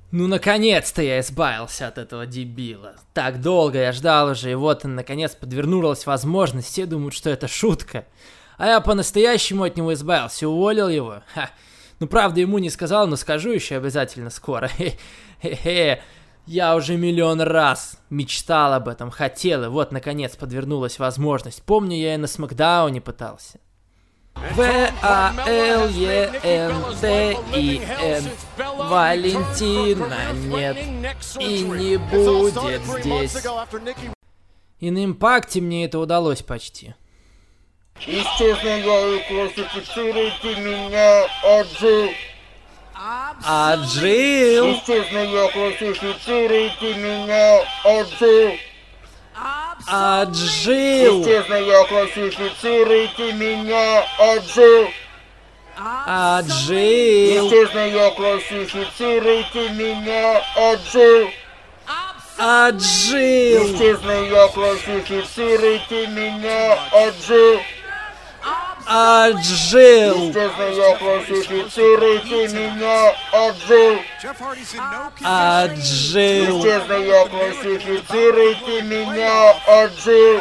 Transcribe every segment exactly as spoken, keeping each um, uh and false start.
Ну, наконец-то я избавился от этого дебила. Так долго я ждал уже, и вот, наконец, подвернулась возможность. Все думают, что это шутка. А я по-настоящему от него избавился, уволил его. Ха. Ну, правда, ему не сказал, но скажу еще обязательно скоро. Хе-хе-хе. Я уже миллион раз мечтал об этом, хотел, и вот, наконец, подвернулась возможность. Помню, я и на Смакдауне пытался. В-А-Л-Е-Н-Т-И-Н Валентина нет и не будет здесь. И на импакте мне это удалось почти. Естественно, классифицируйте меня, отжил. Отжил. Естественно, классифицируйте меня, отжил. Отжил. Естественно, классифицируйте меня, отжил. Отжил. Естественно, классифицируйте меня, отжил. Отжил. Естественно, классифицируйте меня, отжил. Отжил. Естественно, классифицируйте меня, отжил. Отжил. Естественно, классифицируйте меня, отжил.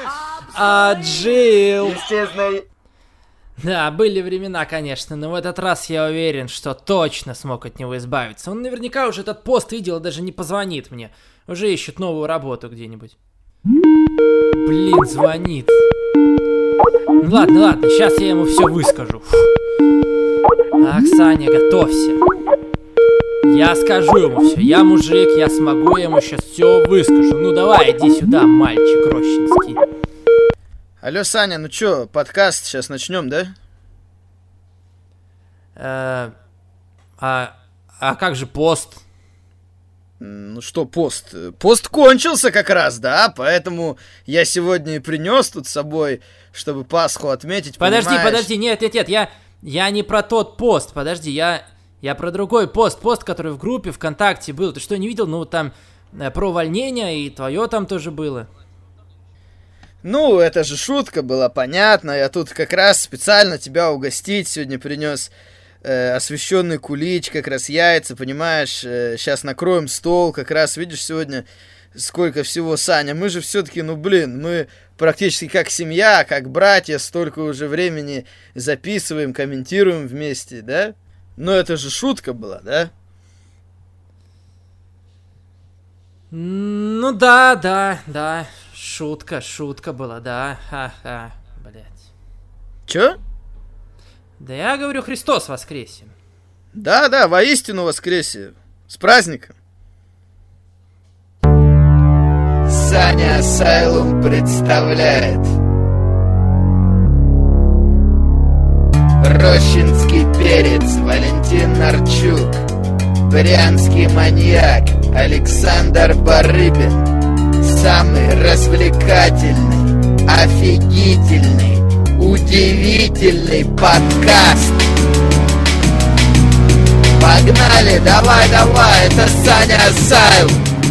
Отжил. Естественно... Да, были времена, конечно, но в этот раз я уверен, что точно смог от него избавиться. Он наверняка уже этот пост видел и даже не позвонит мне. Уже ищет новую работу где-нибудь. Блин, звонит. Ну ладно, ладно, сейчас я ему все выскажу. Так, Саня, готовься. Я скажу ему все. Я мужик, я смогу, я ему сейчас все выскажу. Ну давай, иди сюда, мальчик рощинский. Алло, Саня, ну чё, подкаст сейчас начнем, да? Э, а, а как же пост? Ну что, пост? Пост кончился как раз, да, поэтому я сегодня и принес тут с собой, чтобы Пасху отметить. Подожди, понимаешь? подожди, нет, нет, нет, я, я не про тот пост, подожди, я, я про другой пост, пост, который в группе ВКонтакте был. Ты что, не видел? Ну там э, про увольнение, и твое там тоже было. Ну, это же шутка была, понятно. Я тут как раз специально тебя угостить сегодня принес э, освещенный кулич, как раз яйца, понимаешь? Э, сейчас накроем стол, как раз видишь сегодня сколько всего, Саня. Мы же все-таки, ну блин, мы практически как семья, как братья, столько уже времени записываем, комментируем вместе, да? Но это же шутка была, да? Ну да, да, да. Шутка, шутка была, да. Ха-ха, блять. Чё? Да я говорю, Христос воскресе. Да-да, воистину воскресе. С праздником. Саня Асайлум представляет Рощинский перец Валентин Нарчук, Брянский маньяк Александр Барыбин. Самый развлекательный, офигительный, удивительный подкаст. Погнали, давай, давай, это Саня Асайлум.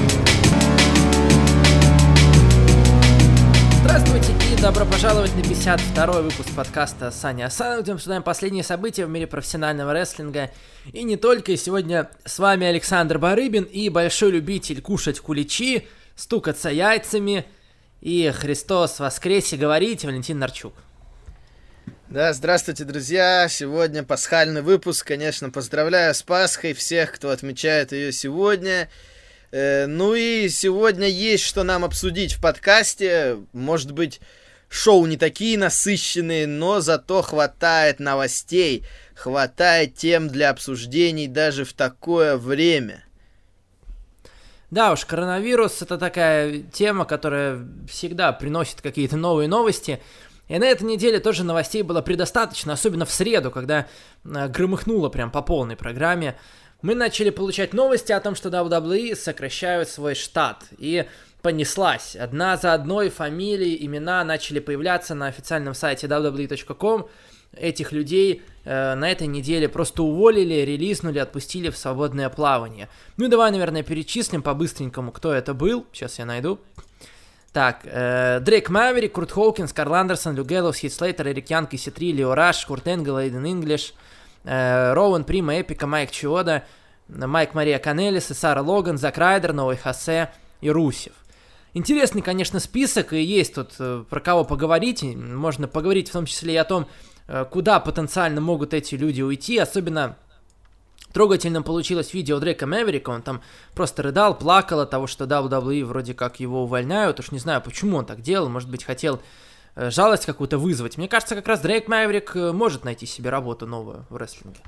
Здравствуйте и добро пожаловать на пятьдесят второй выпуск подкаста Саня Асайлум, где мы обсуждаем последние события в мире профессионального рестлинга. И не только, и сегодня с вами Александр Барыбин и большой любитель кушать куличи, стукаться яйцами и Христос воскресе говорить Валентин Нарчук. Да, здравствуйте, друзья. Сегодня пасхальный выпуск. Конечно, поздравляю с Пасхой всех, кто отмечает ее сегодня. Э, ну и сегодня есть что нам обсудить в подкасте. Может быть, шоу не такие насыщенные, но зато хватает новостей, хватает тем для обсуждений даже в такое время. Да уж, коронавирус — это такая тема, которая всегда приносит какие-то новые новости. И на этой неделе тоже новостей было предостаточно, особенно в среду, когда э, громыхнуло прям по полной программе. Мы начали получать новости о том, что дабл ю дабл ю и сокращают свой штат. И понеслась. Одна за одной фамилии, имена начали появляться на официальном сайте дабл ю дабл ю и точка ком. Этих людей э, на этой неделе просто уволили, релизнули, отпустили в свободное плавание. Ну и давай, наверное, перечислим по-быстренькому, кто это был. Сейчас я найду. Так, э, Дрейк Маверик, Курт Хоукинс, Карл Андерсон, Лю Гэллоус, Хит Слейтер, Эрик Янг, Си три, Лео Раш, Курт Энгл, Эйден Инглиш, э, Роуэн Прима, Эпика, Майк Чиода, Майк Мария Канелис и Сара Логан, Зак Райдер, Новый Хосе и Русев. Интересный, конечно, список, и есть тут э, про кого поговорить. Можно поговорить в том числе и о том, э, куда потенциально могут эти люди уйти. Особенно трогательным получилось видео Дрейка Мэверика. Он там просто рыдал, плакал от того, что дабл ю дабл ю и вроде как его увольняют. Уж не знаю, почему он так делал. Может быть, хотел э, жалость какую-то вызвать. Мне кажется, как раз Дрейк Мэверик э, может найти себе работу новую в рестлинге.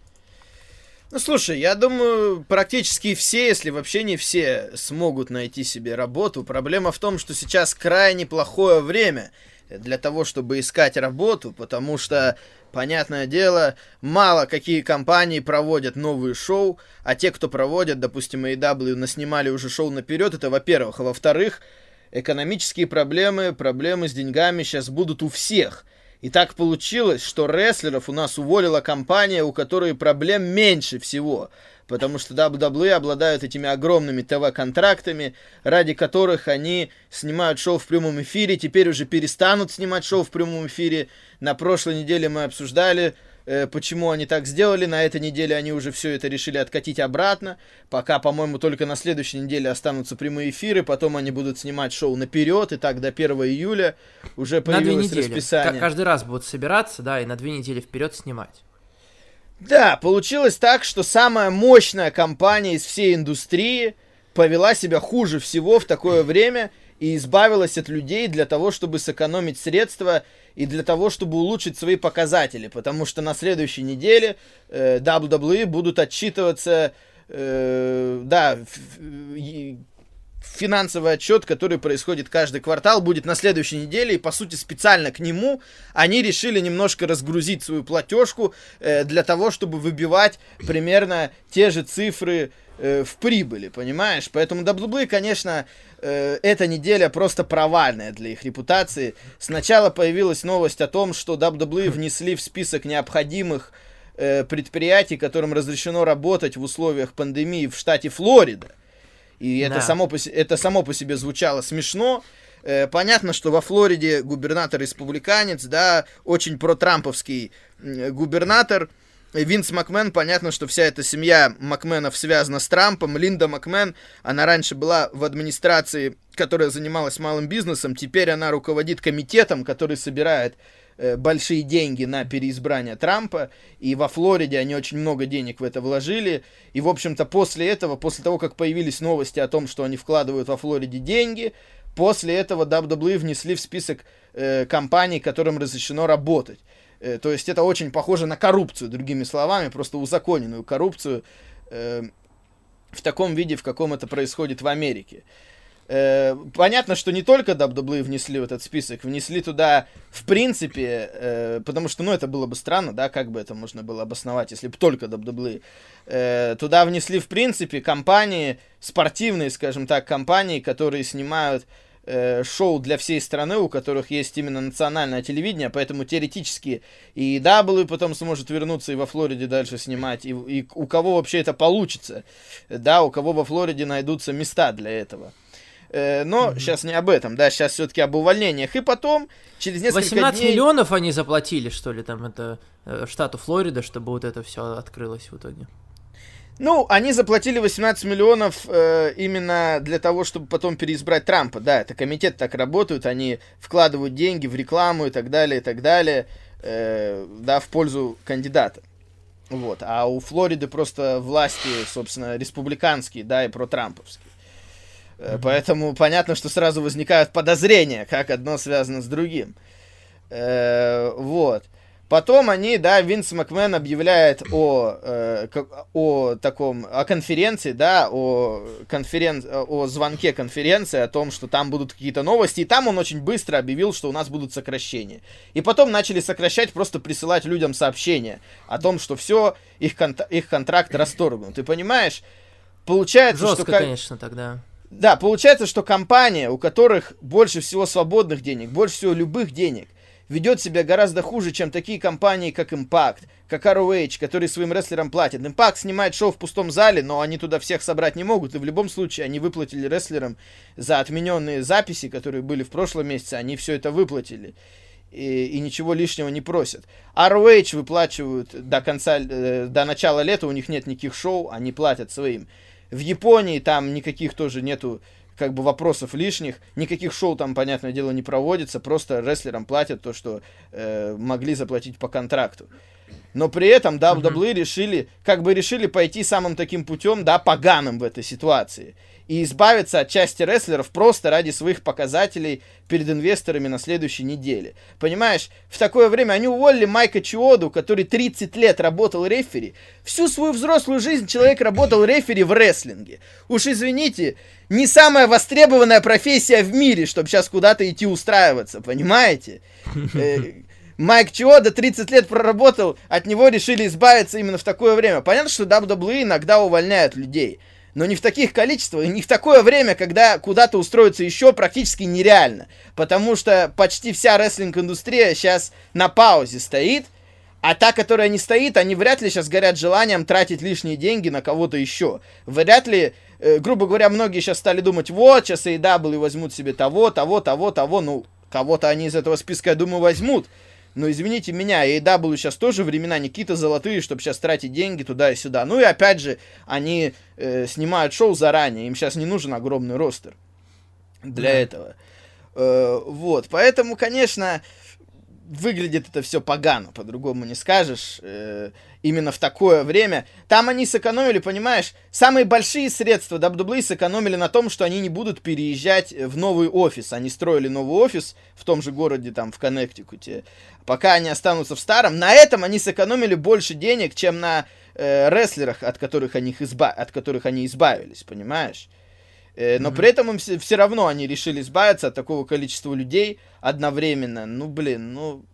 Ну, слушай, я думаю, практически все, если вообще не все, смогут найти себе работу. Проблема в том, что сейчас крайне плохое время для того, чтобы искать работу, потому что, понятное дело, мало какие компании проводят новые шоу, а те, кто проводят, допустим, эй и дабл ю, наснимали уже шоу наперед, это во-первых. А во-вторых, экономические проблемы, проблемы с деньгами сейчас будут у всех. И так получилось, что рестлеров у нас уволила компания, у которой проблем меньше всего. Потому что дабл ю дабл ю и обладают этими огромными ТВ-контрактами, ради которых они снимают шоу в прямом эфире, теперь уже перестанут снимать шоу в прямом эфире. На прошлой неделе мы обсуждали, э, почему они так сделали. На этой неделе они уже все это решили откатить обратно. Пока, по-моему, только на следующей неделе останутся прямые эфиры, потом они будут снимать шоу наперед, и так до первого июля уже появилось расписание. Каждый раз будут собираться, да, и на две недели вперед снимать. Да, получилось так, что самая мощная компания из всей индустрии повела себя хуже всего в такое время и избавилась от людей для того, чтобы сэкономить средства и для того, чтобы улучшить свои показатели. Потому что на следующей неделе э, дабл ю дабл ю и будут отчитываться, э, да, ф- финансовый отчет, который происходит каждый квартал, будет на следующей неделе, и, по сути, специально к нему они решили немножко разгрузить свою платежку э, для того, чтобы выбивать примерно те же цифры э, в прибыли, понимаешь? Поэтому дабл ю дабл ю и, конечно, э, эта неделя просто провальная для их репутации. Сначала появилась новость о том, что дабл ю дабл ю и внесли в список необходимых э, предприятий, которым разрешено работать в условиях пандемии в штате Флорида. И да. это, само по, это само по себе звучало смешно. Э, понятно, что во Флориде губернатор республиканец, да, очень протрамповский э, губернатор. Винс Макмен, понятно, что вся эта семья Макменов связана с Трампом. Линда Макмен, она раньше была в администрации, которая занималась малым бизнесом. Теперь она руководит комитетом, который собирает э, большие деньги на переизбрание Трампа. И во Флориде они очень много денег в это вложили. И, в общем-то, после этого, после того, как появились новости о том, что они вкладывают во Флориде деньги, после этого дабл ю дабл ю и внесли в список э, компаний, которым разрешено работать. Э, то есть это очень похоже на коррупцию, другими словами, просто узаконенную коррупцию э, в таком виде, в каком это происходит в Америке. Э, понятно, что не только дабл ю дабл ю и внесли в этот список, внесли туда, в принципе, э, потому что, ну, это было бы странно, да, как бы это можно было обосновать, если бы только дабл ю дабл ю и. Э, туда внесли, в принципе, компании, спортивные, скажем так, компании, которые снимают э, шоу для всей страны, у которых есть именно национальное телевидение, поэтому теоретически и дабл ю дабл ю потом сможет вернуться и во Флориде дальше снимать, и, и у кого вообще это получится, да, у кого во Флориде найдутся места для этого. Но mm-hmm. сейчас не об этом, да, сейчас все-таки об увольнениях. И потом, через несколько восемнадцать дней... миллионов они заплатили, что ли, там, это, штату Флорида, чтобы вот это все открылось в итоге. Ну, они заплатили восемнадцать миллионов э, именно для того, чтобы потом переизбрать Трампа. Да, это комитет так работают, они вкладывают деньги в рекламу и так далее, и так далее, э, да, в пользу кандидата. Вот, а у Флориды просто власти, собственно, республиканские, да, и протрамповские. Mm-hmm. Поэтому понятно, что сразу возникают подозрения, как одно связано с другим. Э, вот. Потом они, да, Винс Макмен объявляет о, э, о таком, о конференции, да, о, конферен... о звонке конференции, о том, что там будут какие-то новости, и там он очень быстро объявил, что у нас будут сокращения. И потом начали сокращать, просто присылать людям сообщения о том, что все, их, кон... их контракт расторгнут. Ты понимаешь? Получается, жестко, что... Как... конечно, тогда. Да, получается, что компания, у которых больше всего свободных денег, больше всего любых денег, ведет себя гораздо хуже, чем такие компании, как Impact, как ар о эйч, которые своим рестлерам платят. Impact снимает шоу в пустом зале, но они туда всех собрать не могут, и в любом случае они выплатили рестлерам за отмененные записи, которые были в прошлом месяце, они все это выплатили. и, и ничего лишнего не просят. ар о эйч выплачивают до конца, э, до начала лета, у них нет никаких шоу, они платят своим. В Японии там никаких тоже нету как бы вопросов лишних, никаких шоу там, понятное дело, не проводится, просто рестлерам платят то, что э, могли заплатить по контракту. Но при этом дабл ю дабл ю и mm-hmm. решили, как бы решили пойти самым таким путем, да, поганым в этой ситуации. И избавиться от части рестлеров просто ради своих показателей перед инвесторами на следующей неделе. Понимаешь, в такое время они уволили Майка Чиоду, который тридцать лет работал рефери. Всю свою взрослую жизнь человек работал рефери в рестлинге. Уж извините, не самая востребованная профессия в мире, чтобы сейчас куда-то идти устраиваться, понимаете? Майк Чиода тридцать лет проработал, от него решили избавиться именно в такое время. Понятно, что дабл ю дабл ю и иногда увольняют людей, но не в таких количествах, не в такое время, когда куда-то устроиться еще практически нереально. Потому что почти вся рестлинг-индустрия сейчас на паузе стоит, а та, которая не стоит, они вряд ли сейчас горят желанием тратить лишние деньги на кого-то еще. Вряд ли, э, грубо говоря, многие сейчас стали думать, вот, сейчас эй дабл ю возьмут себе того, того, того, того, ну, кого-то они из этого списка, я думаю, возьмут. Но извините меня, эй дабл ю сейчас тоже времена не какие-то золотые, чтобы сейчас тратить деньги туда и сюда. Ну и опять же, они э, снимают шоу заранее, им сейчас не нужен огромный ростер для да. этого. Э, вот, поэтому, конечно, выглядит это все погано, по-другому не скажешь. Э, именно в такое время. Там они сэкономили, понимаешь, самые большие средства дабл ю дабл ю и сэкономили на том, что они не будут переезжать в новый офис. Они строили новый офис в том же городе, там, в Коннектикуте. Пока они останутся в старом. На этом они сэкономили больше денег, чем на э, рестлерах, от которых, они их изба... от которых они избавились, понимаешь? Э, но mm-hmm. при этом им все, все равно они решили избавиться от такого количества людей одновременно. Ну, блин, ну...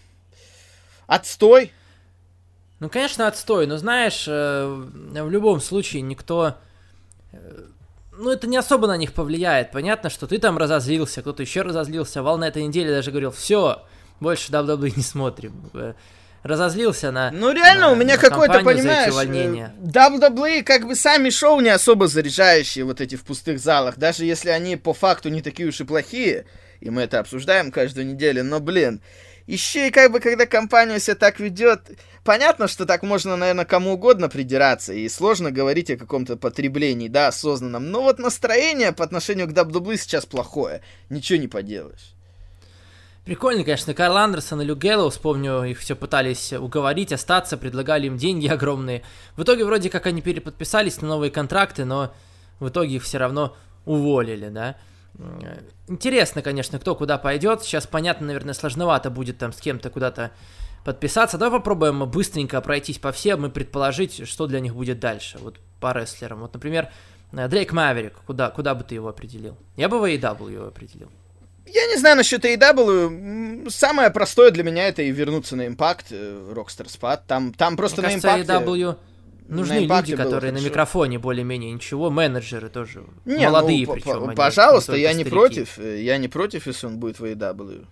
Отстой. Ну, конечно, отстой, но знаешь, э, в любом случае никто, э, ну, это не особо на них повлияет. Понятно, что ты там разозлился, кто-то еще разозлился. Вал на этой неделе даже говорил, все, больше дабл ю дабл ю и не смотрим. Э, разозлился на Ну, реально, на, у меня какой-то, понимаешь, э, дабл ю дабл ю и как бы сами шоу не особо заряжающие вот эти в пустых залах. Даже если они по факту не такие уж и плохие, и мы это обсуждаем каждую неделю, но, блин... Еще и как бы, когда компания себя так ведет, понятно, что так можно, наверное, кому угодно придираться, и сложно говорить о каком-то потреблении, да, осознанном, но вот настроение по отношению к дабл ю дабл ю и сейчас плохое, ничего не поделаешь. Прикольно, конечно, Карл Андерсон и Люк Гэллоуз, помню, их все пытались уговорить остаться, предлагали им деньги огромные. В итоге вроде как они переподписались на новые контракты, но в итоге их все равно уволили, да. Интересно, конечно, кто куда пойдет. Сейчас, понятно, наверное, сложновато будет там с кем-то куда-то подписаться. Давай попробуем быстренько пройтись по всем и предположить, что для них будет дальше. Вот по рестлерам. Вот, например, Дрейк Маверик. Куда, куда бы ты его определил? Я бы в эй дабл ю его определил. Я не знаю насчет эй дабл ю. Самое простое для меня это и вернуться на Impact, Rockstar Spot. Там, там просто Мне на кажется, Impact... эй дабл ю... Нужны люди, которые на хорошо. Микрофоне более-менее ничего, менеджеры тоже, не, молодые ну, причем. Они, пожалуйста, не я не старики. против, я не против, если он будет в эй дабл ю.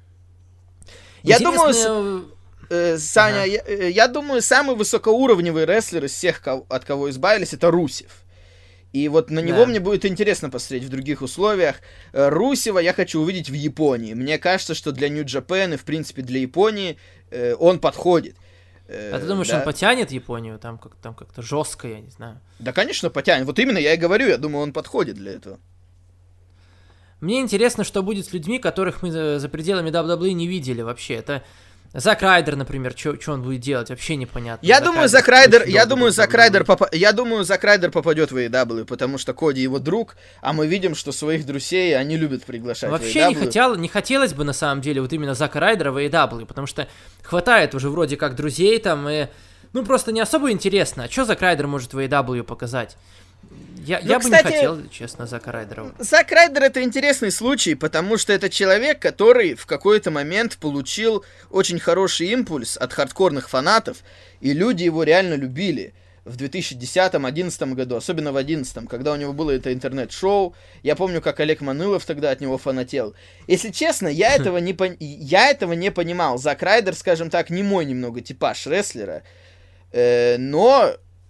Я думаю, с, э, Саня, ага. я, я думаю, самый высокоуровневый рестлер из всех, кого, от кого избавились, это Русев. И вот на него да. мне будет интересно посмотреть в других условиях. Русева я хочу увидеть в Японии. Мне кажется, что для New Japan и, в принципе, для Японии э, он подходит. А ты думаешь, да? он потянет Японию? Там, как, там как-то жестко, я не знаю. Да, конечно, потянет. Вот именно я и говорю, я думаю, он подходит для этого. Мне интересно, что будет с людьми, которых мы за, за пределами дабл ю дабл ю и не видели вообще. Это Зак Райдер, например, что он будет делать, вообще непонятно. Я Зак думаю, Райдер Зак Райдер, я долго думаю, был Зак Райдер, попа- я думаю, Зак Райдер попадет в эй дабл ю, потому что Коди его друг, а мы видим, что своих друзей они любят приглашать вообще в эй дабл ю. не хотел, не хотелось бы на самом деле вот именно Зака Райдера в эй дабл ю, потому что хватает уже вроде как друзей там и ну просто не особо интересно. А что Зак Райдер может в эй дабл ю показать? Я, ну, я кстати, бы не хотел, честно, Зака Райдера. Зак Райдер — это интересный случай, потому что это человек, который в какой-то момент получил очень хороший импульс от хардкорных фанатов, и люди его реально любили в две тысячи десятом — две тысячи одиннадцатом году, особенно в две тысячи одиннадцатом, когда у него было это интернет-шоу. Я помню, как Олег Манылов тогда от него фанател. Если честно, я этого не, пон... я этого не понимал. Зак Райдер, скажем так, не мой немного типаж рестлера, э, но...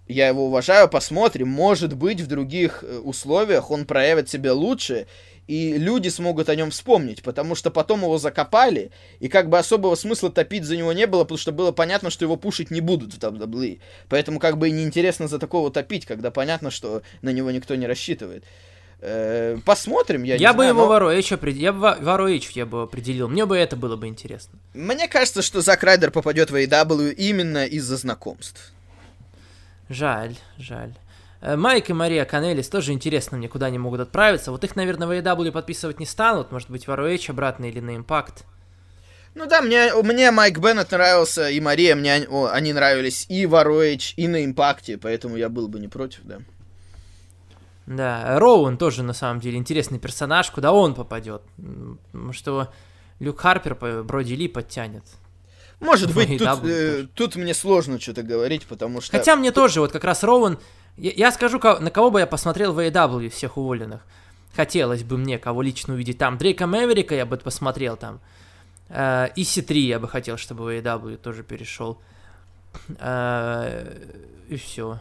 я его уважаю, посмотрим, может быть, в других условиях он проявит себя лучше, и люди смогут о нем вспомнить, потому что потом его закопали, и как бы особого смысла топить за него не было, потому что было понятно, что его пушить не будут в дабл ю дабл ю и. Поэтому как бы и неинтересно за такого топить, когда понятно, что на него никто не рассчитывает. Э-э- посмотрим, я, я не бы знаю. Его но... в ар о эйч опред... Я бы в ар о эйч я бы определил, мне бы это было бы интересно. Мне кажется, что Зак Райдер попадет в эй и дабл ю именно из-за знакомств. Жаль, жаль. Майк и Мария Канелис тоже интересно мне, куда они могут отправиться. Вот их, наверное, в эй и дабл ю подписывать не станут. Может быть, в ар о эйч обратно или на Impact. Ну да, мне, мне Майк Беннет нравился, и Мария, мне о, они нравились и в ар о эйч, и на Импакте, поэтому я был бы не против, да. Да, Роуэн тоже, на самом деле, интересный персонаж. Куда он попадет? Что Люк Харпер Броди Ли подтянет. Может быть, тут, э, тут мне сложно что-то говорить, потому что... Хотя мне тоже, вот как раз Роуэн... Я, я скажу, на кого бы я посмотрел в эй и дабл ю всех уволенных. Хотелось бы мне кого лично увидеть там. Дрейка Мэверика я бы посмотрел там. Э, и си три я бы хотел, чтобы в эй и дабл ю тоже перешел. Э, и все.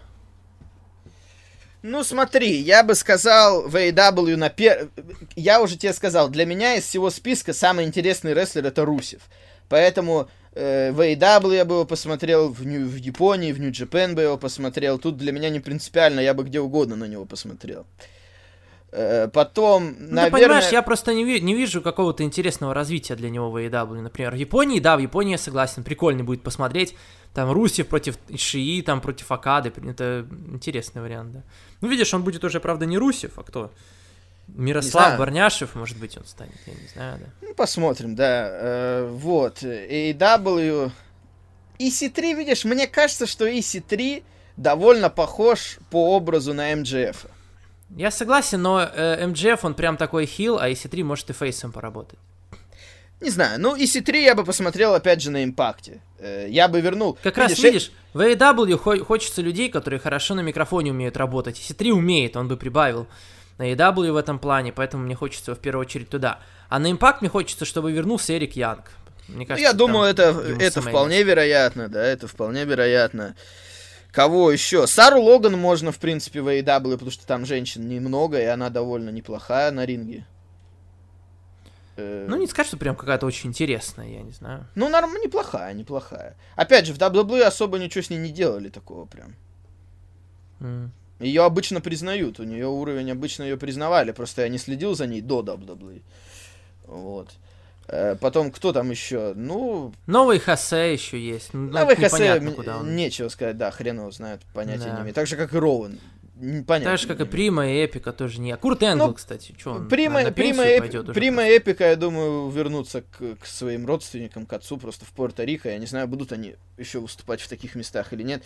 Ну смотри, я бы сказал в эй и дабл ю на пер... Я уже тебе сказал, для меня из всего списка самый интересный рестлер это Русев. Поэтому э, в эй и дабл ю я бы его посмотрел, в, Нью... в Японии, в Нью-Джапен бы его посмотрел. Тут для меня не принципиально, я бы где угодно на него посмотрел. Э, потом, ну, наверное... ты понимаешь, я просто не, ви- не вижу какого-то интересного развития для него в эй и дабл ю. Например, в Японии, да, в Японии я согласен, прикольно будет посмотреть. Там Русев против Ишии, там против Окады. Это интересный вариант, да. Ну, видишь, он будет уже, правда, не Русев, а кто? Мирослав Барняшев, может быть, он станет, я не знаю, да. Ну, посмотрим, да. Э, вот, эй и дабл ю. и си три, видишь, мне кажется, что и си три довольно похож по образу на эм джей эф. Я согласен, но э, эм джей эф, он прям такой хил, а и си три может и фейсом поработать. Не знаю, ну и си три я бы посмотрел опять же на Импакте. Э, я бы вернул... Как видишь, раз, видишь, в эй и дабл ю хо- хочется людей, которые хорошо на микрофоне умеют работать. и си три умеет, он бы прибавил на эй и дабл ю в этом плане, поэтому мне хочется в первую очередь туда. А на Impact мне хочется, чтобы вернулся Эрик Янг. Мне кажется, я думаю, это, это вполне вероятно, да, это вполне вероятно. Кого еще? Сару Логан можно, в принципе, в эй и дабл ю, потому что там женщин немного, и она довольно неплохая на ринге. Ну, не сказать, что прям какая-то очень интересная, я не знаю. Ну, нормально, неплохая, неплохая. Опять же, в дабл ю дабл ю и особо ничего с ней не делали такого прям. Mm. Ее обычно признают, у нее уровень обычно ее признавали, просто я не следил за ней до дабл ю дабл ю и. Вот. Э, потом, кто там еще? Ну... Новый Хосе еще есть. Новый Хосе, нечего сказать, да, хрен его знает, понятия да. не имеет. Так же, как и Роуэн. Понятно. Так же, как и Прима и Эпика тоже не. А Курт Энгл, ну, кстати, что он Прима, на, на Прима, пенсию Эпи, пойдет уже Прима просто. и Эпика, я думаю, вернутся к, к своим родственникам, к отцу просто в Пуэрто-Рико. Я не знаю, будут они еще выступать в таких местах или нет.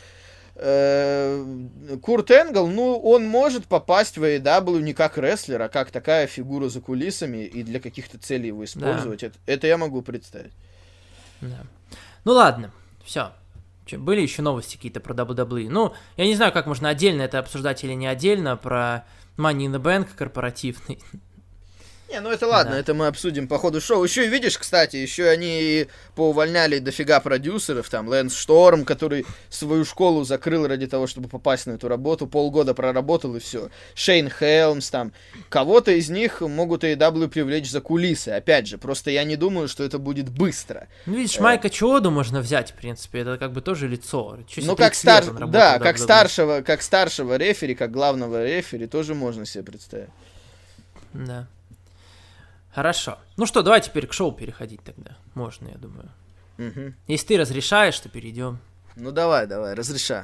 Курт Энгл, ну, он может попасть в эй и дабл ю не как рестлер, а как такая фигура за кулисами, и для каких-то целей его использовать. Да. Это, это я могу представить. Да. Ну ладно, все. Были еще новости какие-то про дабл ю дабл ю и. Ну, я не знаю, как можно отдельно это обсуждать или не отдельно, про Money in the Bank корпоративный. Не, ну это ладно, да. Это мы обсудим по ходу шоу. Еще и видишь, кстати, еще они поувольняли дофига продюсеров, там, Лэнс Шторм, который свою школу закрыл ради того, чтобы попасть на эту работу, полгода проработал и все. Шейн Хелмс, там, кого-то из них могут эй и дабл ю привлечь за кулисы, опять же, просто я не думаю, что это будет быстро. Ну, видишь, Майка Чиоду можно взять, в принципе, это как бы тоже лицо. Ну, как, стар... да, как, старшего, как старшего рефери, как главного рефери, тоже можно себе представить. Да. Хорошо. Ну что, давай теперь к шоу переходить тогда. Можно, я думаю. Угу. Если ты разрешаешь, то перейдем. Ну давай, давай, разрешай.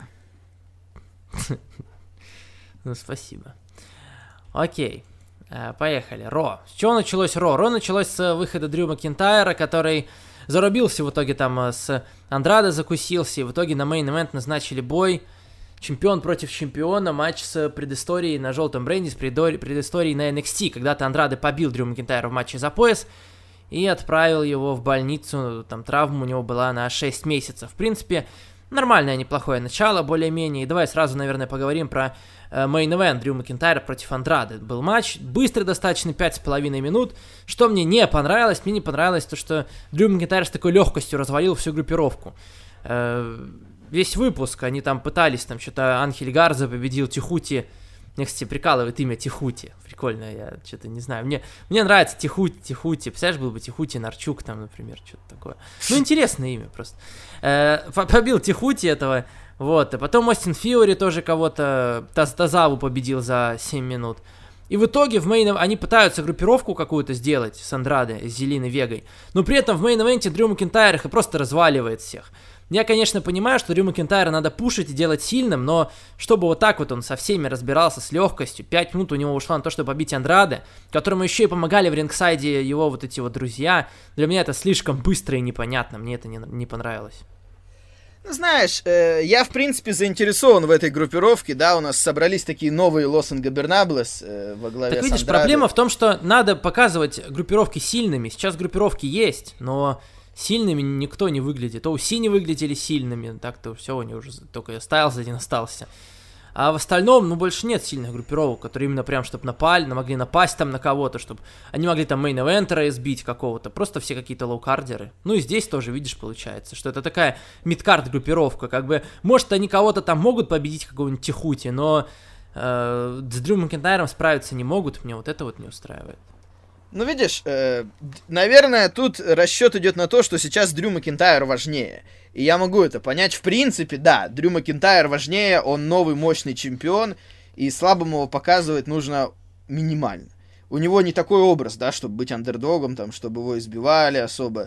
Ну, спасибо. Окей. Поехали. Ро. С чего началось Ро? Ро началось с выхода Дрю Макинтайра, который зарубился в итоге там с Андрадо, закусился, и в итоге на мейн-эвент назначили бой. Чемпион против чемпиона, матч с предысторией на желтом бренде, с предысторией на эн экс ти. Когда-то Андраде побил Дрю Макинтайра в матче за пояс и отправил его в больницу. Там травма у него была на шесть месяцев. В принципе, нормальное, неплохое начало, более-менее. И давай сразу, наверное, поговорим про мейн-эвент Дрю Макинтайра против Андраде. Был матч, быстрый достаточно, пять с половиной минут. Что мне не понравилось? Мне не понравилось то, что Дрю Макинтайр с такой легкостью развалил всю группировку. весь выпуск они там пытались, там что-то Анхель Гарза победил Тихути. Мне, кстати, прикалывает имя Тихути. Прикольно, я что-то не знаю. Мне, мне нравится Тихути, Тихути. Представляешь, был бы Тихути Нарчук там, например, что-то такое. Ну, интересное имя просто. Э, побил Тихути этого, вот. И потом Остин Фьюри тоже кого-то, Таз, Тазаву победил за семь минут. И в итоге в мейн они пытаются группировку какую-то сделать с Андраде, с Зелиной Вегой. Но при этом в мейн-эвенте Дрю Макинтайр их и просто разваливает всех. Я, конечно, понимаю, что Дрю Макинтайра надо пушить и делать сильным, но чтобы вот так вот он со всеми разбирался с легкостью, пять минут у него ушло на то, чтобы побить Андраде, которому еще и помогали в рингсайде его вот эти вот друзья, для меня это слишком быстро и непонятно, мне это не, не понравилось. Ну, знаешь, э, я, в принципе, заинтересован в этой группировке, да, у нас собрались такие новые Лос Ингобернаблес э, во главе с Андраде. Так видишь, проблема в том, что надо показывать группировки сильными, сейчас группировки есть, но... Сильными никто не выглядит. о си не выглядели сильными, так-то все, они уже только Стайлз один остался. А в остальном, ну, больше нет сильных группировок, которые именно прям, чтобы напали, могли напасть там на кого-то, чтобы они могли там мейн-эвентера избить какого-то, просто все какие-то лоу-кардеры. Ну и здесь тоже, видишь, получается, что это такая мид-кард группировка, как бы, может, они кого-то там могут победить, какого-нибудь Тихути, но э, с Дрю Макинтайром справиться не могут, мне вот это вот не устраивает. Ну, видишь, э, наверное, тут расчет идет на то, что сейчас Дрю Макинтайр важнее. И я могу это понять. В принципе, да, Дрю Макинтайр важнее, он новый мощный чемпион, и слабому его показывать нужно минимально. У него не такой образ, да, чтобы быть андердогом, там, чтобы его избивали особо.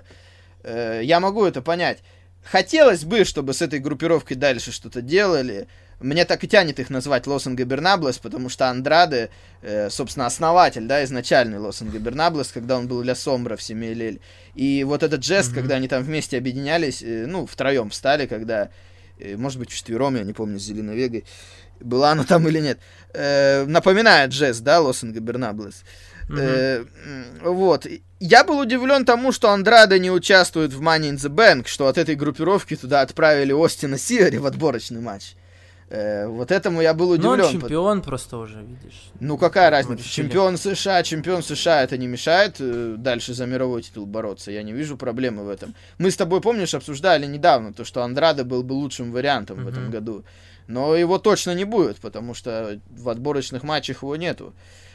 Э, я могу это понять. Хотелось бы, чтобы с этой группировкой дальше что-то делали. Мне так и тянет их назвать Лос Ингобернаблес, потому что Андраде, э, собственно, основатель, да, изначальный Лос Ингобернаблес, когда он был Ля Сомбра в Семиэлель. И вот этот жест, mm-hmm. когда они там вместе объединялись, э, ну, втроем встали, когда, э, может быть, вчетвером, я не помню, с Зеленой Вегой, была она там или нет, э, напоминает жест, да, Лос Ингобернаблес. Mm-hmm. Э, вот. Я был удивлен тому, что Андраде не участвует в Money in the Bank, что от этой группировки туда отправили Остина Сиори в отборочный матч. Э, вот этому я был удивлен. Ну, он чемпион под... просто уже, видишь. Ну, какая разница? Чемпион США, чемпион США, это не мешает э, дальше за мировой титул бороться. Я не вижу проблемы в этом. Мы с тобой, помнишь, обсуждали недавно то, что Андраде был бы лучшим вариантом mm-hmm. в этом году. Но его точно не будет, потому что в отборочных матчах его нету.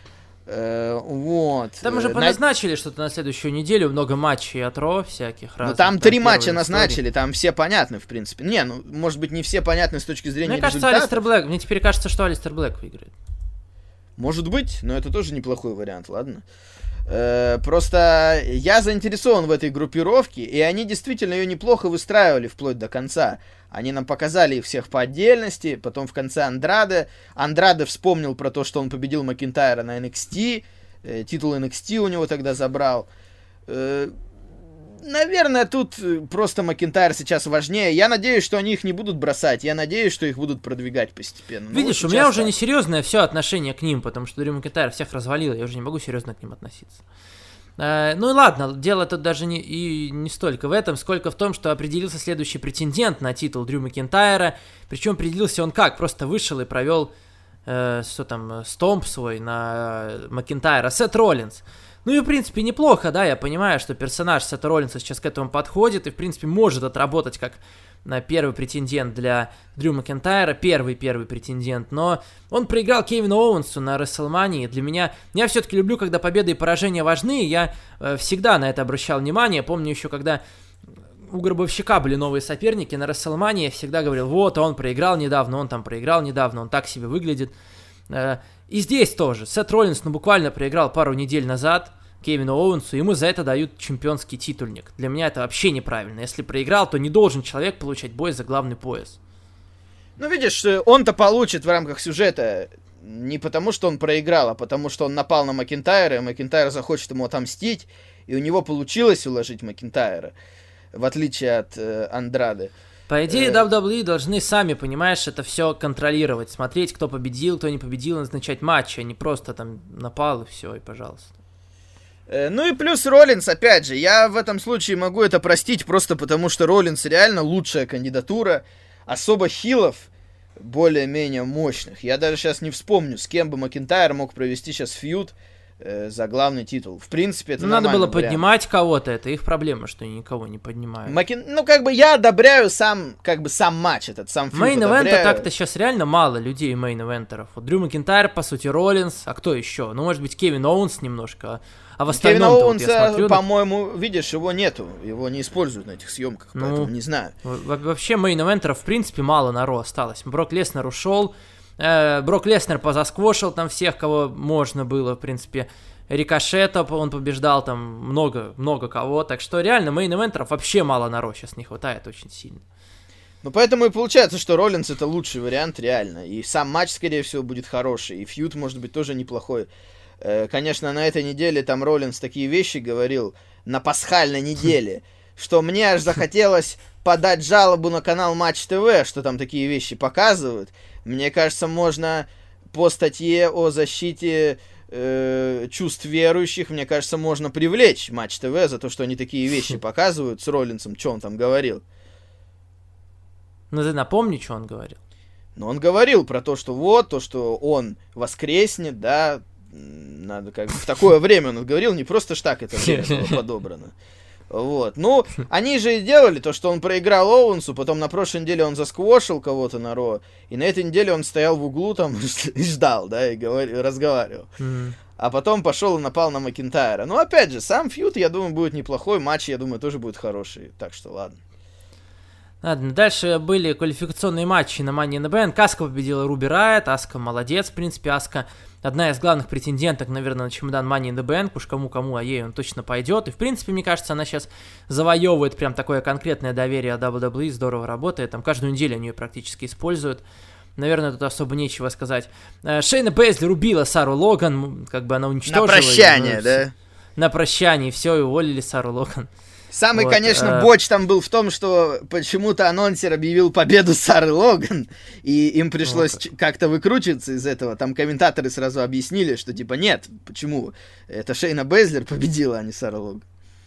Э, вот. Там уже поназначили на... что-то на следующую неделю, много матчей от Ро всяких разных. Ну там три матча назначили, истории. Там все понятны, в принципе. Не, ну, может быть, не все понятны с точки зрения Мне кажется, Алистер Блэк, мне теперь кажется, что Алистер Блэк выиграет. Может быть, но это тоже неплохой вариант, ладно? Э, просто я заинтересован в этой группировке, и они действительно ее неплохо выстраивали вплоть до конца. Они нам показали их всех по отдельности, потом в конце Андраде. Андраде вспомнил про то, что он победил Макинтайра на эн экс ти, э, титул эн экс ти у него тогда забрал. Э, наверное, тут просто Макинтайр сейчас важнее. Я надеюсь, что они их не будут бросать, я надеюсь, что их будут продвигать постепенно. Видишь, ну, у меня уже несерьезное все отношение к ним, потому что Дрю Макинтайр всех развалил, я уже не могу серьезно к ним относиться. Ну и ладно, дело тут даже не, и не столько в этом, сколько в том, что определился следующий претендент на титул Дрю Макинтайра. Причем определился он как? Просто вышел и провел, э, что там, стомп свой на Макинтайра, Сет Роллинс. Ну и в принципе неплохо, да, я понимаю, что персонаж Сета Роллинса сейчас к этому подходит и в принципе может отработать как первый претендент для Дрю Макинтайра, первый-первый претендент, но он проиграл Кевину Оуэнсу на Расселмании. Для меня, я все-таки люблю, когда победы и поражения важны, я э, всегда на это обращал внимание. Помню еще, когда у Гробовщика были новые соперники на Расселмании, я всегда говорил, вот, он проиграл недавно, он там проиграл недавно, он так себе выглядит. Э, и здесь тоже. Сет Роллинс, ну, буквально проиграл пару недель назад Кевину Оуэнсу, ему за это дают чемпионский титульник. Для меня это вообще неправильно. Если проиграл, то не должен человек получать бой за главный пояс. Ну, видишь, он-то получит в рамках сюжета не потому, что он проиграл, а потому, что он напал на Макинтайра, и Макинтайр захочет ему отомстить, и у него получилось уложить Макинтайра, в отличие от э, Андраде. По идее, дабл ю дабл ю и должны сами, понимаешь, это все контролировать, смотреть, кто победил, кто не победил, назначать матчи, а не просто там напал и все, и пожалуйста. Ну и плюс Роллинс, опять же, я в этом случае могу это простить просто потому, что Роллинс реально лучшая кандидатура, особо хилов более-менее мощных. Я даже сейчас не вспомню, с кем бы Макинтайр мог провести сейчас фьюд э, за главный титул. В принципе, это ну, надо было вариант. поднимать кого-то, это их проблема, что они никого не поднимают. Макин... Ну, как бы я одобряю сам, как бы сам матч этот, сам фьюд Мейн-эвента одобряю. так-то сейчас реально мало людей мейн-эвентеров. Вот Дрю Макинтайр, по сути, Роллинс, а кто еще? Ну, может быть, Кевин Оуэнс немножко, а в Кевина остальном вот Оуэнса, я смотрю... по-моему, видишь, его нету, его не используют на этих съемках, Ну, поэтому не знаю. Во- Вообще мейн-эвентеров, в принципе, мало на Ро осталось. Брок Леснер ушел, э, Брок Леснер позасквошил там всех, кого можно было, в принципе. Рикошета он побеждал там много, много кого, так что реально мейн-эвентеров вообще мало на Ро сейчас не хватает очень сильно. Ну, поэтому и получается, что Роллинс это лучший вариант, реально. И сам матч, скорее всего, будет хороший. И фьюд, может быть, тоже неплохой. Э, конечно, на этой неделе там Роллинс такие вещи говорил, на пасхальной неделе, что мне аж захотелось подать жалобу на канал Матч ТВ, что там такие вещи показывают. Мне кажется, можно по статье о защите э, чувств верующих, мне кажется, можно привлечь Матч ТВ за то, что они такие вещи показывают с Роллинсом. Что он там говорил? Ну ты напомни, что он говорил. Но он говорил про то, что вот, то, что он воскреснет, да, надо как бы в такое время он говорил, не просто ж так это время было подобрано. Вот. Ну, они же и делали то, что он проиграл Оуэнсу, потом на прошлой неделе он засквошил кого-то на Ро, и на этой неделе он стоял в углу там и ждал, да, и говорил, разговаривал. Mm. А потом пошел и напал на Макинтайра. Ну, опять же, сам фьюд, я думаю, будет неплохой, матч, я думаю, тоже будет хороший, так что ладно. Ладно, дальше были квалификационные матчи на Money in the Bank. Аска победила Руби Райот, Аска молодец, в принципе, Аска одна из главных претенденток, наверное, на чемодан Money in the Bank, уж кому-кому, а ей он точно пойдет. И, в принципе, мне кажется, она сейчас завоевывает прям такое конкретное доверие дабл ю дабл ю и, здорово работает, там каждую неделю они ее практически используют. Наверное, тут особо нечего сказать. Шейна Бейзли рубила Сару Логан, как бы она уничтожила. На прощание, ее, ну, да? На прощание, все, и уволили Сару Логан. Самый, Вот, конечно, а... боч там был в том, что почему-то анонсер объявил победу Сары Логан, и им пришлось вот. как-то выкручиваться из этого. Там комментаторы сразу объяснили, что типа нет, почему? Это Шейна Бейзлер победила, а не Сара Логан.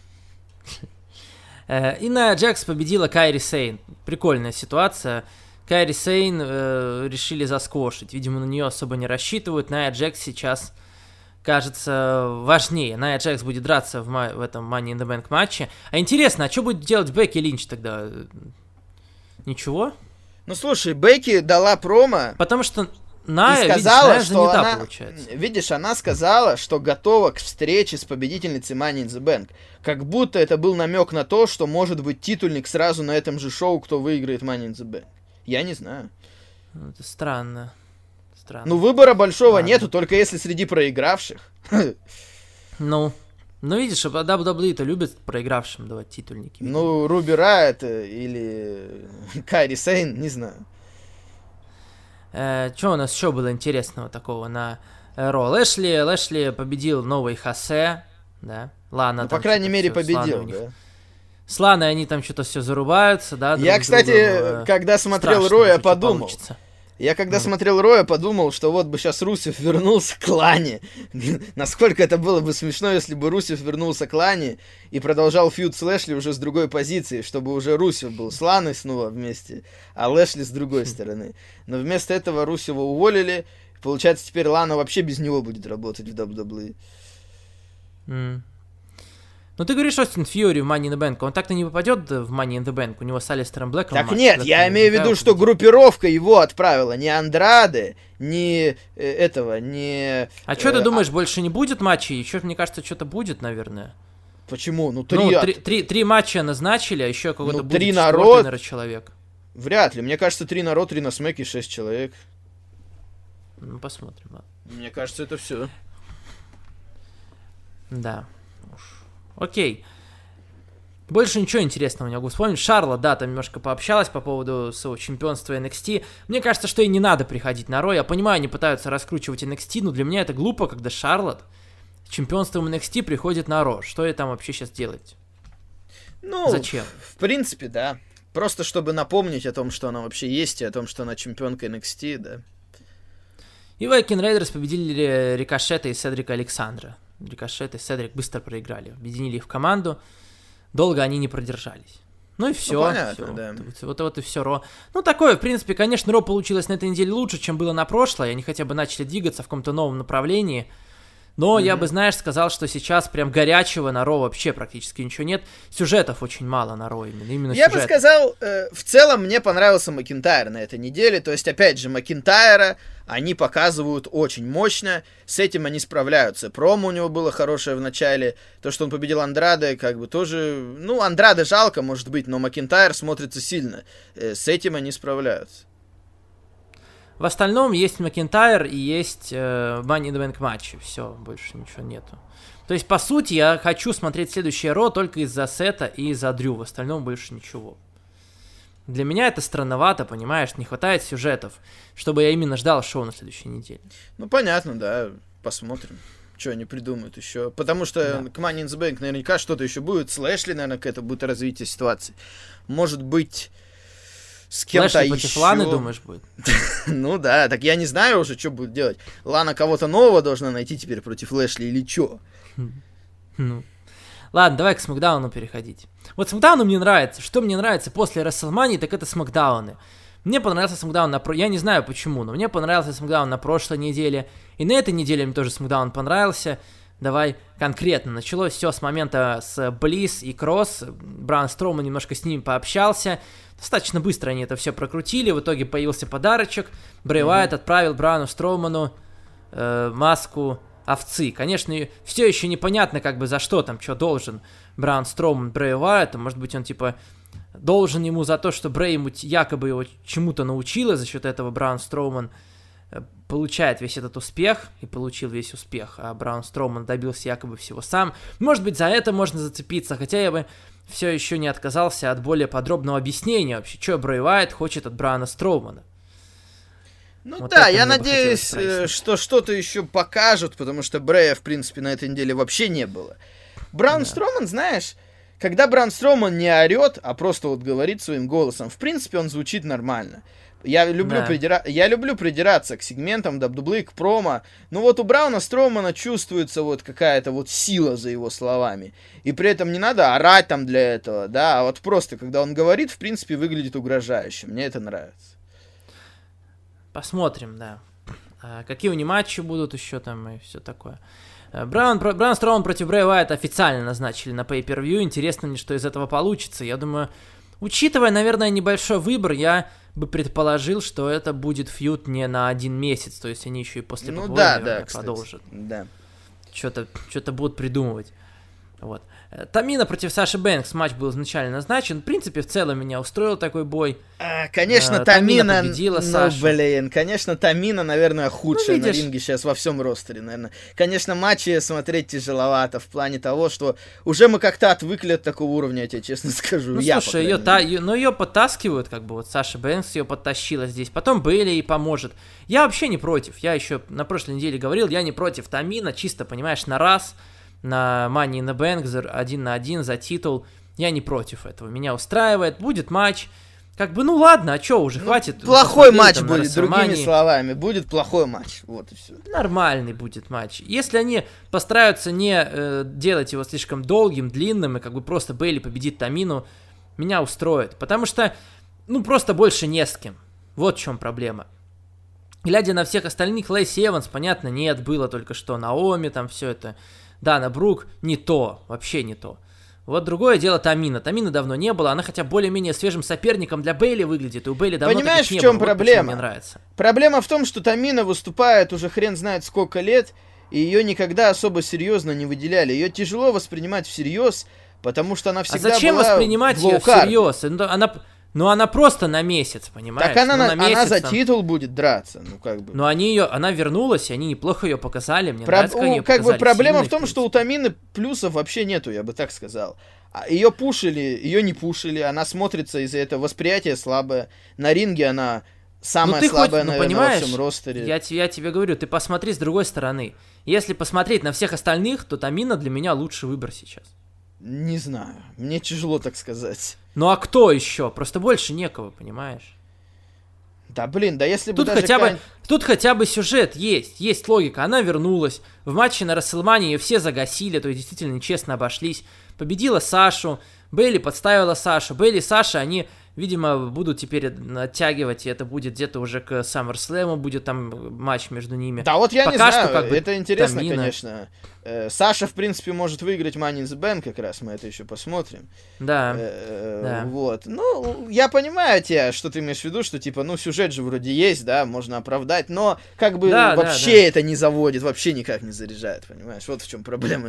И на Джекс победила Кайри Сейн. Прикольная ситуация. Кайри Сейн э, решили засквошить. Видимо, на нее особо не рассчитывают. Найя Джекс сейчас кажется важнее. Найя Джекс будет драться в, ма- в этом Money in the Bank матче. А интересно, а что будет делать Бекки Линч тогда? Ничего? Ну слушай, Бекки дала промо. Потому что Найя, и сказала, видишь, что занята, она, получается. видишь, она сказала, что готова к встрече с победительницей Money in the Bank. Как будто это был намек на то, что может быть титульник сразу на этом же шоу, кто выиграет Money in the Bank. Я не знаю. Это странно. Странно. Ну, выбора большого Ладно. нету, только если среди проигравших. Ну, ну видишь, дабл ю дабл ю и-то любят проигравшим давать титульники. Ну, Руби Райот или Кайри Сейн, не знаю. Э, что у нас еще было интересного такого на э, Ро? Лэшли, Лэшли победил новый Хосе, да? Лана Ну, там по крайней что-то мере, всё, с Ланой победил, у них- да. С Ланой они там что-то все зарубаются, да? друг Я, с кстати, другом, э, когда смотрел страшно Ро, я уже, что подумал. получится. Я когда Ну. смотрел Ро, я подумал, что вот бы сейчас Русев вернулся к Лане. Насколько это было бы смешно, если бы Русев вернулся к Лане и продолжал фьюд с Лэшли уже с другой позиции, чтобы уже Русев был с Ланой снова вместе, а Лэшли с другой стороны. Но вместо этого Русева уволили. Получается, теперь Лана вообще без него будет работать в дабл ю дабл ю и. М. Ну ты говоришь, Остин Фьюри в Money in the Bank, он так-то не попадет в Money in the Bank, у него с Алистером Блэком Так матч, нет, Блэк я имею в наверняка виду, что победит. группировка его отправила. Не Андраде, не э, этого, не... А что ты э, думаешь, больше не будет матчей? Еще, мне кажется, что-то будет, наверное. Почему? Ну, три, Ну, от- три, три, три матча назначили, а еще какой-то Ну, будет три четвертый, народ. наверное, человек. Вряд ли. Мне кажется, три народ, три на смеке, шесть человек. Ну, посмотрим, ладно. Мне кажется, это все. Да. Уж. Окей. Больше ничего интересного не могу вспомнить. Шарла, да, там немножко пообщалась по поводу своего чемпионства эн экс ти. Мне кажется, что ей не надо приходить на Ро. Я понимаю, они пытаются раскручивать эн экс ти, но для меня это глупо, когда Шарлот с чемпионством эн экс ти приходит на Ро. Что ей там вообще сейчас делать? Ну, Зачем? В принципе, да. Просто чтобы напомнить о том, что она вообще есть, и о том, что она чемпионка эн экс ти, да. И Viking Raiders победили Рикошета и Седрика Александра. Рикошет и Седрик быстро проиграли. Объединили их в команду. Долго они не продержались. Ну и все. Ну, понятно, да. Вот, вот, вот и все Ро. Ну, такое, в принципе, конечно, Ро получилось на этой неделе лучше, чем было на прошлой. Они хотя бы начали двигаться в каком-то новом направлении. Но Mm-hmm. я бы, знаешь, сказал, что сейчас прям горячего на Ро вообще практически ничего нет. Сюжетов очень мало на Ро именно. именно я сюжетов. бы сказал, э, в целом мне понравился Макинтайр на этой неделе. То есть, опять же, Макинтайра они показывают очень мощно. С этим они справляются. Промо у него было хорошее в начале. То, что он победил Андраде, как бы тоже... Ну, Андраде жалко, может быть, но Макинтайр смотрится сильно. Э, с этим они справляются. В остальном есть Макинтайр и есть э, Money in the Bank матчи. Все, больше ничего нету. То есть, по сути, я хочу смотреть следующее Ро только из-за Сета и из-за Дрю. В остальном больше ничего. Для меня это странновато, понимаешь? Не хватает сюжетов, чтобы я именно ждал шоу на следующей неделе. Ну, понятно, да. Посмотрим, что они придумают еще. Потому что да. к Money in the Bank наверняка что-то еще будет. С Лэшли, наверное, какое-то будет развитие ситуации. Может быть... С кем-то Лэшли против еще... Ланы, думаешь, будет? Ну да, так я не знаю уже, что будет делать. Лана кого-то нового должна найти теперь против Лэшли или что? Ну. Ладно, давай к Смакдауну переходить. Вот Смакдауну мне нравится. Что мне нравится после Расселмании, так это Смакдауны. Мне понравился Смакдаун на... Я не знаю почему, но мне понравился Смакдаун на прошлой неделе. И на этой неделе мне тоже Смакдаун понравился. Давай конкретно. Началось все с момента с Близ и Кросс. Браун Строуман немножко с ними пообщался. Достаточно быстро они это все прокрутили. В итоге появился подарочек. Брэй Уайт mm-hmm. отправил Брауну Строуману э, маску овцы. Конечно, все еще непонятно, как бы за что там, что должен Браун Строуман Брэй Уайту. Может быть, он типа должен ему за то, что Брэй ему якобы его чему-то научил, и за счет этого Браун Строуман получает весь этот успех, и получил весь успех, а Браун Строуман добился якобы всего сам. Может быть, за это можно зацепиться, хотя я бы все еще не отказался от более подробного объяснения вообще, что Брэй Уайт хочет от Брауна Строумана. Ну вот да, я надеюсь, что что-то еще покажут, потому что Брэя, в принципе, на этой неделе вообще не было. Браун да. Строуман, знаешь, когда Браун Строуман не орет, а просто вот говорит своим голосом, в принципе, он звучит нормально. Я люблю, да. придира... я люблю придираться к сегментам, даб-дублы, к промо. Но вот у Брауна Строумана чувствуется вот какая-то вот сила за его словами. И при этом не надо орать там для этого, да, а вот просто, когда он говорит, в принципе, выглядит угрожающе. Мне это нравится. Посмотрим, да. А какие у него матчи будут еще там и все такое. Браун, Браун Строуман против Брэй Уайта официально назначили на pay-per-view. Интересно мне, что из этого получится. Я думаю, учитывая, наверное, небольшой выбор, я бы предположил, что это будет фьюд не на один месяц, то есть они еще и после ну, побоя, да, да, продолжат. Да. Что-то, что-то будут придумывать. Вот. Тамина против Саши Бэнкс матч был изначально назначен. В принципе, в целом меня устроил такой бой. А, конечно, а, Тамина, Тамина победила ну, Сашу. блин, конечно, Тамина, наверное, худшая ну, на ринге сейчас во всем ростере, наверное. Конечно, матчи смотреть тяжеловато в плане того, что уже мы как-то отвыкли от такого уровня, я тебе честно скажу. Ну, я, слушай, ее, та, ее, ну, ее подтаскивают, как бы, вот Саша Бэнкс ее подтащила здесь, потом Бейли ей поможет. Я вообще не против, я еще на прошлой неделе говорил, я не против Тамина, чисто, понимаешь, на раз... на Money in the Bank один на один за титул. Я не против этого. Меня устраивает. Будет матч. Как бы, ну ладно, а что уже, ну, хватит. Плохой матч будет, другими словами. Будет плохой матч. Вот и все. Нормальный будет матч. Если они постараются не э, делать его слишком долгим, длинным, и как бы просто Бейли победит Тамину, меня устроит. Потому что, ну, просто больше не с кем. Вот в чем проблема. Глядя на всех остальных, Лэйси Эванс, понятно, нет, было только что Наоми, там все это. Дана Брук не то, вообще не то. Вот другое дело Тамина. Тамины давно не было, она хотя более-менее свежим соперником для Бейли выглядит, и у Бейли давно Понимаешь, таких не в чем было. проблема? Вот мне нравится. Проблема в том, что Тамина выступает уже хрен знает сколько лет, и ее никогда особо серьезно не выделяли. Ее тяжело воспринимать всерьез, потому что она всегда была... А зачем была воспринимать ее всерьез? Она... Ну, она просто на месяц, понимаешь? Так она, ну, на, на месяц, она за там... титул будет драться, ну как бы. Ну, они ее, она вернулась, и они неплохо ее показали, мне Про... нравится, как, у, ее как бы проблема сильной, в том, что у Тамины плюсов вообще нету, я бы так сказал. Ее пушили, ее не пушили, она смотрится из-за этого, восприятие слабое. На ринге она самая ну, слабая, хоть, наверное, ну, во всем ростере. Я, я тебе говорю, ты посмотри с другой стороны. Если посмотреть на всех остальных, то Тамина для меня лучший выбор сейчас. Не знаю, мне тяжело так сказать. Ну а кто еще? Просто больше некого, понимаешь? Да блин, да если бы тут даже... Хотя бы, тут хотя бы сюжет есть, есть логика. Она вернулась. В матче на Расселмании ее все загасили, то есть действительно нечестно обошлись. Победила Сашу, Бейли подставила Сашу. Бейли и Саша, они Видимо, будут теперь оттягивать, и это будет где-то уже к SummerSlam, будет там матч между ними. Да, вот я Пока не знаю, что, как бы, это интересно, Тамина. конечно. Э, Саша, в принципе, может выиграть Money in the Bank, как раз мы это еще посмотрим. Да, Э, да. Вот. Ну, я понимаю тебя, что ты имеешь в виду, что, типа, ну, сюжет же вроде есть, да, можно оправдать, но как бы Да, да, вообще да. это не заводит, вообще никак не заряжает, понимаешь? Вот в чем проблема.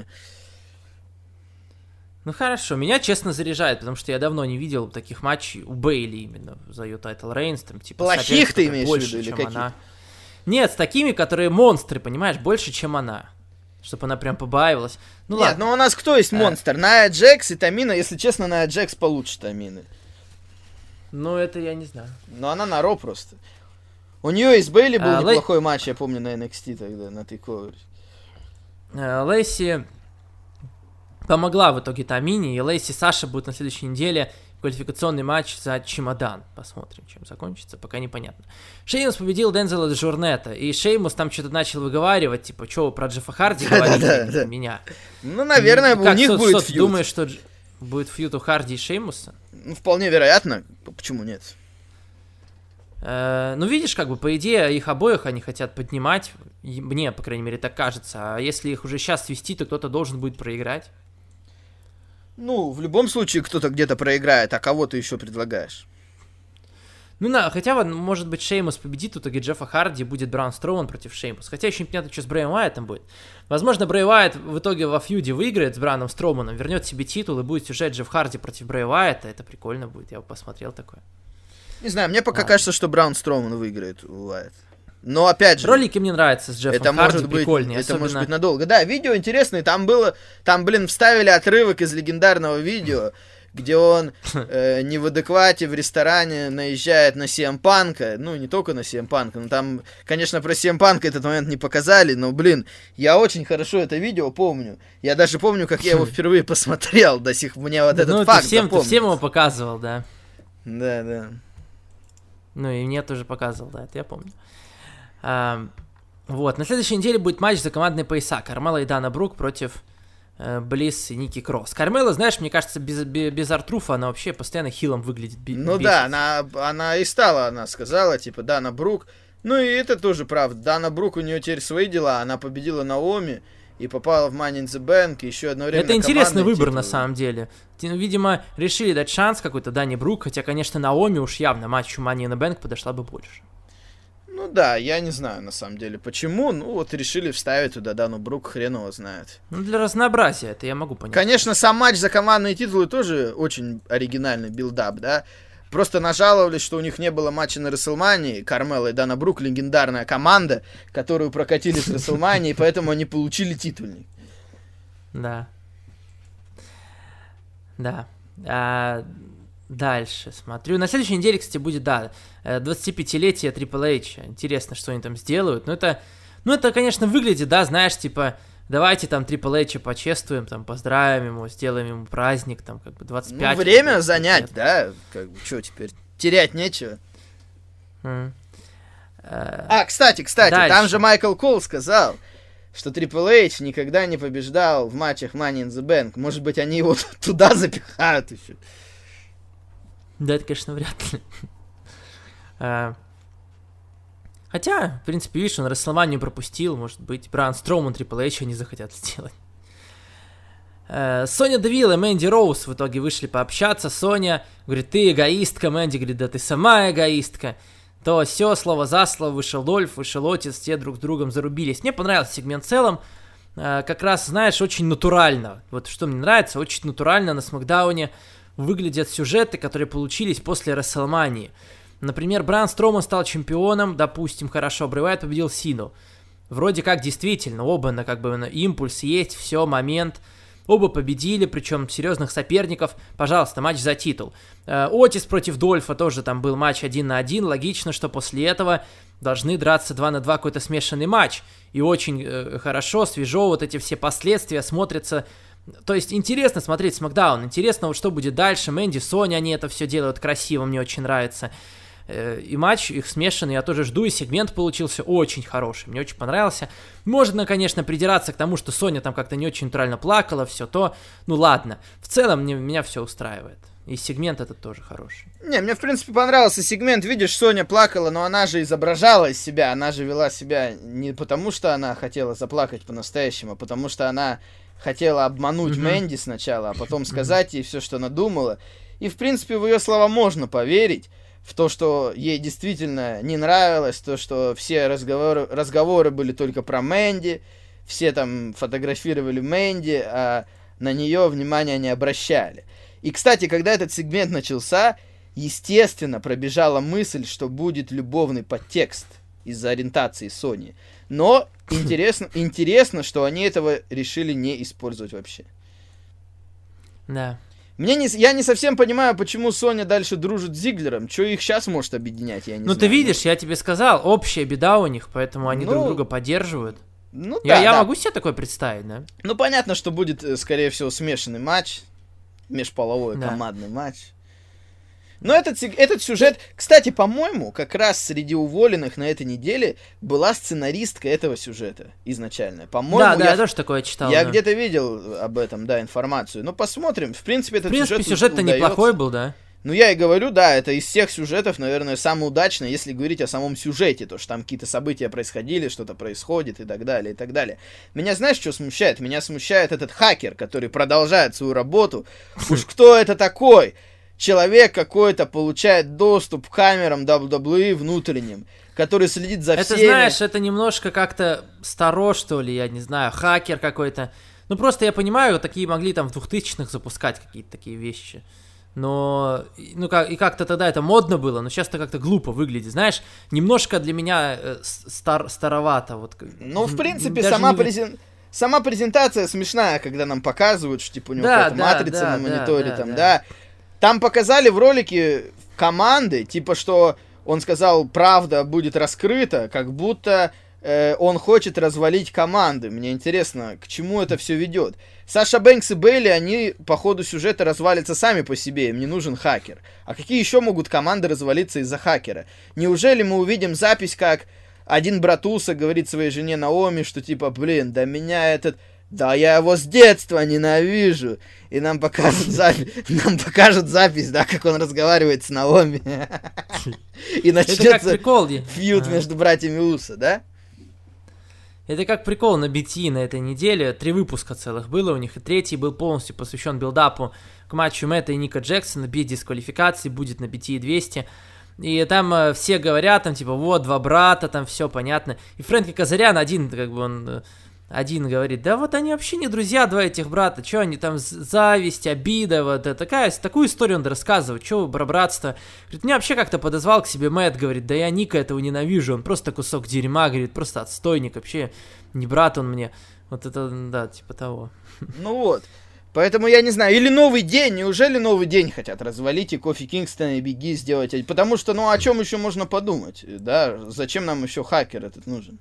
Ну хорошо, меня честно заряжает, потому что я давно не видел таких матчей у Бейли именно за ее тайтл Рейнс, там типа Плохих соперник, ты который имеешь в больше, виду или чем каких? она. Нет, с такими, которые монстры, понимаешь, больше, чем она. Чтобы она прям побаивалась. Ну Нет, ладно. ну у нас кто есть Э. монстр? Ная Джекс и Тамина, если честно, Ная Джекс получше Тамины. Ну это я не знаю. Но она на Ро просто. У нее и с Бейли был А, Лэй- неплохой матч, я помню, на эн экс ти тогда, на тейковере. Э, Лэйси помогла в итоге Тамине, и Лэйси Саша будет на следующей неделе квалификационный матч за чемодан. Посмотрим, чем закончится, пока непонятно. Шеймус победил Дензела Джорнета, и Шеймус там что-то начал выговаривать, типа, что вы про Джеффа Харди говорите, Да, да. меня. Ну, наверное, М, у как, них что- будет что, ты фьюд. думаешь, что Дж- будет фьюд у Харди и Шеймуса? Ну, вполне вероятно. Почему нет? Э, ну, видишь, как бы, по идее, их обоих они хотят поднимать. И мне, по крайней мере, так кажется. А если их уже сейчас свести, то кто-то должен будет проиграть. Ну, в любом случае, кто-то где-то проиграет, а кого ты еще предлагаешь? Ну, на, хотя, вот, может быть, Шеймус победит, в итоге Джеффа Харди, будет Браун Строуман против Шеймуса. Хотя еще непонятно, что с Брэй Уайттом будет. Возможно, Брэй Уайт в итоге во фьюде выиграет с Брауном Строуманом, вернет себе титул, и будет сюжет Джефф Харди против Брэй Уайта. Это прикольно будет, я бы посмотрел такое. Не знаю, мне пока Ладно. кажется, что Браун Строуман выиграет у Уайт. Но опять же... Ролики мне нравятся с Джеффом Это Харди, может быть, прикольные, это особенно... может быть надолго. Да, видео интересное, там было, там, блин, вставили отрывок из легендарного видео, где он э, не в адеквате в ресторане наезжает на си эм Панка, ну, не только на си эм Панка, но там, конечно, про си эм Панка этот момент не показали, но, блин, я очень хорошо это видео помню. Я даже помню, как я его впервые посмотрел, до сих пор, мне вот этот ну, факт ты всем, ты запомнился. всем его показывал, да. Да, да. Ну и мне тоже показывал, да, это я помню. А, вот, на следующей неделе будет матч за командные пояса. Кармела и Дана Брук против э, Блисс и Ники Кросс. Кармела, знаешь, мне кажется, без, без, без Артруфа она вообще постоянно хилом выглядит. Би- Ну бесит. да, она, она и стала, она сказала, типа, Дана Брук. Ну и это тоже правда. Дана Брук, у нее теперь свои дела. Она победила Наоми и попала в Money in the Bank. И еще одно время Это интересный выбор, на титулы. самом деле. Ти- Видимо, решили дать шанс какой-то Дане Брук, хотя, конечно, Наоми уж явно матчу Money in the Bank подошла бы больше. Ну да, я не знаю, на самом деле, почему. Ну вот решили вставить туда Дану Брук, хрен его знает. Ну, для разнообразия, это я могу понять. Конечно, сам матч за командные титулы тоже очень оригинальный билдап, да? Просто нажаловались, что у них не было матча на Рестлмании. Кармела и Дана Брук — легендарная команда, которую прокатили с Рестлмании, поэтому они получили титульник. Да. Да. А, дальше смотрю. На следующей неделе, кстати, будет, да, двадцатипятилетие Triple H. Интересно, что они там сделают. Ну, это, ну, это, конечно, выглядит, да, знаешь, типа, давайте там Triple H почествуем, там, поздравим его, сделаем ему праздник, там, как бы двадцать пять. Ну, время лет. занять, да? Как бы, что теперь? Терять нечего. М. Э, А, кстати, кстати, Дальше. там же Майкл Кол сказал, что Triple H никогда не побеждал в матчах Money in the Bank. Может быть, они его туда запихают еще. Да, это, конечно, вряд ли. А, Хотя, в принципе, видишь, он Расселманию пропустил, может быть, Браун Строуман, Triple H они захотят сделать. Э, Соня Девилл и Мэнди Роуз в итоге вышли пообщаться. Соня говорит, ты эгоистка, Мэнди говорит, да ты сама эгоистка. То все, слово за слово, вышел Дольф, вышел Отис, те друг с другом зарубились. Мне понравился сегмент в целом. Э, Как раз, знаешь, очень натурально. Вот что мне нравится, очень натурально на Смакдауне выглядят сюжеты, которые получились после Расселмании. Например, Браун Строуман стал чемпионом, допустим, хорошо, Брэй Уайт победил Сину. Вроде как действительно, оба на как бы на импульс есть, все, момент. Оба победили, причем серьезных соперников. Пожалуйста, матч за титул. Э, Отис против Дольфа тоже там был матч один на один. Логично, что после этого должны драться два на два, какой-то смешанный матч. И очень э, хорошо, свежо вот эти все последствия смотрятся. То есть интересно смотреть Смакдаун. Интересно, вот что будет дальше. Мэнди, Соня, они это все делают красиво, мне очень нравится. И матч их смешанный, я тоже жду, и сегмент получился очень хороший, мне очень понравился. Можно, конечно, придираться к тому, что Соня там как-то не очень натурально плакала, все то, ну ладно. В целом мне, меня все устраивает. И сегмент этот тоже хороший. Не, мне, в принципе, понравился сегмент. Видишь, Соня плакала, но она же изображала из себя. Она же вела себя не потому, что она хотела заплакать по-настоящему, а потому что она хотела обмануть mm-hmm. Мэнди сначала, а потом сказать mm-hmm. ей все, что она думала. И, в принципе, в ее слова можно поверить. В то, что ей действительно не нравилось, то, что все разговоры, разговоры были только про Мэнди, все там фотографировали Мэнди, а на нее внимания не обращали. И, кстати, когда этот сегмент начался, естественно, пробежала мысль, что будет любовный подтекст из-за ориентации Сони. Но интересно, интересно, что они этого решили не использовать вообще. Да. Мне не, я не совсем понимаю, почему Соня дальше дружит с Зиглером. Что их сейчас может объединять, я не ну, знаю. Ну, ты видишь, я тебе сказал, общая беда у них, поэтому они ну, друг друга поддерживают. Ну, я да, я да. могу себе такое представить, да? Ну, понятно, что будет, скорее всего, смешанный матч. Межполовой да. командный матч. Но этот, этот сюжет... Кстати, по-моему, как раз среди уволенных на этой неделе была сценаристка этого сюжета изначально. По-моему, да, да, я, я тоже такое читал. Я да. где-то видел об этом, да, информацию. Ну, посмотрим. В принципе, этот В принципе, сюжет сюжет-то удается. неплохой был, да? Ну, я и говорю, да, это из всех сюжетов, наверное, самый удачный, если говорить о самом сюжете, то, что там какие-то события происходили, что-то происходит и так далее, и так далее. Меня знаешь, что смущает? Меня смущает этот хакер, который продолжает свою работу. Уж кто это такой? Человек какой-то получает доступ к камерам дабл ю дабл ю и внутренним, который следит за это, всеми. Это, знаешь, это немножко как-то старо, что ли, я не знаю, хакер какой-то. Ну, просто я понимаю, такие могли там в двухтысячных запускать какие-то такие вещи. Но, ну, как, и как-то тогда это модно было, но сейчас-то как-то глупо выглядит, знаешь, немножко для меня э, стар, старовато. Вот, ну, в принципе, сама, не... презен... сама презентация смешная, когда нам показывают, что, типа, у него да, какая-то да, матрица да, на мониторе, да, там, да. да. Там показали в ролике команды, типа, что он сказал, правда будет раскрыта, как будто э, он хочет развалить команды. Мне интересно, к чему это все ведет. Саша Бэнкс и Бейли, они по ходу сюжета развалятся сами по себе, им не нужен хакер. А какие еще могут команды развалиться из-за хакера? Неужели мы увидим запись, как один братуса говорит своей жене Наоми, что типа, блин, да меня этот... Да я его с детства ненавижу. И нам покажут запись, нам покажут запись, да, как он разговаривает с Наоми. И начнется фьюд между братьями Уса, да? Это как прикол на би ти на этой неделе. Три выпуска целых было у них, и третий был полностью посвящен билдапу к матчу Мэтта и Ника Джексона, без дисквалификации, будет на би ти двести. И там э, все говорят, там типа, вот, два брата, там все понятно. И Фрэнки Казарян один, как бы он... Э, Один говорит, да вот они вообще не друзья, два этих брата, что они там, зависть, обида, вот такая, такую историю он рассказывает, что про братство. Говорит, меня вообще как-то подозвал к себе Мэтт, говорит, да я Ника этого ненавижу, он просто кусок дерьма, говорит, просто отстойник, вообще не брат он мне. Вот это, да, типа того. Ну вот, поэтому я не знаю, или новый день, неужели новый день хотят развалить и Кофи Кингстона и Бигги сделать, потому что, ну о чем еще можно подумать, да, зачем нам еще хакер этот нужен?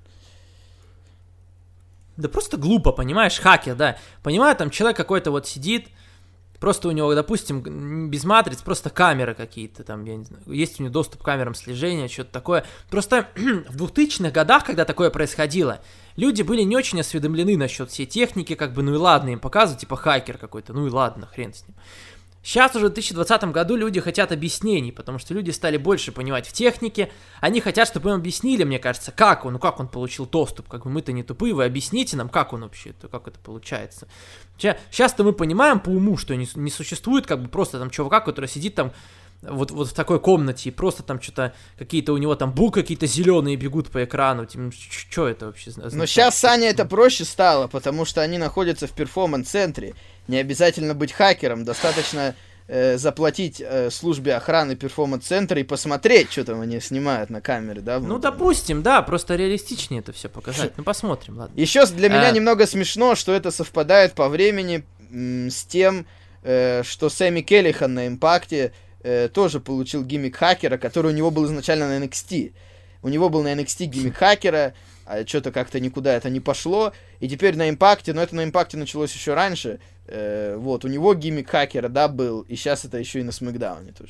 Да просто глупо, понимаешь, хакер, да. Понимаю, там человек какой-то вот сидит, просто у него, допустим, без матриц, просто камеры какие-то там, я не знаю, есть у него доступ к камерам слежения, что-то такое. Просто в двухтысячных годах, когда такое происходило, люди были не очень осведомлены насчет всей техники, как бы, ну и ладно, им показывают, типа хакер какой-то, ну и ладно, хрен с ним. Сейчас уже в две тысячи двадцатом году люди хотят объяснений, потому что люди стали больше понимать в технике, они хотят, чтобы им объяснили, мне кажется, как он, ну как он получил доступ, как бы мы-то не тупые, вы объясните нам, как он вообще, как это получается. Сейчас-то мы понимаем по уму, что не, не существует как бы просто там чувака, который сидит там вот, вот в такой комнате и просто там что-то, какие-то у него там буквы какие-то зеленые бегут по экрану, типа, что это вообще означает? Но сейчас Саня это проще стало, потому что они находятся в перформанс-центре. Не обязательно быть хакером, достаточно э, заплатить э, службе охраны перформанс-центра и посмотреть, что там они снимают на камере, да? Ну, допустим, да, просто реалистичнее это все показать. Ну, посмотрим, ладно. Еще для меня а... немного смешно, что это совпадает по времени м, с тем, э, что Сэмми Келлихан на Импакте э, тоже получил гиммик хакера, который у него был изначально на эн экс ти. У него был на эн экс ти гиммик хакера, а что-то как-то никуда это не пошло, и теперь на Импакте, но это на Импакте началось еще раньше, э, вот, у него гиммик хакера, да, был, и сейчас это еще и на Смэкдауне тоже.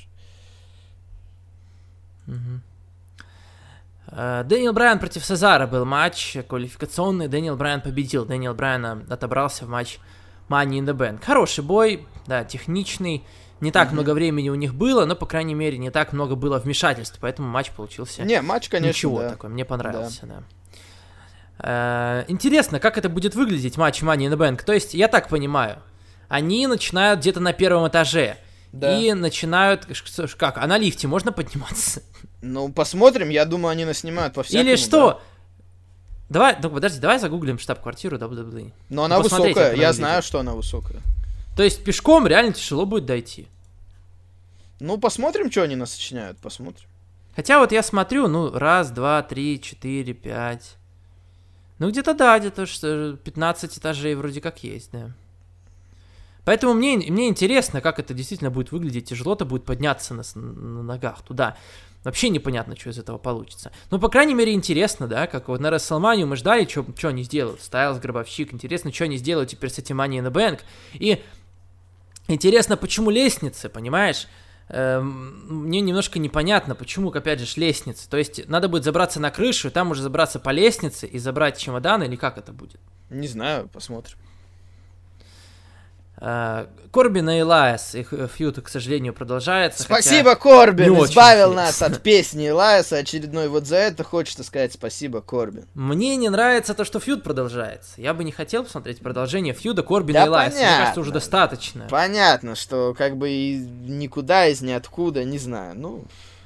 Угу. Дэниел Брайан против Сезара был матч квалификационный, Дэниел Брайан победил, Дэниел Брайан отобрался в матч Money in the Bank. Хороший бой, да, техничный. Не так mm-hmm. много времени у них было, но, по крайней мере, не так много было вмешательств, поэтому матч получился... Не, матч, конечно, ничего да. такой, мне понравился, да. да. Интересно, как это будет выглядеть, матч Money in the Bank. То есть, я так понимаю, они начинают где-то на первом этаже. Да. И начинают... Как? А на лифте можно подниматься? Ну, посмотрим. Я думаю, они нас снимают по-всякому. Или что? Да. Давай, ну подожди, давай загуглим штаб-квартиру дабл ю дабл ю и. Но она высокая. Я знаю, что она высокая. То есть пешком реально тяжело будет дойти. Ну, посмотрим, что они нас сочиняют. Посмотрим. Хотя вот я смотрю, ну, раз, два, три, четыре, пять. Ну, где-то да, где-то что пятнадцать этажей вроде как есть, да. Поэтому мне, мне интересно, как это действительно будет выглядеть. Тяжело-то будет подняться на, на ногах туда. Вообще непонятно, что из этого получится. Но, по крайней мере, интересно, да, как вот на WrestleMania мы ждали, что они сделают. Стайлз, Гробовщик. Интересно, что они сделают теперь с этим Money in the Bank. И интересно, почему лестницы, понимаешь? Эм, мне немножко непонятно, почему, опять же, лестницы. То есть, надо будет забраться на крышу, и там уже забраться по лестнице и забрать чемодан, или как это будет? Не знаю, посмотрим. Корбин и Элайас, их фьюд, к сожалению, продолжается. Спасибо, Корбин, избавил нас от песни Элайаса очередной. Вот за это хочется сказать спасибо, Корбин. Мне не нравится то, что фьюд продолжается. Я бы не хотел посмотреть продолжение фьюда Корбина и Элайаса. Мне кажется, уже достаточно. Понятно, что как бы и никуда из ниоткуда, не знаю, ну...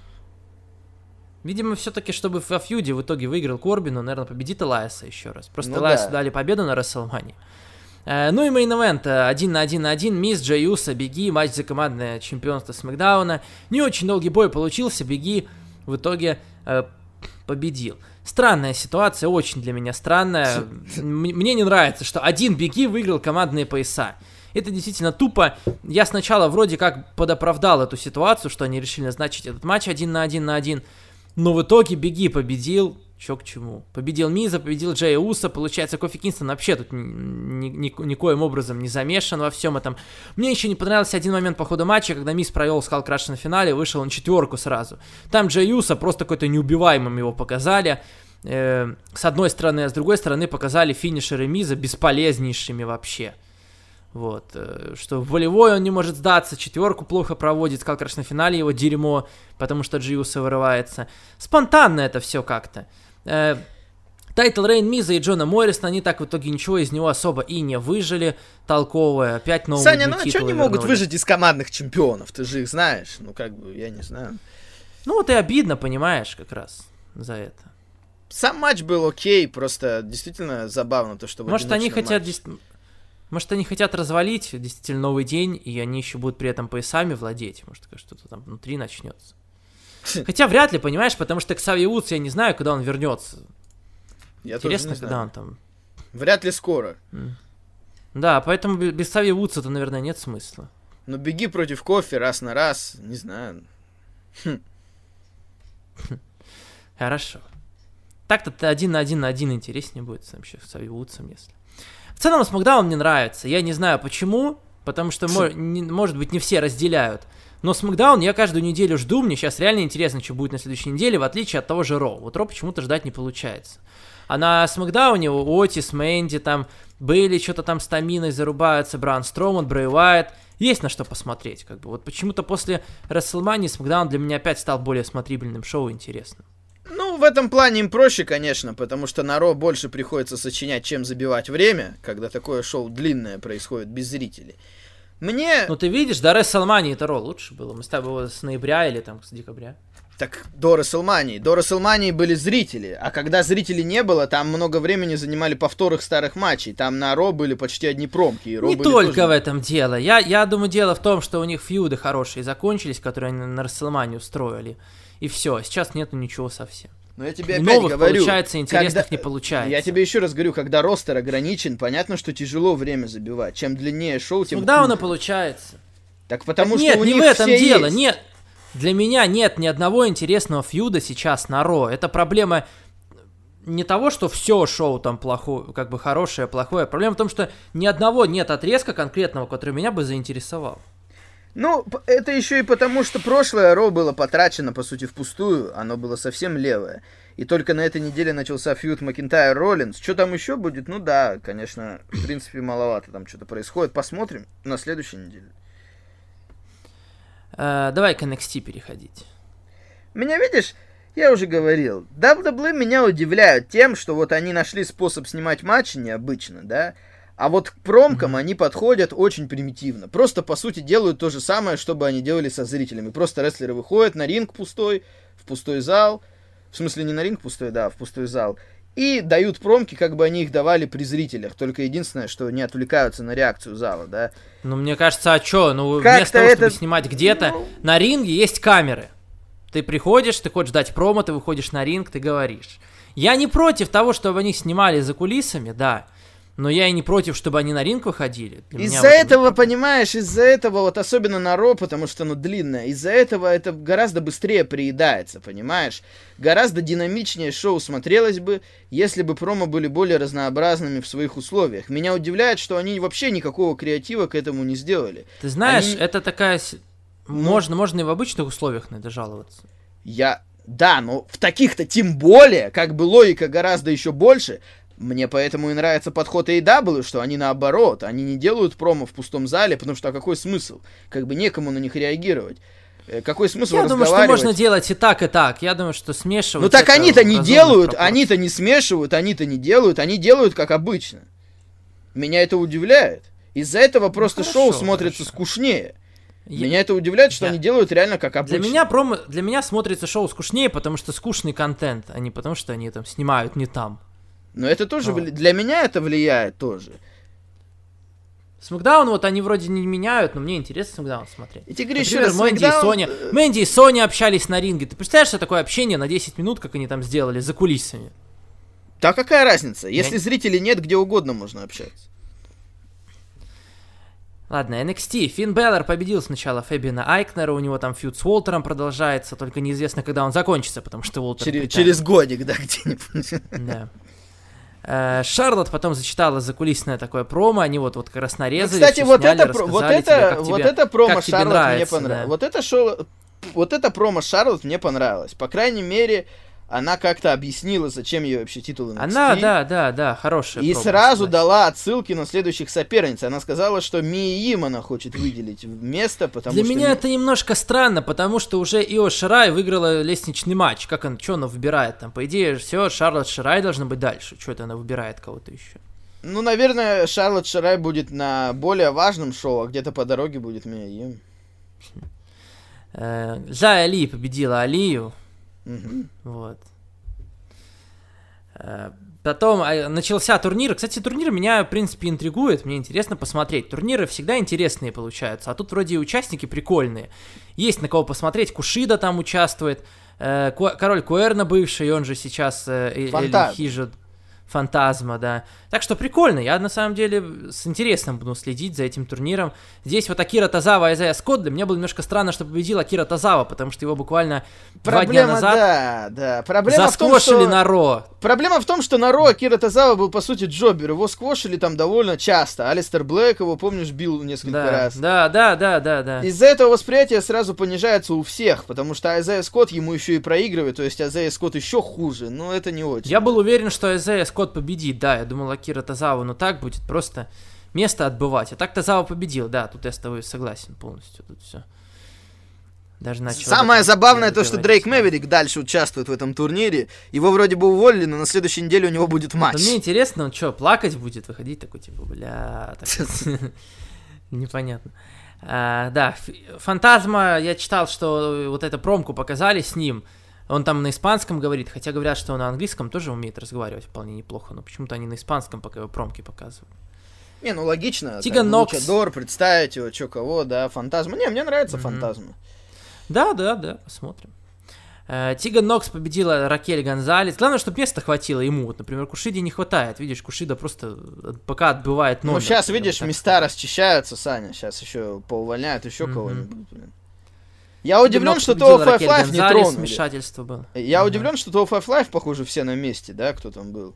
Видимо, все-таки, чтобы во фьюде в итоге выиграл Корбин, он, наверное, победит Элайаса еще раз. Просто ну Элайасу да. дали победу на WrestleMania. Ну и мейн-эвент один на один на один, Мисс, Джей Усо, Бигги, матч за командное чемпионство Смэкдауна. Не очень долгий бой получился, Бигги в итоге э, победил. Странная ситуация, очень для меня странная. Мне не нравится, что один Бигги выиграл командные пояса. Это действительно тупо. Я сначала вроде как подоправдал эту ситуацию, что они решили назначить этот матч один на один на один, но в итоге Бигги победил. Чё к чему? Победил Миза, победил Джея Уса. Получается, Кофи Кингстон вообще тут ни, ни, никоим образом не замешан во всем этом. Мне еще не понравился один момент по ходу матча, когда Миз провел Скал Краш на финале, вышел на четверку сразу. Там Джей Уса просто какой-то неубиваемым его показали. Э, с одной стороны, а с другой стороны показали финишеры Миза бесполезнейшими вообще. Вот, что в волевой он не может сдаться, четверку плохо проводит, Скал Краш на финале его дерьмо, потому что Джей Уса вырывается. Спонтанно это все как-то. Тайтл Рейн Миза и Джона Моррисона, они так в итоге ничего из него особо и не выжили. Толковое, опять новые Саня, ну титулы а что не вернули. могут выжить из командных чемпионов? Ты же их знаешь, ну как бы, я не знаю. Ну вот и обидно, понимаешь, как раз за это. Сам матч был окей, просто действительно забавно то, что... Может они хотят... Дес... Может они хотят развалить действительно новый день, и они еще будут при этом поясами владеть. Может что-то там внутри начнется. Хотя вряд ли, понимаешь, потому что Ксавье Вудс, я не знаю, когда он вернется. Я Интересно, когда он там... Вряд ли скоро. Mm. Да, поэтому без Ксавье Вудса-то, наверное, нет смысла. Ну, Бигги против Кофи раз на раз, не знаю. Хм. Хорошо. Так-то один на один на один интереснее будет вообще с Ксавье Вудсом, если... В целом, Смэкдаун мне нравится. Я не знаю почему, потому что, мо- не, может быть, не все разделяют. Но Смэкдаун я каждую неделю жду, мне сейчас реально интересно, что будет на следующей неделе, в отличие от того же Ро. Вот Ро почему-то ждать не получается. А на Смэкдауне у Отис, Мэнди, там, Бейли что-то там с Таминой зарубаются, Бран Строуман, Брэй Уайт. Есть на что посмотреть, как бы. Вот почему-то после WrestleMania Смэкдаун для меня опять стал более смотрибельным шоу, интересным. Ну, в этом плане им проще, конечно, потому что на Ро больше приходится сочинять, чем забивать время, когда такое шоу длинное происходит без зрителей. Мне... Ну, ты видишь, до WrestleMania это Ро лучше было. Мы с тобой с ноября или там с декабря. Так до WrestleMania. До WrestleMania были зрители, а когда зрителей не было, там много времени занимали повторы старых матчей. Там на Ро были почти одни промки. И Ро не были только тоже... в этом дело. Я, я думаю, дело в том, что у них фьюды хорошие закончились, которые они на WrestleMania устроили. И все, сейчас нету ничего совсем. Но я тебе опять новых говорю, получается, интересных когда... не получается. Я тебе еще раз говорю, когда ростер ограничен, понятно, что тяжело время забивать. Чем длиннее шоу, тем Когда хуже. оно получается? Так потому так что нет, у не них в этом все дело, есть. нет. Для меня нет ни одного интересного фьюда сейчас на Ро. Это проблема не того, что все шоу там плохое, как бы хорошее, плохое. Проблема в том, что ни одного нет отрезка конкретного, который меня бы заинтересовал. Ну, это еще и потому, что прошлое Ро было потрачено, по сути, впустую. Оно было совсем левое. и только на этой неделе начался фьюд Макинтайр-Роллинс. Что там еще будет? Ну да, конечно, в принципе, маловато там что-то происходит. Посмотрим на следующей неделе. Uh, давай к эн экс ти переходить. Меня, видишь, я уже говорил, дабл ю дабл ю и меня удивляют тем, что вот они нашли способ снимать матчи необычно, да, а вот к промкам mm-hmm. они подходят очень примитивно. Просто, по сути, делают то же самое, что бы они делали со зрителями. Просто рестлеры выходят на ринг пустой, в пустой зал, в смысле не на ринг пустой, да, в пустой зал, и дают промки, как бы они их давали при зрителях. Только единственное, что не отвлекаются на реакцию зала, да. Ну, мне кажется, а чё? Ну, Как-то вместо того, это... чтобы снимать где-то, ну... на ринге есть камеры. Ты приходишь, ты хочешь дать промо, ты выходишь на ринг, ты говоришь. Я не против того, чтобы они снимали за кулисами, да. Но я и не против, чтобы они на ринг выходили. Для из-за этого, не... понимаешь, из-за этого, вот особенно на Ро, потому что оно длинное, из-за этого это гораздо быстрее приедается, понимаешь? Гораздо динамичнее шоу смотрелось бы, если бы промо были более разнообразными в своих условиях. Меня удивляет, что они вообще никакого креатива к этому не сделали. Ты знаешь, они... это такая... Ну... Можно, можно и в обычных условиях на это жаловаться. Я... Да, но в таких-то тем более, как бы логика гораздо еще больше... Мне поэтому и нравится подход эй и дабл ю, что они наоборот, они не делают промо в пустом зале, потому что а какой смысл? Как бы некому на них реагировать. Какой смысл Я разговаривать? думаю, что можно делать и так, и так. Я думаю, что смешивать... Ну так они-то не делают, они-то не смешивают, они-то не делают, они делают как обычно. Меня это удивляет. Из-за этого просто ну, шоу смотрится хорошо. скучнее. Я... Меня это удивляет, что я... они делают реально как обычно. Для меня, промо... Для меня смотрится шоу скучнее, потому что скучный контент, а не потому что они там снимают не там. Но это тоже, вли... для меня это влияет тоже. Смэкдаун вот они вроде не меняют, но мне интересно Смэкдаун смотреть. И тебе говорю еще Например, раз, Мэнди Смэкдаун... и Соня. Мэнди и Соня общались на ринге. Ты представляешь, что такое общение на десять минут, как они там сделали, за кулисами? Да какая разница? Если Я... зрителей нет, где угодно можно общаться. Ладно, эн экс ти. Финн Бэлор победил сначала Фэбиана Айкнера, у него там фьюд с Уолтером продолжается, только неизвестно, когда он закончится, потому что Уолтер... Через, через годик, да, где-нибудь. Да. Шарлотт потом зачитала закулисное такое промо, они вот, вот как раз нарезали, ну, кстати, вот сняли, это, вот это, тебе, вот тебе, это промо Шарлотт нравится, мне понравилось. Да. Вот это шоу, вот это промо Шарлотт мне понравилось. По крайней мере, она как-то объяснила, зачем ей вообще титул эн экс ти. Она, да, да, да, хорошая. И промо, сразу кстати. дала отсылки на следующих соперниц. Она сказала, что Мии Им она хочет выделить место, потому Для что... меня это немножко странно, потому что уже Ио Ширай выиграла лестничный матч. Как она, что она выбирает там? По идее, все, Шарлотт Ширай должна быть дальше. Что это она выбирает кого-то еще? Ну, наверное, Шарлотт Ширай будет на более важном шоу, а где-то по дороге будет Мия Им. Зая Ли победила Алию. Угу. Вот. Потом начался турнир. Кстати, турнир меня, в принципе, интригует. Мне интересно посмотреть. Турниры всегда интересные получаются. А тут вроде и участники прикольные. Есть на кого посмотреть. Кушида там участвует. Король Куэрна бывший, он же сейчас Эль Хижа. Фантазма, да. Так что прикольно, я на самом деле с интересом буду следить за этим турниром. Здесь вот Акира Тозава и Айзая Скотт, для меня было немножко странно, что победил Акира Тозава, потому что его буквально Проблема, два дня назад да, да. Проблема засквошили в том, что... на Ро. Проблема в том, что на Ро Акира Тозава был, по сути, джобер, его сквошили там довольно часто. Алистер Блэк его, помнишь, бил несколько да, раз. Да, да, да, да, да. Из-за этого восприятие сразу понижается у всех, потому что Айзая Скотт ему еще и проигрывает, то есть Айзая Скотт еще хуже, но это не очень. Я был уверен, что Айзая Скотт победит, да. Я думал, Акира Тозава, но так будет просто место отбывать. А так Тозава победил, да, тут я с тобой согласен полностью, тут все. Даже начал Самое забавное то, что Дрейк Мэверик дальше участвует в этом турнире. Его вроде бы уволили, но на следующей неделе у него будет матч. Но мне интересно, он что, плакать будет, выходить такой, типа, бля, непонятно. Да, Фантазма, я читал, что вот эту промку показали с ним. Он там на испанском говорит, хотя говорят, что он на английском тоже умеет разговаривать вполне неплохо, но почему-то они на испанском пока его промки показывают. Не, ну логично. Тиган Нокс. Лучадор, представить его, чё кого, да, Фантазма. Не, мне нравится mm-hmm. Фантазма. Да, да, да, посмотрим. Тиган Нокс победила Ракель Гонзалес. Главное, чтобы места хватило ему. Вот, например, Кушиде не хватает. Видишь, Кушида просто пока отбывает номер. Ну, сейчас, видишь, вот места расчищаются, Саня. Сейчас еще поувольняют еще mm-hmm. кого-нибудь, блин. Я удивлен, что Two о пять Live не тронули. Вмешательство было. Я mm-hmm. удивлен, что Two о пять Live, похоже, все на месте, да, кто там был.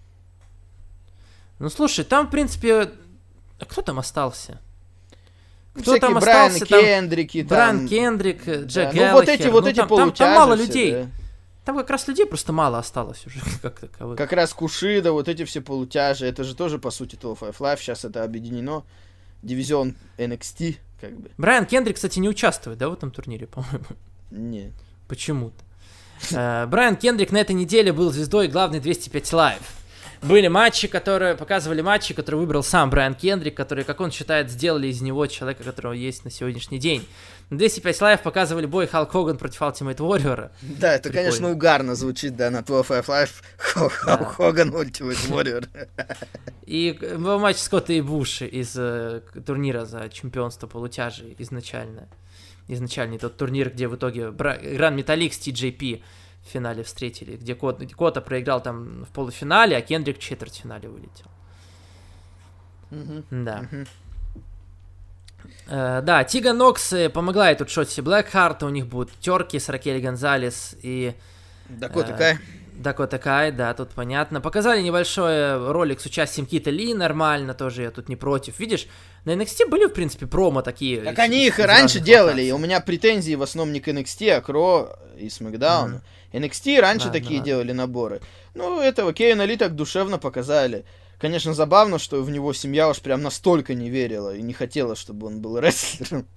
Ну, слушай, там, в принципе, а кто там остался? Кто всякие там Брайан остался? Кендрики, там... Брайан там... Кендрик, Джек да. Гэллахер. Ну, вот эти, вот ну, эти там, полутяжи там, там мало все, людей. Да. Там как раз людей просто мало осталось уже, как таковых. Как раз Кушида, вот эти все полутяжи, это же тоже, по сути, топ пять Live, сейчас это объединено. Дивизион эн экс ти, как бы. Брайан Кендрик, кстати, не участвует, да, в этом турнире, по-моему? Нет. Почему-то. Брайан Кендрик на этой неделе был звездой главной двести пять Live. Были матчи, которые показывали матчи, которые выбрал сам Брайан Кендрик, которые, как он считает, сделали из него человека, которого есть на сегодняшний день. На двести пять Live показывали бой Халк Хоган против Ultimate Warrior. Да, это, Прикольно. Конечно, угарно звучит, да, на топ пять Live Халк Хоган Ultimate Warrior. И был матч Скотта и Буши из э, турнира за чемпионство полутяжей изначально. Изначальный тот турнир, где в итоге Гранд Металлик с ти джей пи в финале встретили, где Кот, Кота проиграл там в полуфинале, а Кендрик в четвертьфинале вылетел. Mm-hmm. Да. Mm-hmm. Uh, да, Тиган Нокс помогла и тут Шотси Блэкхарт, у них будут терки с Ракель Гонзалес и... Дакота Кай. Uh, Дакота Кай, да, тут понятно. Показали небольшой ролик с участием Кита Ли, нормально, тоже я тут не против. Видишь, на эн экс ти были, в принципе, промо такие. Так они их и раньше делали, и у меня претензии в основном не к эн экс ти, а к Ро и Смэкдауну. Mm-hmm. эн экс ти раньше да, такие да. делали наборы. Ну, этого Кейна Ли так душевно показали. Конечно, забавно, что в него семья уж прям настолько не верила и не хотела, чтобы он был рестлером.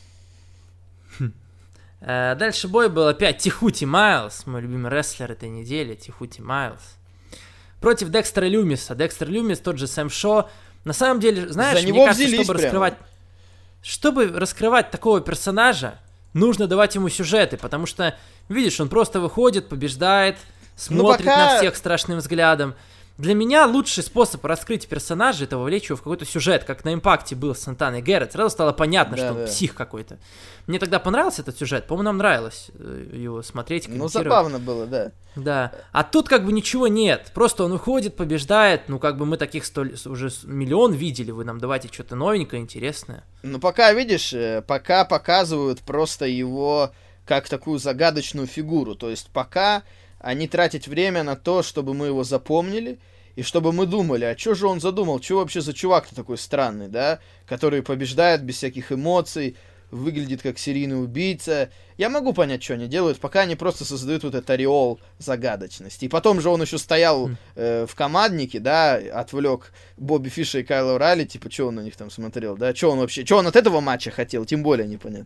Дальше бой был опять Тихути Майлз, мой любимый рестлер этой недели, Тихути Майлз. Против Декстера Люмиса. Декстер Люмис, тот же Сэм Шо. На самом деле, знаешь, За мне него кажется, чтобы прямо. раскрывать... Чтобы раскрывать такого персонажа, нужно давать ему сюжеты, потому что, видишь, он просто выходит, побеждает, смотрит пока... на всех страшным взглядом. Для меня лучший способ раскрыть персонажа — это вовлечь его в какой-то сюжет, как на Импакте был с Сантаной Гэррет. Сразу стало понятно, да, что он да. псих какой-то. Мне тогда понравился этот сюжет, по-моему, нам нравилось его смотреть, комментировать. Ну, забавно было, да. Да, а тут как бы ничего нет, просто он выходит, побеждает, ну как бы мы таких столь, уже миллион видели, вы нам давайте что-то новенькое, интересное. Ну пока, видишь, пока показывают просто его как такую загадочную фигуру, то есть пока... Они тратят время на то, чтобы мы его запомнили, и чтобы мы думали, а что же он задумал, что вообще за чувак-то такой странный, да, который побеждает без всяких эмоций, выглядит как серийный убийца. Я могу понять, что они делают, пока они просто создают вот этот ореол загадочности. И потом же он еще стоял э, в команднике, да, отвлек Бобби Фиша и Кайла Орайли, типа, что он на них там смотрел, да, что он вообще, что он от этого матча хотел, тем более непонятно.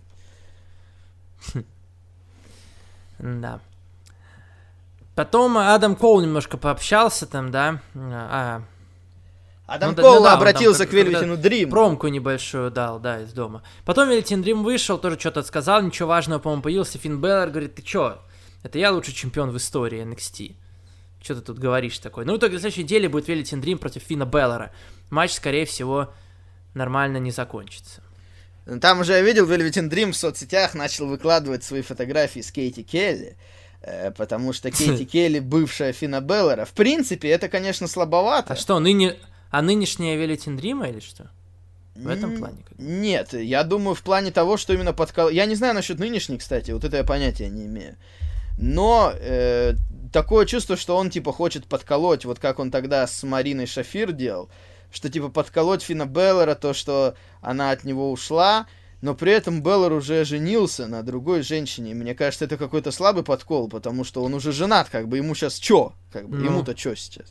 Да. Потом Адам Коул немножко пообщался там, да. А, Адам ну, Коул да, да, обратился там, к Velveteen Dream. Промку небольшую дал, да, из дома. Потом Velveteen Dream вышел, тоже что-то сказал, ничего важного, по-моему, появился Финн Бэлор, говорит, ты чё? Это я лучший чемпион в истории эн экс ти. Что ты тут говоришь такое? Ну, в итоге в следующей неделе будет Velveteen Dream против Финна Бэлора. Матч, скорее всего, нормально не закончится. Там уже я видел, Velveteen Dream в соцсетях начал выкладывать свои фотографии с Кейти Келли. Потому что Кейти Келли бывшая Финна Бэлора. В принципе, это, конечно, слабовато. А что, ныне... а нынешняя Velveteen Dream или что? В этом плане? Как? Нет, я думаю, в плане того, что именно подкол... Я не знаю насчет нынешней, кстати, вот это я понятия не имею. Но э, такое чувство, что он, типа, хочет подколоть, вот как он тогда с Мариной Шафир делал, что, типа, подколоть Финна Бэлора, то, что она от него ушла, но при этом Бэллор уже женился на другой женщине. И мне кажется, это какой-то слабый подкол, потому что он уже женат, как бы ему сейчас чё? Как бы, ну. Ему-то чё сейчас?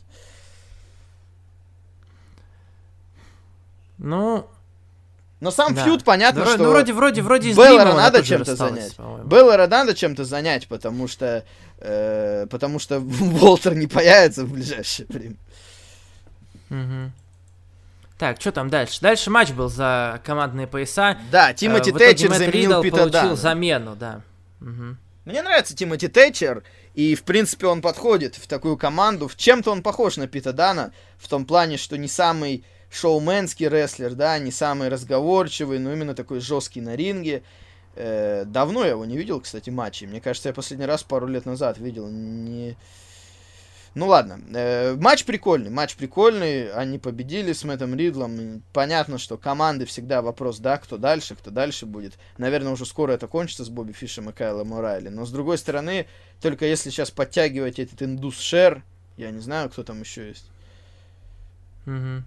Ну... Но сам да. фьюд, понятно, да, что... Ну, вроде, вроде, вроде Бэллора надо чем-то занять. Бэллора надо чем-то занять, потому что... Э, потому что Волтер не появится в ближайшее время. Угу. Так, что там дальше? Дальше матч был за командные пояса. Да, Тимоти э, Тэтчер заменил Пита получил Дана. замену, да. Угу. Мне нравится Тимоти Тэтчер, и, в принципе, он подходит в такую команду. В чем-то он похож на Пита Дана, в том плане, что не самый шоуменский рестлер, да, не самый разговорчивый, но именно такой жесткий на ринге. Э, давно я его не видел, кстати, матчей. Мне кажется, я последний раз пару лет назад видел. Не... Ну ладно, э, матч прикольный, матч прикольный, они победили с Мэттом Ридлом, понятно, что команды всегда вопрос, да, кто дальше, кто дальше будет, наверное, уже скоро это кончится с Бобби Фишем и Кайлом Орайли, но с другой стороны, только если сейчас подтягивать этот индус Шер, я не знаю, кто там еще есть. Угу.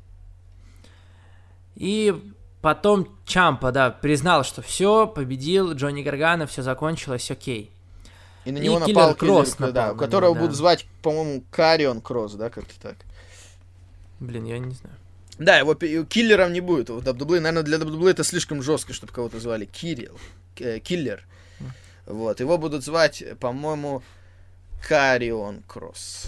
И потом Чампа, да, признал, что все, победил Джонни Гаргано, все закончилось, окей. И на И него Киллер напал Кросс Киллер, напал да, на него, которого да. будут звать, по-моему, Карион Кросс, да, как-то так. Блин, я не знаю. Да, его пи- киллером не будет. В дабл ю дабл ю и, наверное, для дабл ю дабл ю и это слишком жестко, чтобы кого-то звали Кирилл. Э, Киллер. Вот. Его будут звать, по-моему, Карион Кросс.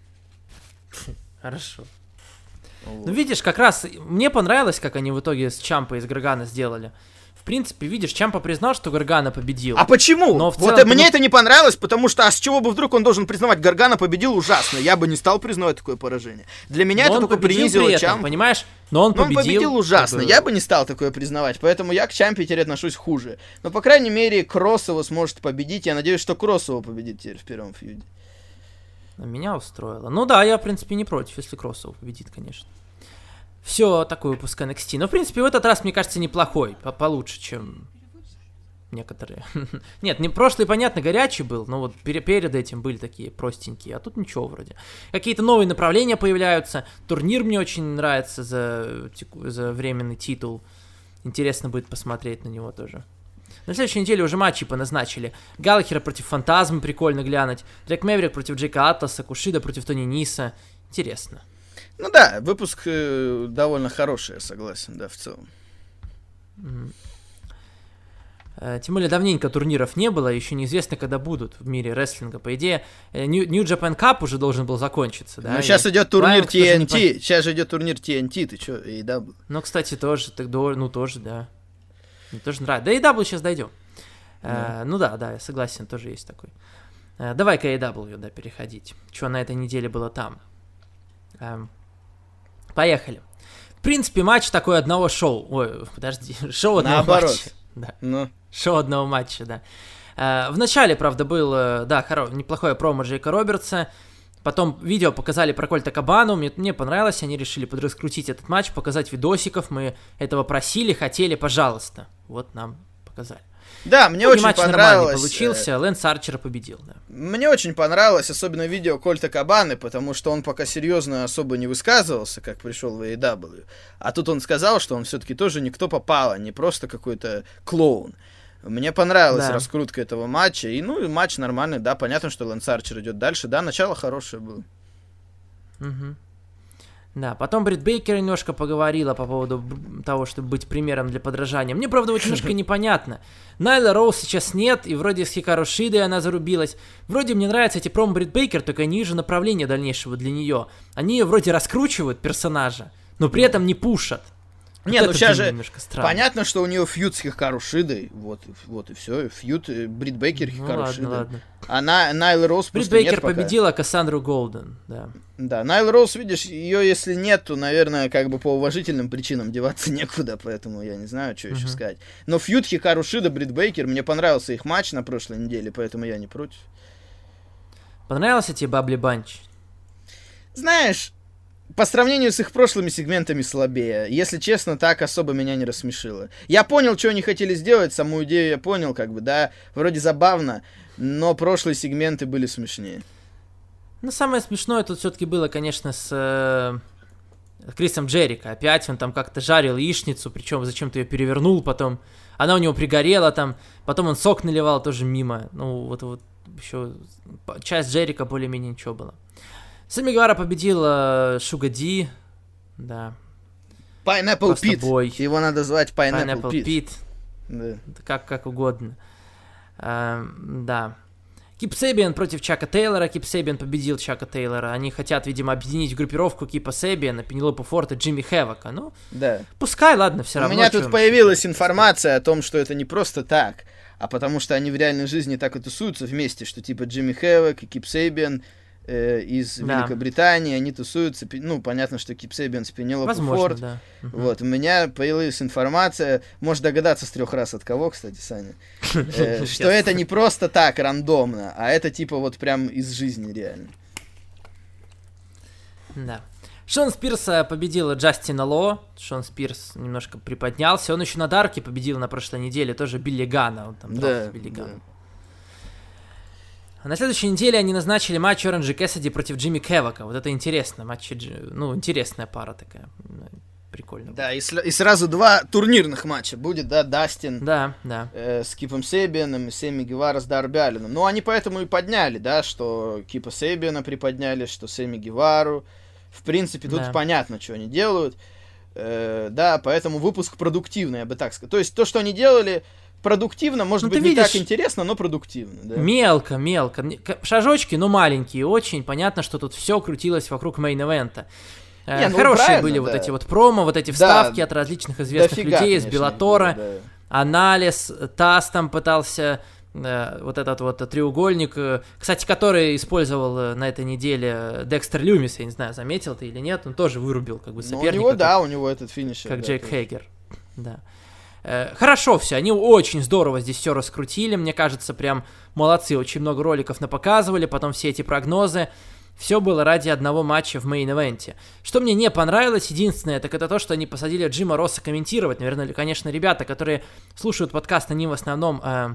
Хорошо. Вот. Ну, видишь, как раз мне понравилось, как они в итоге с Чампа из Гаргана сделали. В принципе, видишь, Чампа признал, что Гаргана победил. А почему? Но в вот целом, мне ну- это не понравилось, потому что, а с чего бы вдруг он должен признавать, Гаргана победил ужасно. Я бы не стал признавать такое поражение. Для меня Но это он только победил принизило при этом, Чампу. понимаешь? Но он Но он победил. победил ужасно. как бы. Я бы не стал такое признавать. Поэтому я к Чампе теперь отношусь хуже. Но, по крайней мере, Кросс его сможет победить. Я надеюсь, что Кросс его победит теперь в первом фьюде. Меня устроило. Ну да, я, в принципе, не против, если Кроссов победит, конечно. Все, такой выпуск эн экс ти. Но, в принципе, в этот раз, мне кажется, неплохой. по- Получше, чем некоторые. Нет, не прошлый, понятно, горячий был, но вот пере- перед этим были такие простенькие, а тут ничего вроде. Какие-то новые направления появляются. Турнир мне очень нравится за, теку- за временный титул. Интересно будет посмотреть на него тоже. На следующей неделе уже матчи поназначили. Галлахера против Фантазмы, прикольно глянуть. Дрейк Мэверик против Джейка Атласа, Кушида против Тони Ниса. Интересно. Ну да, выпуск э, довольно хороший, я согласен, да, в целом. Мгм. Э, Тем более давненько турниров не было, еще неизвестно, когда будут в мире рестлинга. По идее, э, New, New Japan Cup уже должен был закончиться, да? Но и сейчас идет турнир Лайонс тоже не ти эн ти. Сейчас же идет турнир ти эн ти, ты чё, и да. Ну, кстати, тоже, так, до- ну, тоже, да. Мне тоже нравится. Да и дабл ю сейчас дойдем. Э, ну да, да, я согласен, тоже есть такой. Э, давай к эй дабл ю, да, переходить. Что на этой неделе было там. Эм, поехали. В принципе, матч такой одного шоу. Ой, подожди, шоу одного Наоборот. матча. Да. Ну, Шоу одного матча, да. Э, в начале, правда, был, э, да, хоро- неплохое промо Джейка Робертса. Потом видео показали про Кольта Кабану. Мне, мне понравилось, они решили подраскрутить этот матч, показать видосиков. Мы этого просили, хотели, пожалуйста. Вот нам показали. да, мне Ну, и очень матч нормальный понравилось. э, получился. Лэнс Арчер победил, да. Мне очень понравилось, особенно видео Кольта Кабаны, потому что он пока серьезно особо не высказывался, как пришел в эй дабл ю. А тут он сказал, что он все-таки тоже никто попало, не просто какой-то клоун. Мне понравилась Да. раскрутка этого матча. И, ну, и матч нормальный, да, понятно, что Лэнс Арчер идет дальше. Да, начало хорошее было. Мгм. Да, потом Брит Бейкер немножко поговорила по поводу б- того, чтобы быть примером для подражания. Мне, правда, вот немножко непонятно. Найла Роуз сейчас нет, и вроде с Хикару Шидой она зарубилась. Вроде мне нравятся эти промо Брит Бейкер, только они же направление дальнейшего для нее. Они ее вроде раскручивают, персонажа, но при этом не пушат. Вот Не, ну это сейчас для меня же немножко странно. понятно, что у нее фьюд с Хикару Шидой. Вот, и- вот и все. Фьюд э, Брит Бейкер, Ну Хикару ладно, Шида. ладно. А на, Найл Роуз Брит просто нет Бейкер пока. победила Кассандру Голден, да. Да, Найл Роуз, видишь, ее если нет, то, наверное, как бы по уважительным причинам деваться некуда, поэтому я не знаю, что еще Мгм. сказать. Но фьюд Хикару Шида, Брит Бейкер, мне понравился их матч на прошлой неделе, поэтому я не против. Понравился тебе Бабли Банч? Знаешь, по сравнению с их прошлыми сегментами слабее. Если честно, так особо меня не рассмешило. Я понял, что они хотели сделать, саму идею я понял, как бы, да, вроде забавно, но прошлые сегменты были смешнее. Ну, самое смешное тут все-таки было, конечно, с э, Крисом Джерико. Опять он там как-то жарил яичницу, причем зачем-то ее перевернул потом. Она у него пригорела там, потом он сок наливал тоже мимо. Ну, вот, вот еще часть Джерико более-менее ничего было. Сами Гевара победила Шуга Ди, да. Pineapple Просто Pit. бой. Его надо звать Pineapple, Pineapple Pit. Pit, Да. как, как угодно. Эм, да. Кип Сэбиан против Чака Тейлора. Кип Сэбиан победил Чака Тейлора. Они хотят, видимо, объединить группировку Кипа Сэбиана, Пенелопу Форд и Джимми Хэвока. Ну, Да. пускай, ладно, все У равно. меня чё- тут появилась информация о том, что это не просто так, а потому что они в реальной жизни так и тусуются вместе, что типа Джимми Хэвок и Кип Сэбиан э, из Да. Великобритании, они тусуются, пи- ну, понятно, что Кип Сэбиан с Пенелопой Возможно, Форд. да. Мгм. Вот, у меня появилась информация, можешь догадаться с трех раз от кого, кстати, Саня, э, что Сейчас. это не просто так, рандомно, а это типа вот прям из жизни реально. Да. Шон Спирс э, победил Джастина Ло. Шон Спирс немножко приподнялся. Он еще на Дарке победил на прошлой неделе. Тоже Билли Гана. Он там дрался Да, с Билли да. Ганом. А на следующей неделе они назначили матч Оранжа Кэссиди против Джимми Хэвока. Вот это интересно. Матч, Дж- ну, интересная пара такая. прикольно. Да, и, с- и сразу два турнирных матча будет, да, Дастин Да, да. э, с Кипом Сейбианом и Сэмми Гевара с Дарби Аллином. Ну, они поэтому и подняли, да, что Кипа Сейбиана приподняли, что Сэмми Гевару. В принципе, тут Да. понятно, что они делают. Э, да, поэтому выпуск продуктивный, я бы так сказал. То есть то, что они делали продуктивно, может Ну, быть, ты не так видишь, интересно, но продуктивно. Да. Мелко, мелко. Не- к- Шажочки, но маленькие очень. Понятно, что тут все крутилось вокруг мейн-эвента. Э, Не, ну, Хорошие правильно, были да. вот эти вот промо, вот эти Да, вставки от различных известных Дофига, людей из конечно, Беллатора. их было, да. Анализ, Тасс там пытался, э, вот этот вот треугольник, э, кстати, который использовал э, на этой неделе э, Декстер Люмис, я не знаю, заметил ты или нет, он тоже вырубил как бы Ну, у соперника. него, как- да, у него этот финишер. как да, Джейк тоже. Хейгер. Да. Э, Хорошо все, они очень здорово здесь все раскрутили, мне кажется, прям молодцы, очень много роликов напоказывали, потом все эти прогнозы, все было ради одного матча в мейн-эвенте. Что мне не понравилось, единственное, так это то, что они посадили Джима Росса комментировать, наверное, конечно, ребята, которые слушают подкаст, они в основном... э,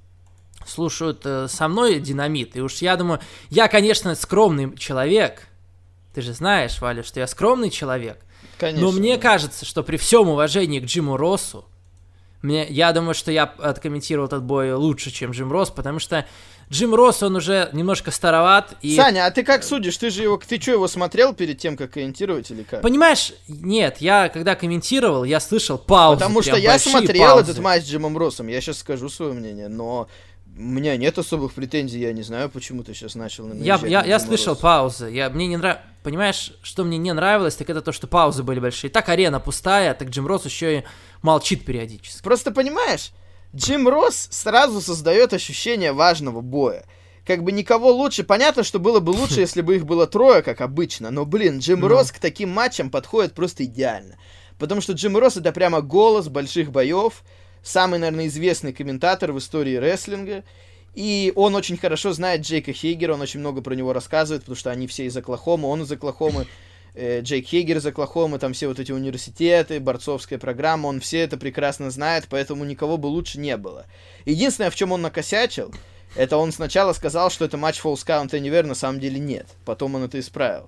слушают э, со мной Динамит, и уж я думаю, я, конечно, скромный человек, ты же знаешь, Валя, что я скромный человек, Конечно. но мне да. кажется, что при всем уважении к Джиму Россу, мне, я думаю, что я откомментировал этот бой лучше, чем Джим Росс, потому что Джим Росс, он уже немножко староват. И... Саня, а ты как судишь? Ты же его, ты что, его смотрел перед тем, как комментировать или как? Понимаешь, нет, я когда комментировал, я слышал паузы. Потому что прям я большие смотрел паузы. этот матч с Джимом Россом, я сейчас скажу свое мнение, но у меня нет особых претензий, я не знаю, почему ты сейчас начал на Я, наезжать я, на я Джима слышал Росса. паузы. Я, мне не нравится. Понимаешь, что мне не нравилось, так это то, что паузы были большие. Так арена пустая, так Джим Росс еще и молчит периодически. Просто понимаешь, Джим Росс сразу создает ощущение важного боя. Как бы никого лучше. Понятно, что было бы лучше, если бы их было трое, как обычно. Но, блин, Джим Ну. Росс к таким матчам подходит просто идеально. Потому что Джим Росс — это прямо голос больших боев. Самый, наверное, известный комментатор в истории рестлинга. И он очень хорошо знает Джейка Хейгера. Он очень много про него рассказывает, потому что они все из Оклахомы. Он из Оклахомы. э, Джейк Хейгер из Оклахомы. Там все вот эти университеты, борцовская программа. Он все это прекрасно знает, поэтому никого бы лучше не было. Единственное, в чем он накосячил, это он сначала сказал, что это матч Falls Count Anywhere, на самом деле нет. Потом он это исправил.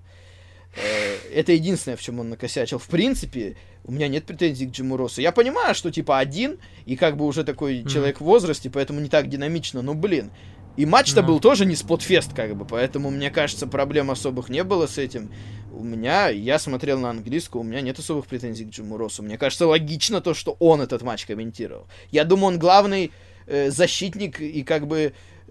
Э, Это единственное, в чем он накосячил. В принципе, у меня нет претензий к Джиму Россу. Я понимаю, что типа один, и как бы уже такой Мгм. человек в возрасте, поэтому не так динамично, но блин. И матч-то Ну. был тоже не спотфест, как бы, поэтому, мне кажется, проблем особых не было с этим. У меня, я смотрел на английскую, у меня нет особых претензий к Джиму Россу. Мне кажется, логично то, что он этот матч комментировал. Я думаю, он главный э, защитник и как бы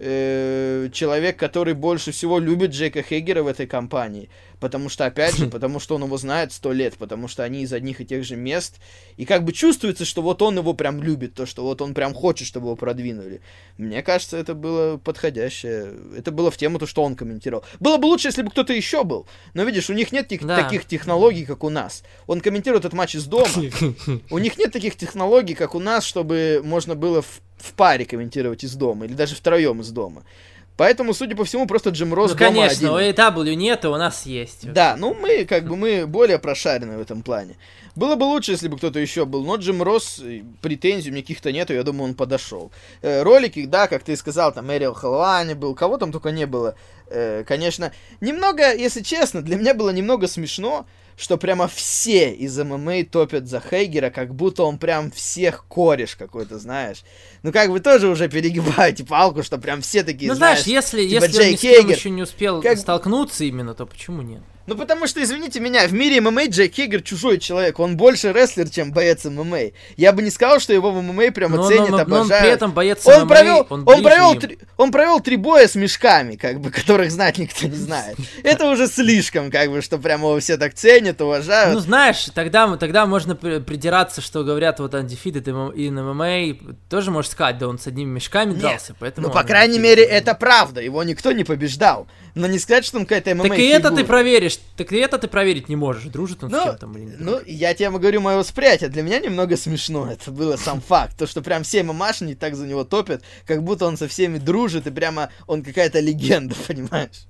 э, человек, который больше всего любит Джейка Хейгера в этой компании. Потому что, опять же, потому что он его знает сто лет, потому что они из одних и тех же мест. И как бы чувствуется, что вот он его прям любит, то, что вот он прям хочет, чтобы его продвинули. Мне кажется, это было подходящее. Это было в тему то, что он комментировал. Было бы лучше, если бы кто-то еще был. Но видишь, у них нет тех- Да. таких технологий, как у нас. Он комментирует этот матч из дома. У них нет таких технологий, как у нас, чтобы можно было в, в паре комментировать из дома. Или даже втроем из дома. Поэтому, судя по всему, просто Джим Росс Ну, дома конечно, у один. эй дабл ю нет, а у нас есть. Да, ну мы как бы мы более прошарены в этом плане. Было бы лучше, если бы кто-то еще был, но Джим Росс, э, претензий у меня каких-то нету, я думаю, он подошел. Э, ролики, да, как ты сказал, там Эриэл Халвани был, кого там только не было. Э, конечно, немного, если честно, для меня было немного смешно, что прямо все из эм эм а топят за Хейгера, как будто он прям всех кореш какой-то, знаешь. Ну, как бы тоже уже перегибаете палку, что прям все такие, Ну, знаешь, знаешь, если, типа если он Джей ни с кем Хейгер. еще не успел Как- столкнуться именно, то почему нет? Ну, потому что, извините меня, в мире эм эм а Джейк Хейгер чужой человек. Он больше рестлер, чем боец эм эм а. Я бы не сказал, что его в эм эм а прямо Но, ценят, но- но- но он обожают. при этом боец Он эм эм а, провел, он он, ближе провел им. три, он провел три боя с мешками, как бы, которых знать никто не знает. Это уже слишком, как бы, что прямо его все так ценят, уважают. Ну, знаешь, тогда, тогда можно при- придираться, что говорят вот Undefeated и эм эм а, тоже можешь сказать, да он с одними мешками Нет, дрался, поэтому... ну, по он крайней Undefeated. мере, это правда. Его никто не побеждал. Но не сказать, что он какая-то эм эм а Так и это ты фигура. проверишь, так и это ты проверить не можешь, дружит он с Ну, кем-то или нет. ну, я тебе говорю мое восприятие. Для меня немного смешно это было сам факт. То, что прям все эм эм ашники так за него топят, как будто он со всеми дружит, и прямо он какая-то легенда, понимаешь?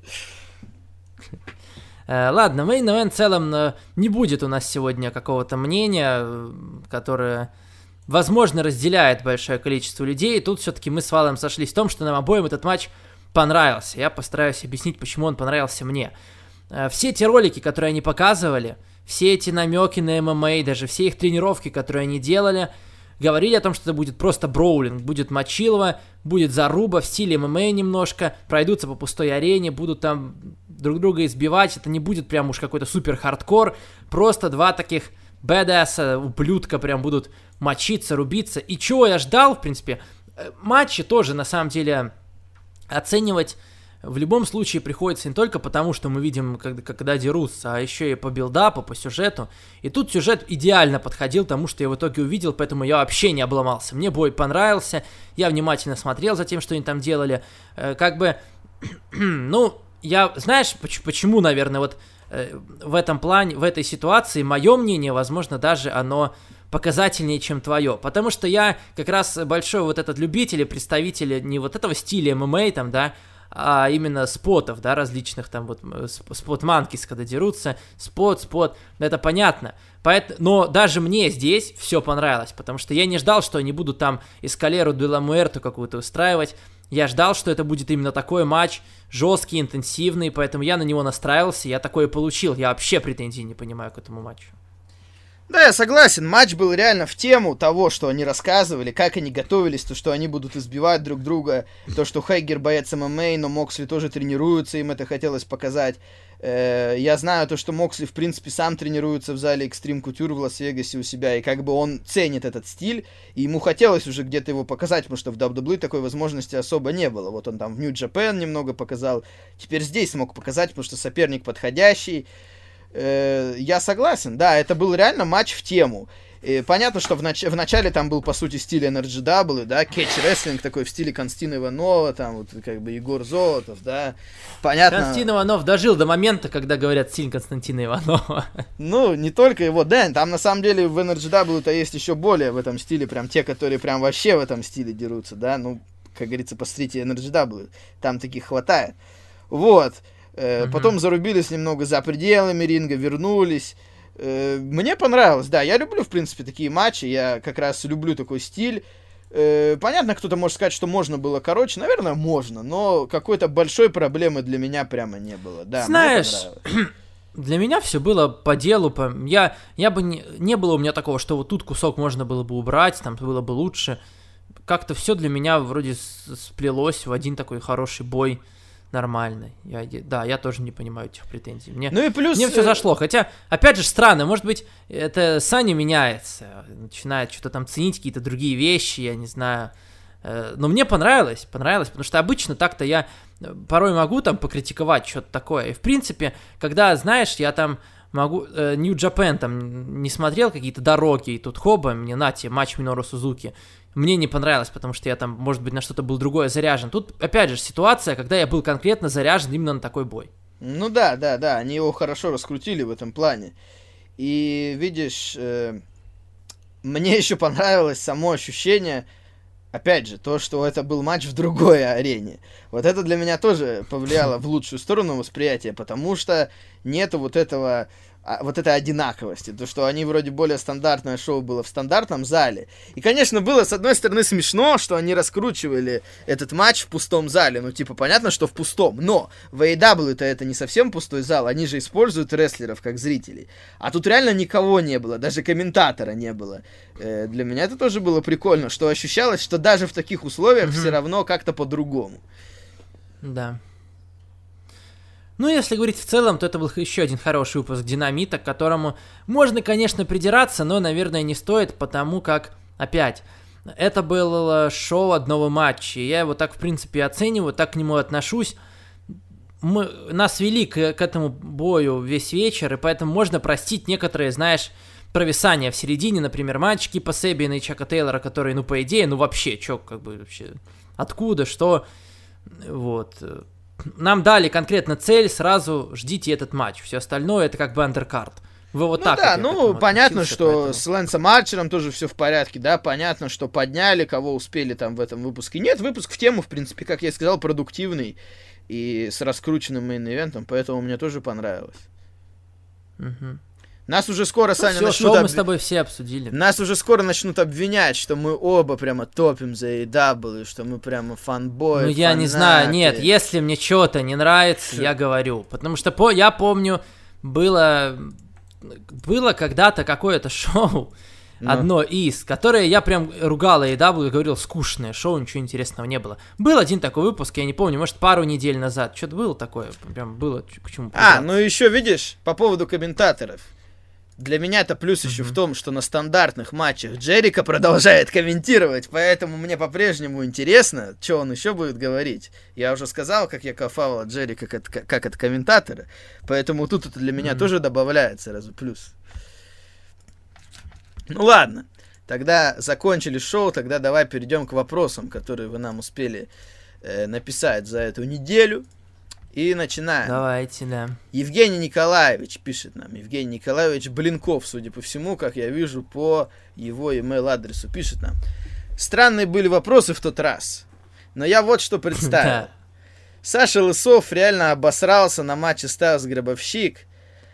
Э, ладно, Main Event в целом э, не будет у нас сегодня какого-то мнения, э, которое, возможно, разделяет большое количество людей. Тут все-таки мы с Валом сошлись в том, что нам обоим этот матч понравился. Я постараюсь объяснить, почему он понравился мне. Э, все те ролики, которые они показывали, все эти намеки на эм эм а, даже все их тренировки, которые они делали, говорили о том, что это будет просто броулинг, будет мочилово, будет заруба в стиле эм эм а немножко, пройдутся по пустой арене, будут там друг друга избивать, это не будет прям уж какой-то супер хардкор, просто два таких бэдасса, ублюдка прям будут мочиться, рубиться. И чего я ждал, в принципе, матчи тоже на самом деле оценивать в любом случае приходится не только потому, что мы видим, когда, когда дерутся, а еще и по билдапу, по сюжету. И тут сюжет идеально подходил тому, что я в итоге увидел, поэтому я вообще не обломался. Мне бой понравился, я внимательно смотрел за тем, что они там делали. Э, как бы, ну, я, знаешь, почему, наверное, вот э, в этом плане, в этой ситуации, мое мнение, возможно, даже оно показательнее, чем твое. Потому что я как раз большой вот этот любитель и представитель не вот этого стиля эм эм а, там, да, а именно спотов, да, различных там вот спот-манкис, когда дерутся, спот, спот, это понятно. Поэтому, но даже мне здесь все понравилось, потому что я не ждал, что они будут там эскалеру де ла Муэрту какую-то устраивать. Я ждал, что это будет именно такой матч, жесткий, интенсивный, поэтому я на него настраивался, я такое получил. Я вообще претензий не понимаю к этому матчу. Да, я согласен, матч был реально в тему того, что они рассказывали, как они готовились, то, что они будут избивать друг друга, то, что Хейгер боец эм эм а, но Моксли тоже тренируется, им это хотелось показать. Э, я знаю то, что Моксли, в принципе, сам тренируется в зале Extreme Couture в Лас-Вегасе у себя, и как бы он ценит этот стиль, и ему хотелось уже где-то его показать, потому что в дабл ю дабл ю и такой возможности особо не было. Вот он там в New Japan немного показал, теперь здесь смог показать, потому что соперник подходящий. Я согласен, да, это был реально матч в тему. И понятно, что в, нач- в начале там был, по сути, стиль эн эр джи дабл ю, да, кетч-рестлинг такой в стиле Константина Иванова, там вот как бы Егор Золотов, да, понятно. Константин Иванов дожил до момента, когда говорят стиль Константина Иванова. Ну, не только его, да, там на самом деле в эн эр джи дабл ю-то есть еще более в этом стиле, прям те, которые прям вообще в этом стиле дерутся, да, ну, как говорится, посмотрите эн эр джи дабл ю, там таких хватает. Вот. Uh-huh. Потом зарубились немного за пределами ринга, вернулись. Мне понравилось, да, я люблю, в принципе, такие матчи, я как раз люблю такой стиль. Понятно, кто-то может сказать, что можно было короче, наверное, можно, но какой-то большой проблемы для меня прямо не было. Да, знаешь, для меня все было по делу, по... Я, я бы не... не было у меня такого, что вот тут кусок можно было бы убрать, там было бы лучше. Как-то все для меня вроде сплелось в один такой хороший бой. Нормально. Я, да, я тоже не понимаю этих претензий. Мне, ну и плюс... мне все зашло. Хотя, опять же, странно. Может быть, это Саня меняется. Начинает что-то там ценить, какие-то другие вещи, я не знаю. Но мне понравилось. Понравилось, потому что обычно так-то я порой могу там покритиковать что-то такое. И, в принципе, когда, знаешь, я там могу... New Japan там не смотрел какие-то дороги, и тут хоба, мне нате, матч Минору Сузуки. Мне не понравилось, потому что я там, может быть, на что-то был другое заряжен. Тут, опять же, ситуация, когда я был конкретно заряжен именно на такой бой. Ну да, да, да, они его хорошо раскрутили в этом плане. И, видишь, э, мне еще понравилось само ощущение, опять же, то, что это был матч в другой арене. Вот это для меня тоже повлияло в лучшую сторону восприятия, потому что нету вот этого... вот этой одинаковости, то, что они вроде более стандартное шоу было в стандартном зале. И, конечно, было, с одной стороны, смешно, что они раскручивали этот матч в пустом зале. Ну, типа, понятно, что в пустом, но в эй и дабл ю-то это не совсем пустой зал, они же используют рестлеров как зрителей. А тут реально никого не было, даже комментатора не было. Э, для меня это тоже было прикольно, что ощущалось, что даже в таких условиях mm-hmm. все равно как-то по-другому. Да. Ну, если говорить в целом, то это был еще один хороший выпуск Динамита, к которому можно, конечно, придираться, но, наверное, не стоит, потому как, опять, это было шоу одного матча, и я его так, в принципе, оцениваю, так к нему отношусь. Мы, нас вели к, к этому бою весь вечер, и поэтому можно простить некоторые, знаешь, провисания в середине, например, матч Кипа Себиана и Чака Тейлора, которые, ну, по идее, ну, вообще, чё, как бы, вообще, откуда, что, вот... Нам дали конкретно цель, сразу ждите этот матч. Все остальное это как бы андеркард. Вы вот ну так. Да, ну понятно, что поэтому... с Лэнсом Арчером тоже все в порядке, да, понятно, что подняли, кого успели там в этом выпуске. Нет, выпуск в тему, в принципе, как я сказал, продуктивный и с раскрученным мейн-ивентом, поэтому мне тоже понравилось. Угу. Нас уже скоро, ну, Саня, все, начнут... Шоу об... мы с тобой все обсудили. Нас уже скоро начнут обвинять, что мы оба прямо топим за эй и дабл ю, что мы прямо фанбои, Ну, я фанаты. не знаю, нет, если мне что-то не нравится, я говорю. Потому что по... я помню, было было когда-то какое-то шоу, Ну. одно из, которое я прям ругал эй и дабл ю и говорил, скучное шоу, ничего интересного не было. Был один такой выпуск, я не помню, может, пару недель назад, что-то было такое, прям было ч- к чему А, придраться. ну еще видишь, по поводу комментаторов. Для меня это плюс еще Мгм. в том, что на стандартных матчах Джерика продолжает комментировать, поэтому мне по-прежнему интересно, что он еще будет говорить. Я уже сказал, как я кайфовал от Джерика как от, как от комментатора, поэтому тут это для меня Мгм. тоже добавляет сразу плюс. Ну ладно, тогда закончили шоу, тогда давай перейдем к вопросам, которые вы нам успели э, написать за эту неделю. И начинаем. Давайте, да. Евгений Николаевич пишет нам. Евгений Николаевич Блинков, судя по всему, как я вижу по его имейл-адресу, пишет нам. Странные были вопросы в тот раз, но я вот что представил. Да. Саша Лысов реально обосрался на матче Стайлз Гробовщик,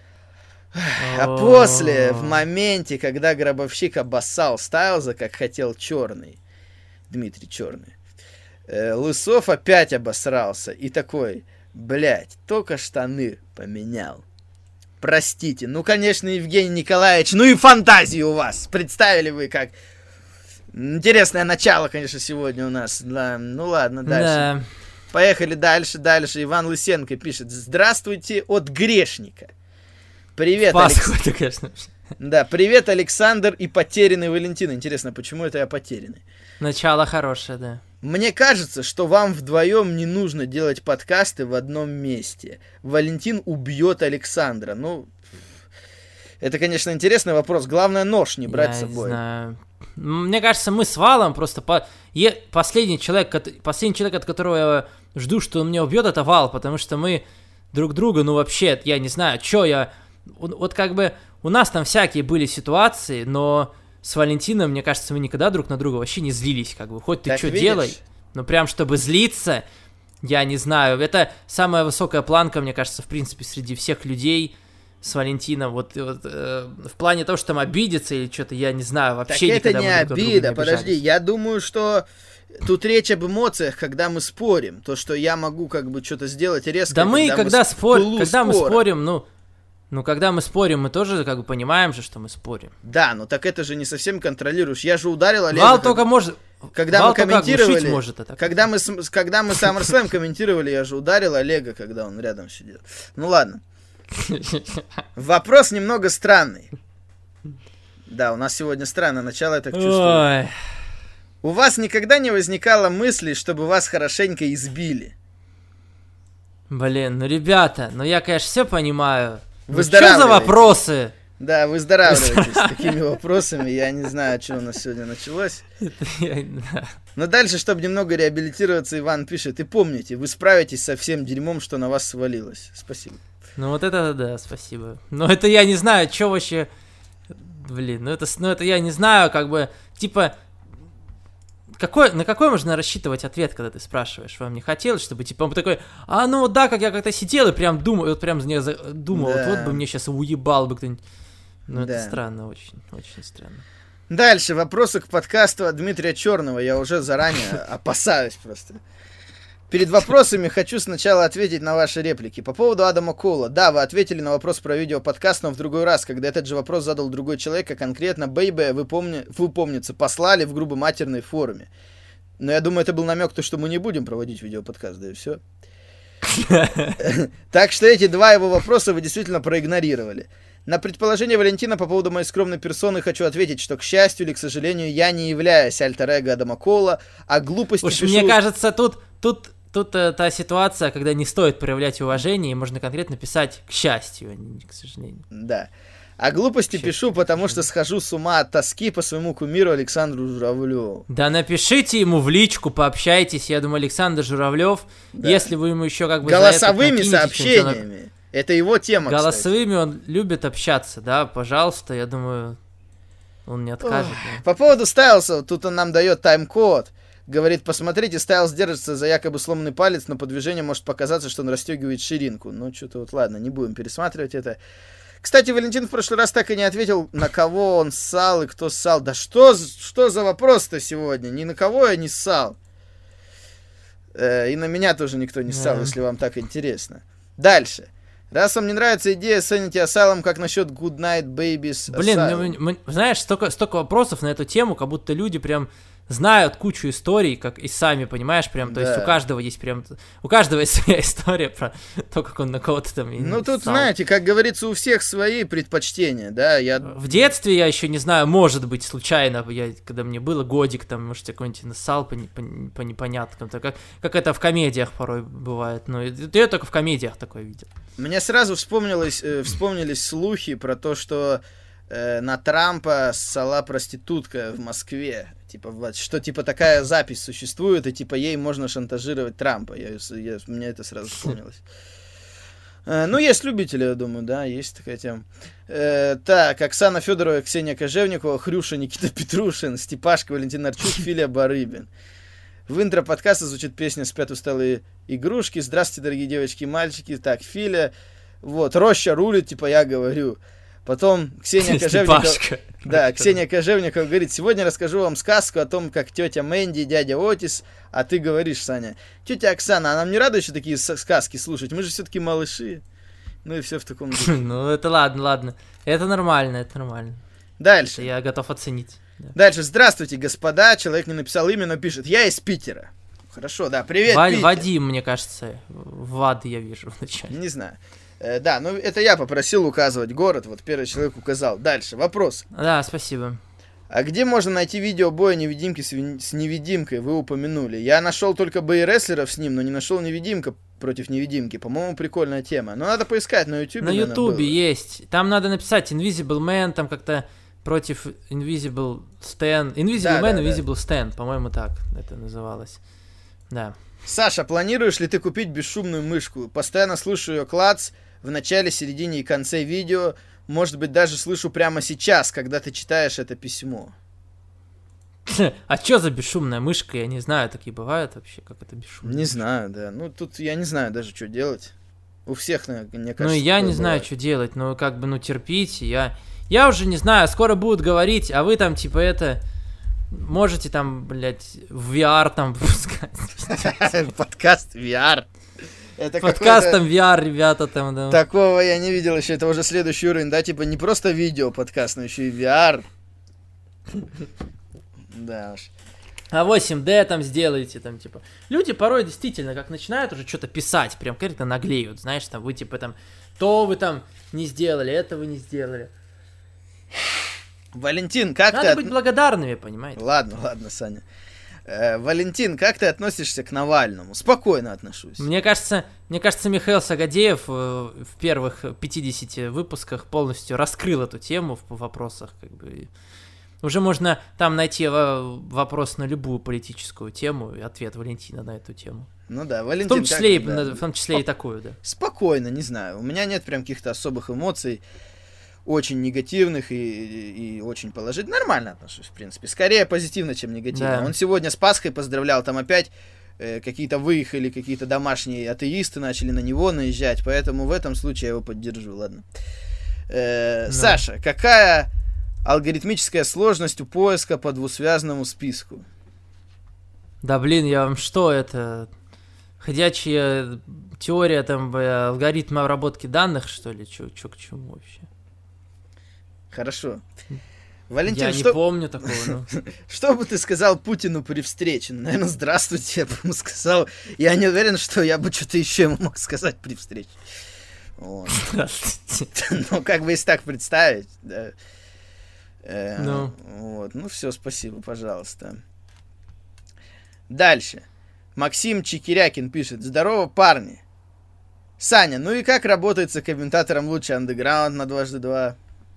а О. после, в моменте, когда Гробовщик обоссал Стайлза, как хотел Черный, Дмитрий Черный, э, Лысов опять обосрался и такой... Блять, только штаны поменял. Простите. Ну, конечно, Евгений Николаевич, ну и фантазии у вас. Представили вы как... Интересное начало, конечно, сегодня у нас. Да, ну ладно, дальше. Да. Поехали дальше, дальше. Иван Лысенко пишет. Здравствуйте от грешника. Привет, Пасху Алекс... это, конечно. Да, привет, Александр и потерянный Валентин. Интересно, почему это я потерянный? Начало хорошее, да. Мне кажется, что вам вдвоем не нужно делать подкасты в одном месте. Валентин убьет Александра. Ну, это, конечно, интересный вопрос. Главное, нож не брать Я с собой. Не знаю. Мне кажется, мы с Валом просто... По... Е... Последний, человек, кот- последний человек, от которого я жду, что он меня убьет, это Вал, потому что мы друг друга, ну вообще, я не знаю, что я... Вот как бы у нас там всякие были ситуации, но... С Валентином, мне кажется, мы никогда друг на друга вообще не злились, как бы. Хоть ты Так что видишь? делай, но прям чтобы злиться, я не знаю. Это самая высокая планка, мне кажется, в принципе, среди всех людей с Валентином. Вот, вот э, в плане того, что там обидеться или что-то, я не знаю, Так вообще это никогда не мы друг на друга обида, не подожди. обижались. Я думаю, что тут речь об эмоциях, когда мы спорим. То, что я могу как бы что-то сделать резко. Да мы, когда, с- спор... пылу когда мы спора. спорим, ну... Ну, когда мы спорим, мы тоже как бы понимаем же, что мы спорим. Да, но так это же не совсем контролируешь. Я же ударил Олега. Вал как- только может... Когда Вал мы только оглушить комментировали, может это. когда мы, с- когда мы SummerSlam комментировали, я же ударил Олега, когда он рядом сидел. Ну ладно. Вопрос немного странный. Да, у нас сегодня странное начало, я так чувствую. Ой. У вас никогда не возникало мысли, чтобы вас хорошенько избили? Блин, ну, ребята, ну я, конечно, все понимаю. Ну, что за Выздоравливайте. вопросы? Да, выздоравливайте с такими вопросами. Я не знаю, что у нас сегодня началось. Это я- да. Но дальше, чтобы немного реабилитироваться, Иван пишет. И помните, вы справитесь со всем дерьмом, что на вас свалилось. Спасибо. Ну вот это да, спасибо. Но это я не знаю, что вообще... Блин, ну это, с- ну это я не знаю, как бы, типа... Какой, на какой можно рассчитывать ответ, когда ты спрашиваешь? Вам не хотелось, чтобы, типа, он такой, а, ну вот да, как я как-то сидел и прям думал, и вот прям не за- думал, Да. вот, вот бы мне сейчас уебал бы кто-нибудь. Ну Да. это странно, очень, очень странно. Дальше вопросы к подкасту от Дмитрия Черного. Я уже заранее опасаюсь просто. Перед вопросами хочу сначала ответить на ваши реплики. По поводу Адама Коула. Да, вы ответили на вопрос про видеоподкаст, но в другой раз, когда этот же вопрос задал другой человек, а конкретно Бэйбэ, вы, помни... вы помнится, послали в грубо матерной форме. Но я думаю, это был намек, то, что мы не будем проводить видеоподкаст, да и все. Так что эти два его вопроса вы действительно проигнорировали. На предположение Валентина по поводу моей скромной персоны хочу ответить, что, к счастью или к сожалению, я не являюсь альтер-эго Адама Коула, а глупости Уж пишу... мне кажется, тут, тут, тут э, та ситуация, когда не стоит проявлять уважение, и можно конкретно писать к счастью, а не к сожалению. Да. А глупости Счастье, пишу, потому что схожу с ума от тоски по своему кумиру Александру Журавлеву. Да напишите ему в личку, пообщайтесь. Я думаю, Александр Журавлев, Да. если вы ему еще как бы за это Голосовыми накинете что-нибудь, он- сообщениями. Это его тема, кстати. Голосовыми он любит общаться, да, пожалуйста, я думаю, он не откажет. да. По поводу Стайлса, тут он нам дает тайм-код. Говорит, посмотрите, Стайлс держится за якобы сломанный палец, но по движению может показаться, что он расстегивает ширинку. Ну, что-то вот, ладно, не будем пересматривать это. Кстати, Валентин в прошлый раз так и не ответил, на кого он ссал и кто ссал. Да что, что за вопрос-то сегодня? Ни на кого я не ссал. Э, и на меня тоже никто не ссал, Да. если вам так интересно. Дальше. Раз вам не нравится идея Саня Асалом, как насчет Good Night Babies? Блин, Asylum? ну, мы- знаешь, столько, столько вопросов на эту тему, как будто люди прям знают кучу историй, как и сами, понимаешь, прям, то есть Да. у каждого есть прям, у каждого есть своя история про то, как он на кого-то там... Ну, тут, ссал. знаете, как говорится, у всех свои предпочтения, да, я... В детстве я еще не знаю, может быть, случайно, я, когда мне было годик, там, может, я какой-нибудь нассал по, не- по, не- по непоняткам, так как, как это в комедиях порой бывает, но я только в комедиях такое видел. Мне сразу вспомнилось, э, вспомнились слухи про то, что э, на Трампа ссала проститутка в Москве. Типа, вот, что типа такая запись существует, и типа ей можно шантажировать Трампа. Я, я, мне это сразу вспомнилось. Э, ну, есть любители, я думаю, да, есть такая тема. Э, так, Оксана Федорова, Ксения Кожевникова, Хрюша, Никита Петрушин, Степашка, Валентин Арчук, Филия Барыбин. В интро подкаста звучит песня «Спят усталые игрушки». Здравствуйте, дорогие девочки и мальчики. Так, Филя. Вот, Роща рулит, типа я говорю. Потом Ксения Кожевникова... Степашка. Да, Ксения Кожевникова говорит: сегодня расскажу вам сказку о том, как тетя Мэнди и дядя Отис, а ты говоришь, Саня, тетя Оксана, а нам не рада еще такие с- сказки слушать? Мы же все-таки малыши. Ну и все в таком духе. Ну, это ладно, ладно. Это нормально, это нормально. Это Дальше. я готов оценить. Да. Дальше. Здравствуйте, господа. Человек не написал имя, но пишет: я из Питера. Хорошо, да, привет, Ва- Питер. Вадим, мне кажется, Вад я вижу вначале. Не знаю. Э, да, ну это я попросил указывать город, вот первый человек указал. Дальше, вопрос. Да, спасибо. А где можно найти видео боя невидимки с, ви- с невидимкой? Вы упомянули. Я нашел только бои-рестлеров с ним, но не нашел невидимка против невидимки. По-моему, прикольная тема. Но надо поискать на ютубе. На наверное, ютубе было. есть. Там надо написать Invisible Man, там как-то против Invisible Stan. Invisible Да, Man, да, да. Invisible Stan, по-моему, так это называлось. Да. Саша, планируешь ли ты купить бесшумную мышку? Постоянно слышу ее клац в начале, середине и конце видео. Может быть, даже слышу прямо сейчас, когда ты читаешь это письмо. А чё за бесшумная мышка? Я не знаю, такие бывают вообще, как это бесшумная Не мышка? знаю, да. Ну, тут я не знаю даже, что делать. У всех, на- мне кажется, Ну, я такое не знаю, бывает. что делать, ну, как бы, ну, терпите, я... Я уже не знаю, скоро будут говорить, а вы там, типа, это... Можете там, блядь, в ви ар там выпускать. Подкаст ви ар. Это Подкаст какой-то- там ви ар, ребята, там, да. Такого я не видел еще. Это уже следующий уровень, да? Типа не просто видео подкаст, но еще и ви ар. Да уж. А восемь дэ там сделайте, там, типа. Люди порой действительно, как начинают уже что-то писать, прям как-то наглеют, знаешь, там, вы, типа, там, то вы там не сделали, это вы не сделали. Валентин, как Надо ты... быть от- благодарными, понимаете? Ладно, ладно, Саня. Э, Валентин, как ты относишься к Навальному? Спокойно отношусь. Мне кажется, мне кажется, Михаил Сагадеев э, в первых пятидесяти выпусках полностью раскрыл эту тему в вопросах, как бы. И уже можно там найти во- вопрос на любую политическую тему и ответ Валентина на эту тему. Ну да, В Валентин... том числе, и, как ты, да. на- в том числе и такую, да. Спокойно, не знаю. У меня нет прям каких-то особых эмоций, очень негативных и, и, и очень положительных. Нормально отношусь, в принципе. Скорее позитивно, чем негативно. Да. Он сегодня с Пасхой поздравлял, там опять э, какие-то выехали, какие-то домашние атеисты начали на него наезжать, поэтому в этом случае я его поддержу, ладно. Э, Да. Саша, какая алгоритмическая сложность у поиска по двусвязному списку? Да блин, я вам что, это... Ходячая теория там бля, алгоритма обработки данных, что ли? Чё, чё к чему вообще? Хорошо. Валентин, я не что, помню такого, ну. что бы ты сказал Путину при встрече? Ну, наверное, здравствуйте, я бы ему сказал. Я не уверен, что я бы что-то еще ему мог сказать при встрече. Вот. Здравствуйте. Ну, как бы если так представить, да. Э, Ну. Вот, ну все, спасибо, пожалуйста. Дальше. Максим Чекирякин пишет: здорово, парни. Саня, ну и как работается комментатором лучше андеграунд на дважды два?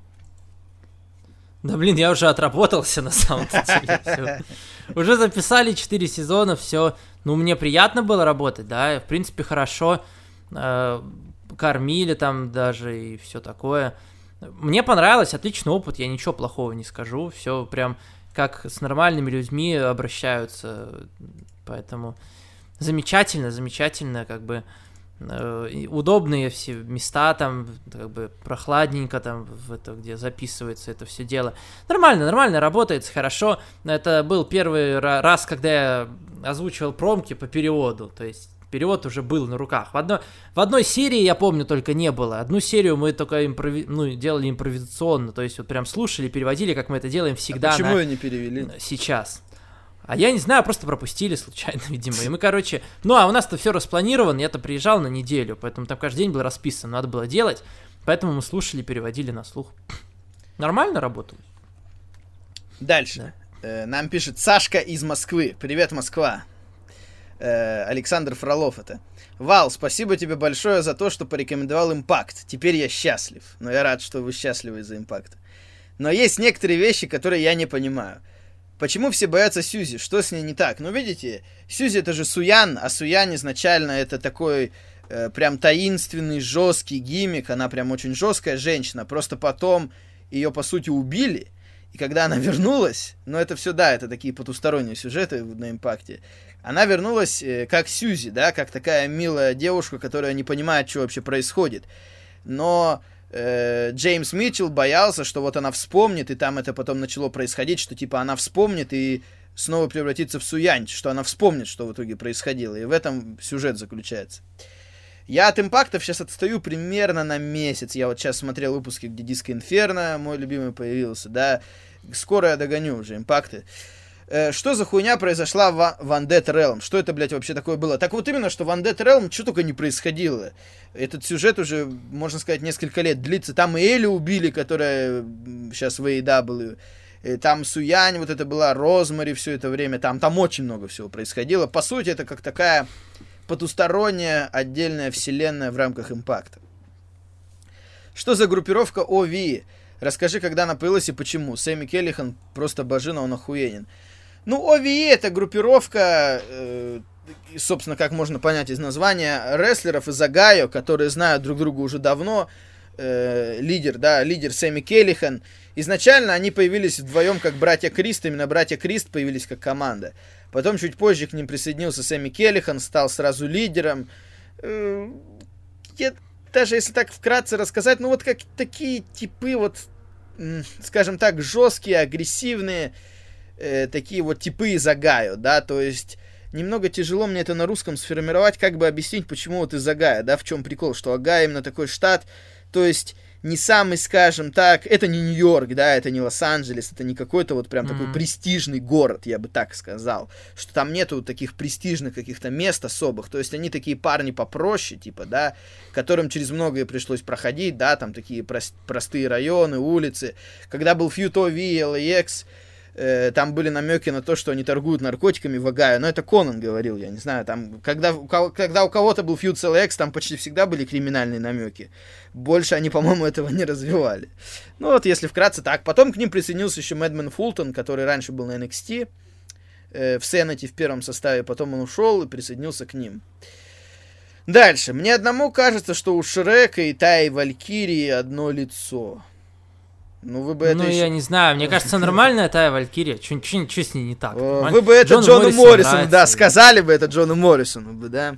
Да блин, я уже отработался на самом-то деле. Всё. Уже записали четыре сезона, все. Ну, мне приятно было работать, да, в принципе, хорошо. Э, кормили там даже и все такое. Мне понравилось, отличный опыт, я ничего плохого не скажу. Все прям как с нормальными людьми обращаются. Поэтому замечательно, замечательно, как бы. Э, и удобные все места там, как бы прохладненько там, в это, где записывается это все дело. Нормально, нормально работает, хорошо. Это был первый ра- раз, когда я озвучивал промки по переводу, то есть перевод уже был на руках. В, одно, в одной серии, я помню, только не было. Одну серию мы только импрови... ну, делали импровизационно, то есть вот прям слушали, переводили, как мы это делаем всегда. А почему на... ее не перевели? Сейчас. А я не знаю, просто пропустили случайно, видимо. И мы, короче... Ну, а у нас-то все распланировано, я-то приезжал на неделю, поэтому там каждый день был расписан, надо было делать. Поэтому мы слушали, переводили на слух. Нормально работало. Дальше. Да. Э, нам пишет Сашка из Москвы. Привет, Москва. Э, Александр Фролов это. Вал, спасибо тебе большое за то, что порекомендовал Импакт. Теперь я счастлив. Но я рад, что вы счастливы из-за Импакта. Но есть некоторые вещи, которые я не понимаю. Почему все боятся Сьюзи? Что с ней не так? Ну, видите, Сьюзи это же Суян, а Суян изначально это такой э, прям таинственный, жесткий гиммик. Она прям очень жесткая женщина. Просто потом ее, по сути, убили. И когда она вернулась, ну, это все, да, это такие потусторонние сюжеты на Импакте. Она вернулась э, как Сьюзи, да, как такая милая девушка, которая не понимает, что вообще происходит. Но... Джеймс Митчелл боялся, что вот она вспомнит, и там это потом начало происходить, что типа она вспомнит и снова превратится в Суянь, что она вспомнит, что в итоге происходило, и в этом сюжет заключается. Я от Импактов сейчас отстаю примерно на месяц. Я вот сейчас смотрел выпуски, где Диско Инферно, мой любимый, появился, да. Скоро я догоню уже Импакты. Что за хуйня произошла в Undead Realm? Что это, блядь, вообще такое было? Так вот именно, что в Undead Realm что только не происходило. Этот сюжет уже, можно сказать, несколько лет длится. Там и Элли убили, которая сейчас в эй и дабл ю. Там Суянь, вот это была, Розмари все это время. Там, там очень много всего происходило. По сути, это как такая потусторонняя отдельная вселенная в рамках Импакта. Что за группировка о ви? Расскажи, когда она появилась и почему. Сэмми Келлихан просто божина, он охуенен. Ну, о ви это группировка, э, собственно, как можно понять из названия, рестлеров из Огайо, которые знают друг друга уже давно. Э, лидер, да, лидер Сэмми Келлихан. Изначально они появились вдвоем как братья Крист, именно братья Крист появились как команда. Потом чуть позже к ним присоединился Сэмми Келлихан, стал сразу лидером. Э, я, даже если так вкратце рассказать, ну вот как такие типы, вот, м, скажем так, жесткие, агрессивные, Э, такие вот типы из Огайо, да, то есть немного тяжело мне это на русском сформировать, как бы объяснить, почему вот из Огайо, да, в чем прикол, что Огайо именно такой штат, то есть не самый, скажем так, это не Нью-Йорк, да, это не Лос-Анджелес, это не какой-то вот прям mm-hmm. такой престижный город, я бы так сказал, что там нету таких престижных каких-то мест особых, то есть они такие парни попроще, типа, да, которым через многое пришлось проходить, да, там такие прост- простые районы, улицы, когда был фьюд о ви и эл эй экс, там были намеки на то, что они торгуют наркотиками в Огайо, но это Конан говорил, я не знаю, там, когда, когда у кого-то был фьюд с эл эй экс, там почти всегда были криминальные намеки, больше они, по-моему, этого не развивали. Ну вот, если вкратце так. Потом к ним присоединился еще Мэдмен Фултон, который раньше был на эн экс ти, э, в Sanity в первом составе, потом он ушел и присоединился к ним. Дальше. Мне одному кажется, что у Шрека и Таи Валькирии одно лицо. Ну, вы бы это ну еще... я не знаю, мне кажется, нормальная Тая Валькирия, что с ней не так? Вы бы это Джону, Джону Моррисону, да, сказали бы это Джону Моррисону, бы, да.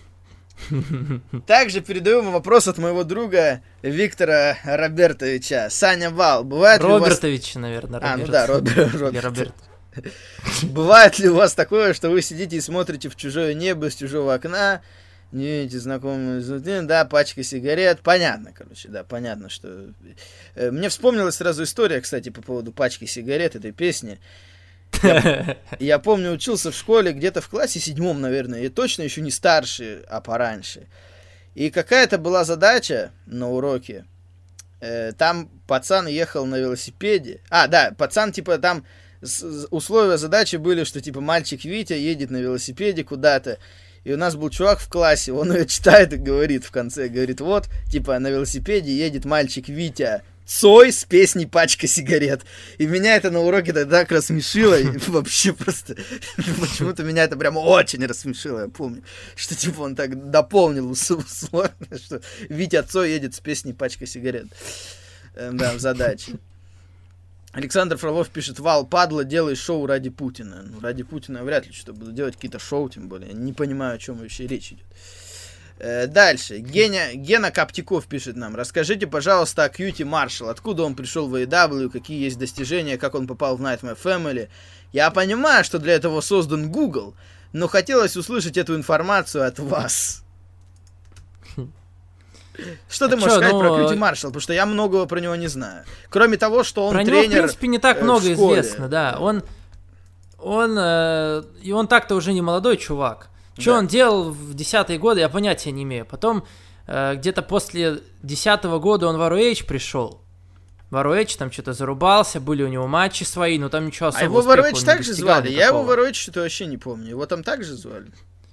Также передаю вам вопрос от моего друга Виктора Робертовича. Саня Вал, бывает ли у вас... Робертович, наверное, А, ну да, Роберт. Роберт. Бывает ли у вас такое, что вы сидите и смотрите в чужое небо с чужого окна, не видите знакомую, да, пачка сигарет, понятно, короче, да, понятно, что... Мне вспомнилась сразу история, кстати, по поводу пачки сигарет, этой песни. Я, я помню, учился в школе где-то в классе седьмом, наверное, и точно еще не старше, а пораньше. И какая-то была задача на уроке, э, там пацан ехал на велосипеде, а, да, пацан, типа, там условия задачи были, что, типа, мальчик Витя едет на велосипеде куда-то, и у нас был чувак в классе, он ее читает и говорит в конце, говорит, вот, типа, на велосипеде едет мальчик Витя Цой с песней «Пачка сигарет». И меня это на уроке тогда так рассмешило, и вообще просто, почему-то меня это прям очень рассмешило, я помню, что, типа, он так дополнил условно, что Витя Цой едет с песней «Пачка сигарет», да, в задаче. Александр Фролов пишет: Вал, падла, делай шоу ради Путина. Ну, ради Путина я вряд ли что буду делать, какие-то шоу, тем более. Я не понимаю, о чем вообще речь идет. Э, дальше. Геня, Гена Коптяков пишет нам: расскажите, пожалуйста, о Кьюти Маршалл. Откуда он пришел в эй и дабл ю, какие есть достижения, как он попал в Nightmare Family. Я понимаю, что для этого создан Google, но хотелось услышать эту информацию от вас. Что ты А можешь чё, сказать ну, про Кьюти Маршалл? Потому что я многого про него не знаю. Кроме того, что он Про тренер. него, в принципе, не так э, много в школе. известно, да. Он, он, э, и он так-то уже не молодой чувак. Что Да. он делал в десятые годы, я понятия не имею. Потом, э, где-то после десятого года он в ар о эйч пришел. В ар о эйч там что-то зарубался, были у него матчи свои, но там ничего А особого его в ар о успеха эйч он не также достигал звали? Я его никакого. в ар о эйч что-то вообще не помню. Его там также звали?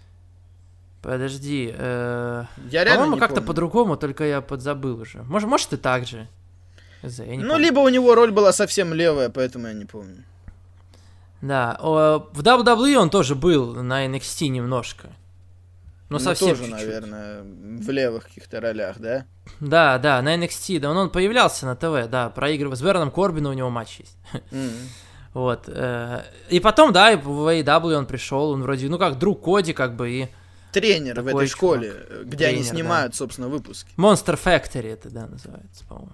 Подожди, э, Я реально по-моему, не как-то помню. по-другому, только я подзабыл уже. Может, может и так же. Хз, я не Ну, помню. либо у него роль была совсем левая, поэтому я не помню. Да, о, в дабл ю дабл ю и он тоже был на эн экс ти немножко. Но Ну, совсем тоже, чуть-чуть. наверное, в левых каких-то ролях, да? Да, да, на эн экс ти, да, он, он появлялся на ТВ, да, проигрывал. С Бероном Корбином у него матч есть. М. Вот. э, И потом, да, и в эй и дабл ю он пришел, он вроде, ну как, друг Коди, как бы, и Тренер в Такой этой школе, где они Тренер, снимают, собственно, выпуски. Monster Factory это, да, называется, по-моему.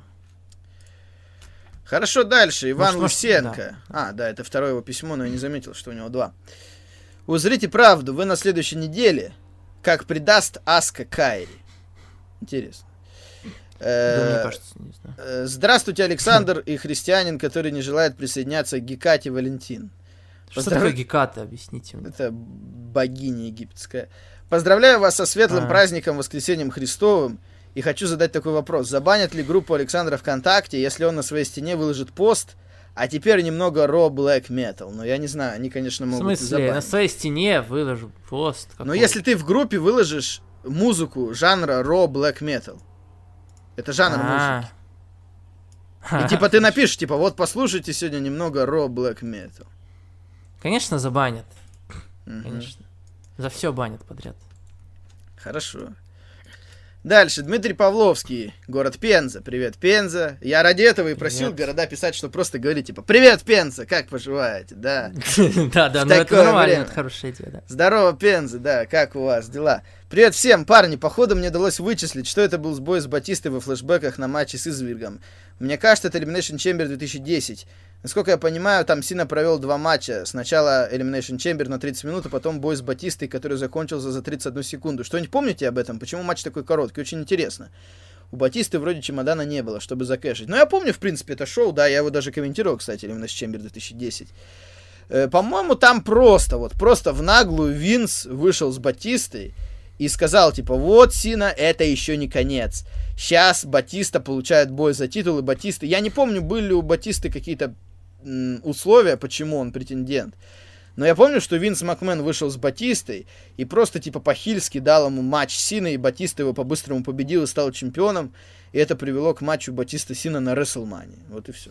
Хорошо, дальше. Иван Может, может, Лусенко. А, да, это второе его письмо, но я не заметил, что у него два. Узрите правду, вы на следующей неделе, как предаст Аска Кайри. Интересно. Да, Э, мне кажется, не знаю. э, Здравствуйте, Александр и христианин, который не желает присоединяться к Гекате Валентин. Что Поздрав- такое Геката, объясните мне. Это богиня египетская. Поздравляю вас со светлым А. праздником Воскресением Христовым. И хочу задать такой вопрос. Забанят ли группу Александра ВКонтакте, если он на своей стене выложит пост, а теперь немного Raw Black Metal? Ну, я не знаю, они, конечно, В могут и смысле, на забанить. своей стене выложу пост. Но какой. если ты в группе выложишь музыку жанра Raw Black Metal, это жанр А. музыки. И типа ты напишешь, типа, вот послушайте сегодня немного Raw Black Metal. Конечно, забанят. Мгм. Конечно. За все банят подряд. Хорошо. Дальше. Дмитрий Павловский, город Пенза. Привет, Пенза. Я ради этого и просил Привет. города писать, что просто говорить, типа, привет, Пенза, как поживаете? Да. Да, да, В ну это такое нормально, время. это хорошая идея, да. Здорово, Пенза, да, как у вас дела? Привет всем, парни, походу мне удалось вычислить, что это был сбой с Батистой во флешбеках на матче с Извергом. Мне кажется, это Elimination Chamber две тысячи десять. Насколько я понимаю, там Сина провел два матча. Сначала Elimination Chamber на тридцать минут, а потом бой с Батистой, который закончился за тридцать одну секунду. Что-нибудь помните об этом? Почему матч такой короткий? Очень интересно. У Батисты вроде чемодана не было, чтобы закэшить. Но я помню, в принципе, это шоу, да, я его даже комментировал, кстати, Elimination Chamber две тысячи десять. Э, по-моему, там просто, вот, просто в наглую Винс вышел с Батистой и сказал, типа, вот, Сина, это еще не конец. Сейчас Батиста получает бой за титул, и Батиста... Я не помню, были ли у Батисты какие-то м, условия, почему он претендент. Но я помню, что Винс Макмен вышел с Батистой и просто, типа, по-хильски дал ему матч Сина, и Батиста его по-быстрому победил и стал чемпионом. И это привело к матчу Батиста-Сина на Рестлмании. Вот и все.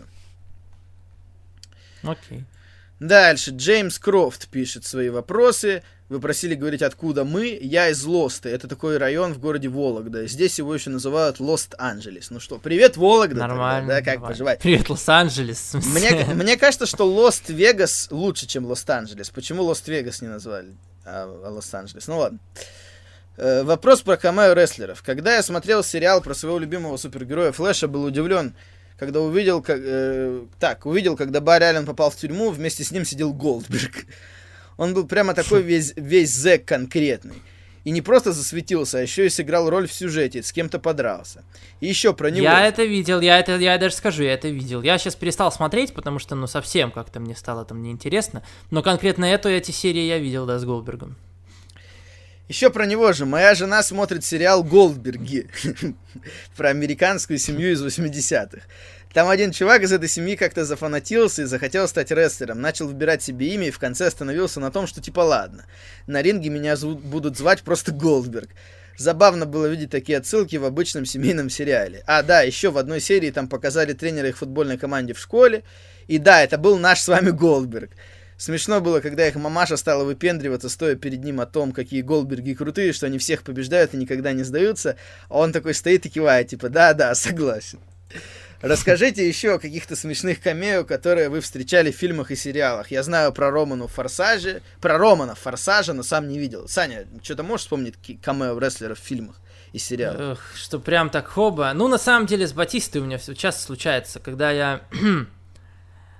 Окей. Дальше. Джеймс Крофт пишет свои вопросы. Вы просили говорить, откуда мы. Я из Лоста. Это такой район в городе Вологда. Здесь его еще называют Лос-Анджелес. Ну что, привет, Вологда. Нормально. Тогда, да, как нормально. поживать? Привет, Лос-Анджелес. в смысле. Мне, мне кажется, что Лост-Вегас лучше, чем Лос-Анджелес. Почему Лост-Вегас не назвали, а, а Лос-Анджелес? Ну ладно. Э, вопрос про камео рестлеров. Когда я смотрел сериал про своего любимого супергероя Флэша, был удивлен, когда увидел, как, э, так, увидел, когда Барри Аллен попал в тюрьму, вместе с ним сидел Голдберг. Он был прямо такой весь, весь зэк конкретный. И не просто засветился, а еще и сыграл роль в сюжете, с кем-то подрался. И еще про него... Я это видел, я это, я даже скажу, я это видел. Я сейчас перестал смотреть, потому что, ну, совсем как-то мне стало там неинтересно. Но конкретно эту, эти серии я видел, да, с Голдбергом. Еще про него же. Моя жена смотрит сериал «Голдберги» про американскую семью из восьмидесятых. Там один чувак из этой семьи как-то зафанатился и захотел стать рестлером. Начал выбирать себе имя и в конце остановился на том, что типа ладно, на ринге меня зв- будут звать просто Голдберг. Забавно было видеть такие отсылки в обычном семейном сериале. А, да, еще в одной серии там показали тренера их футбольной команде в школе. И да, это был наш с вами Голдберг. Смешно было, когда их мамаша стала выпендриваться, стоя перед ним о том, какие Голдберги крутые, что они всех побеждают и никогда не сдаются. А он такой стоит и кивает, типа, да-да, согласен. Расскажите еще о каких-то смешных камео, которые вы встречали в фильмах и сериалах. Я знаю про Романа в «Форсаже», про Романа в «Форсаже», но сам не видел. Саня, что-то можешь вспомнить камео рестлеров в фильмах и сериалах? Эх, что прям так хоба. Ну, на самом деле, с Батистой у меня все часто случается, когда я...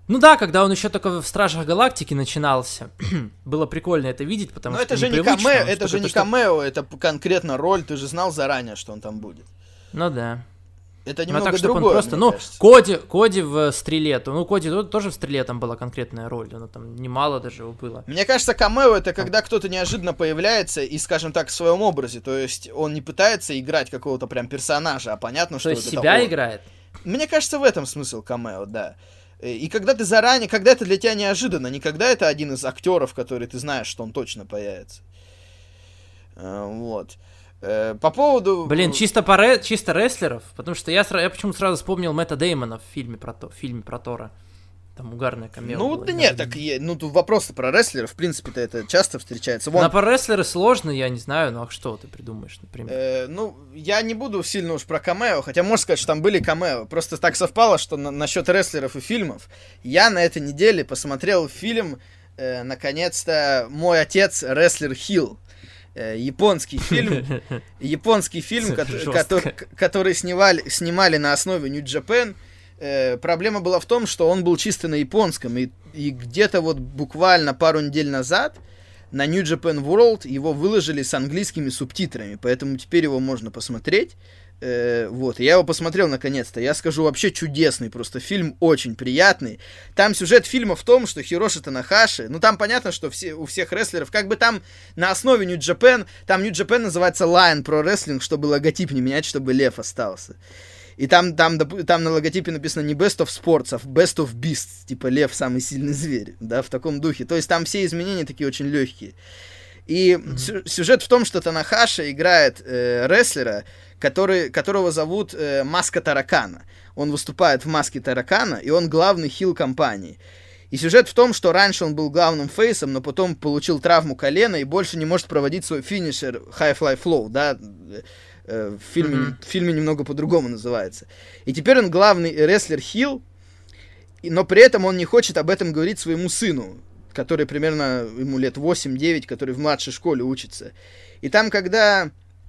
Ну да, когда он еще только в Стражах Галактики начинался, было прикольно это видеть, потому Но что это же не непривычно, камео, он это же что-то- не что- камео, это конкретно роль, ты же знал заранее, что он там будет. Ну да. Это Ну, а немного так, чтобы он другое, просто, мне ну, кажется. Коди, Коди в Стреле, то, ну, Коди то- тоже в Стреле там была конкретная роль, ну, там немало даже его было. Мне кажется, камео это когда кто-то неожиданно появляется и, скажем так, в своем образе. То есть он не пытается играть какого-то прям персонажа, а понятно, что То есть это себя он. играет? Мне кажется, в этом смысл камео, да. И когда ты заранее, когда это для тебя неожиданно, не когда это один из актеров, который ты знаешь, что он точно появится. Э, Вот. Э, По поводу... Блин, чисто, по ре- чисто рестлеров, потому что я, сра- я почему сразу вспомнил Мэтта Деймона в фильме про, то, в фильме про Тора. Там угарное камео Ну, было, да нет, неожиданно. так е- ну тут вопрос про рестлеров, в принципе-то это часто встречается. Вон, На про рестлеры сложно, я не знаю, ну а что ты придумаешь, например? Э, ну, я не буду сильно уж про камео, хотя можно сказать, что там были камео. Просто так совпало, что на- насчет рестлеров и фильмов. Я на этой неделе посмотрел фильм, э, наконец-то, «Мой отец рестлер Хилл». Э, японский фильм, японский фильм, ко- Жестко. который, который снимали, снимали на основе New Japan. Э, проблема была в том, что он был чисто на японском, и, и где-то вот буквально пару недель назад на New Japan World его выложили с английскими субтитрами, поэтому теперь его можно посмотреть. Э, вот, и я его посмотрел наконец-то. Я скажу, вообще чудесный просто фильм, очень приятный. Там сюжет фильма в том, что Хироши Танахаши, ну там понятно, что все, у всех рестлеров, как бы там на основе New Japan, там New Japan называется Lion Pro Wrestling, чтобы логотип не менять, чтобы лев остался. И там, там, доп- там на логотипе написано не Best of Sports, а Best of Beasts, типа лев самый сильный зверь, да, в таком духе. То есть там все изменения такие очень легкие. И mm-hmm. сю- сюжет в том, что Танахаши играет э, рестлера, который, которого зовут э, Маска Таракана. Он выступает в маске Таракана, и он главный хил компании. И сюжет в том, что раньше он был главным фейсом, но потом получил травму колена и больше не может проводить свой финишер High Fly Flow, да, э, в фильме, mm-hmm. в фильме немного по-другому называется. И теперь он главный рестлер хил, но при этом он не хочет об этом говорить своему сыну, который примерно ему лет восемь-девять, который в младшей школе учится. И там, когда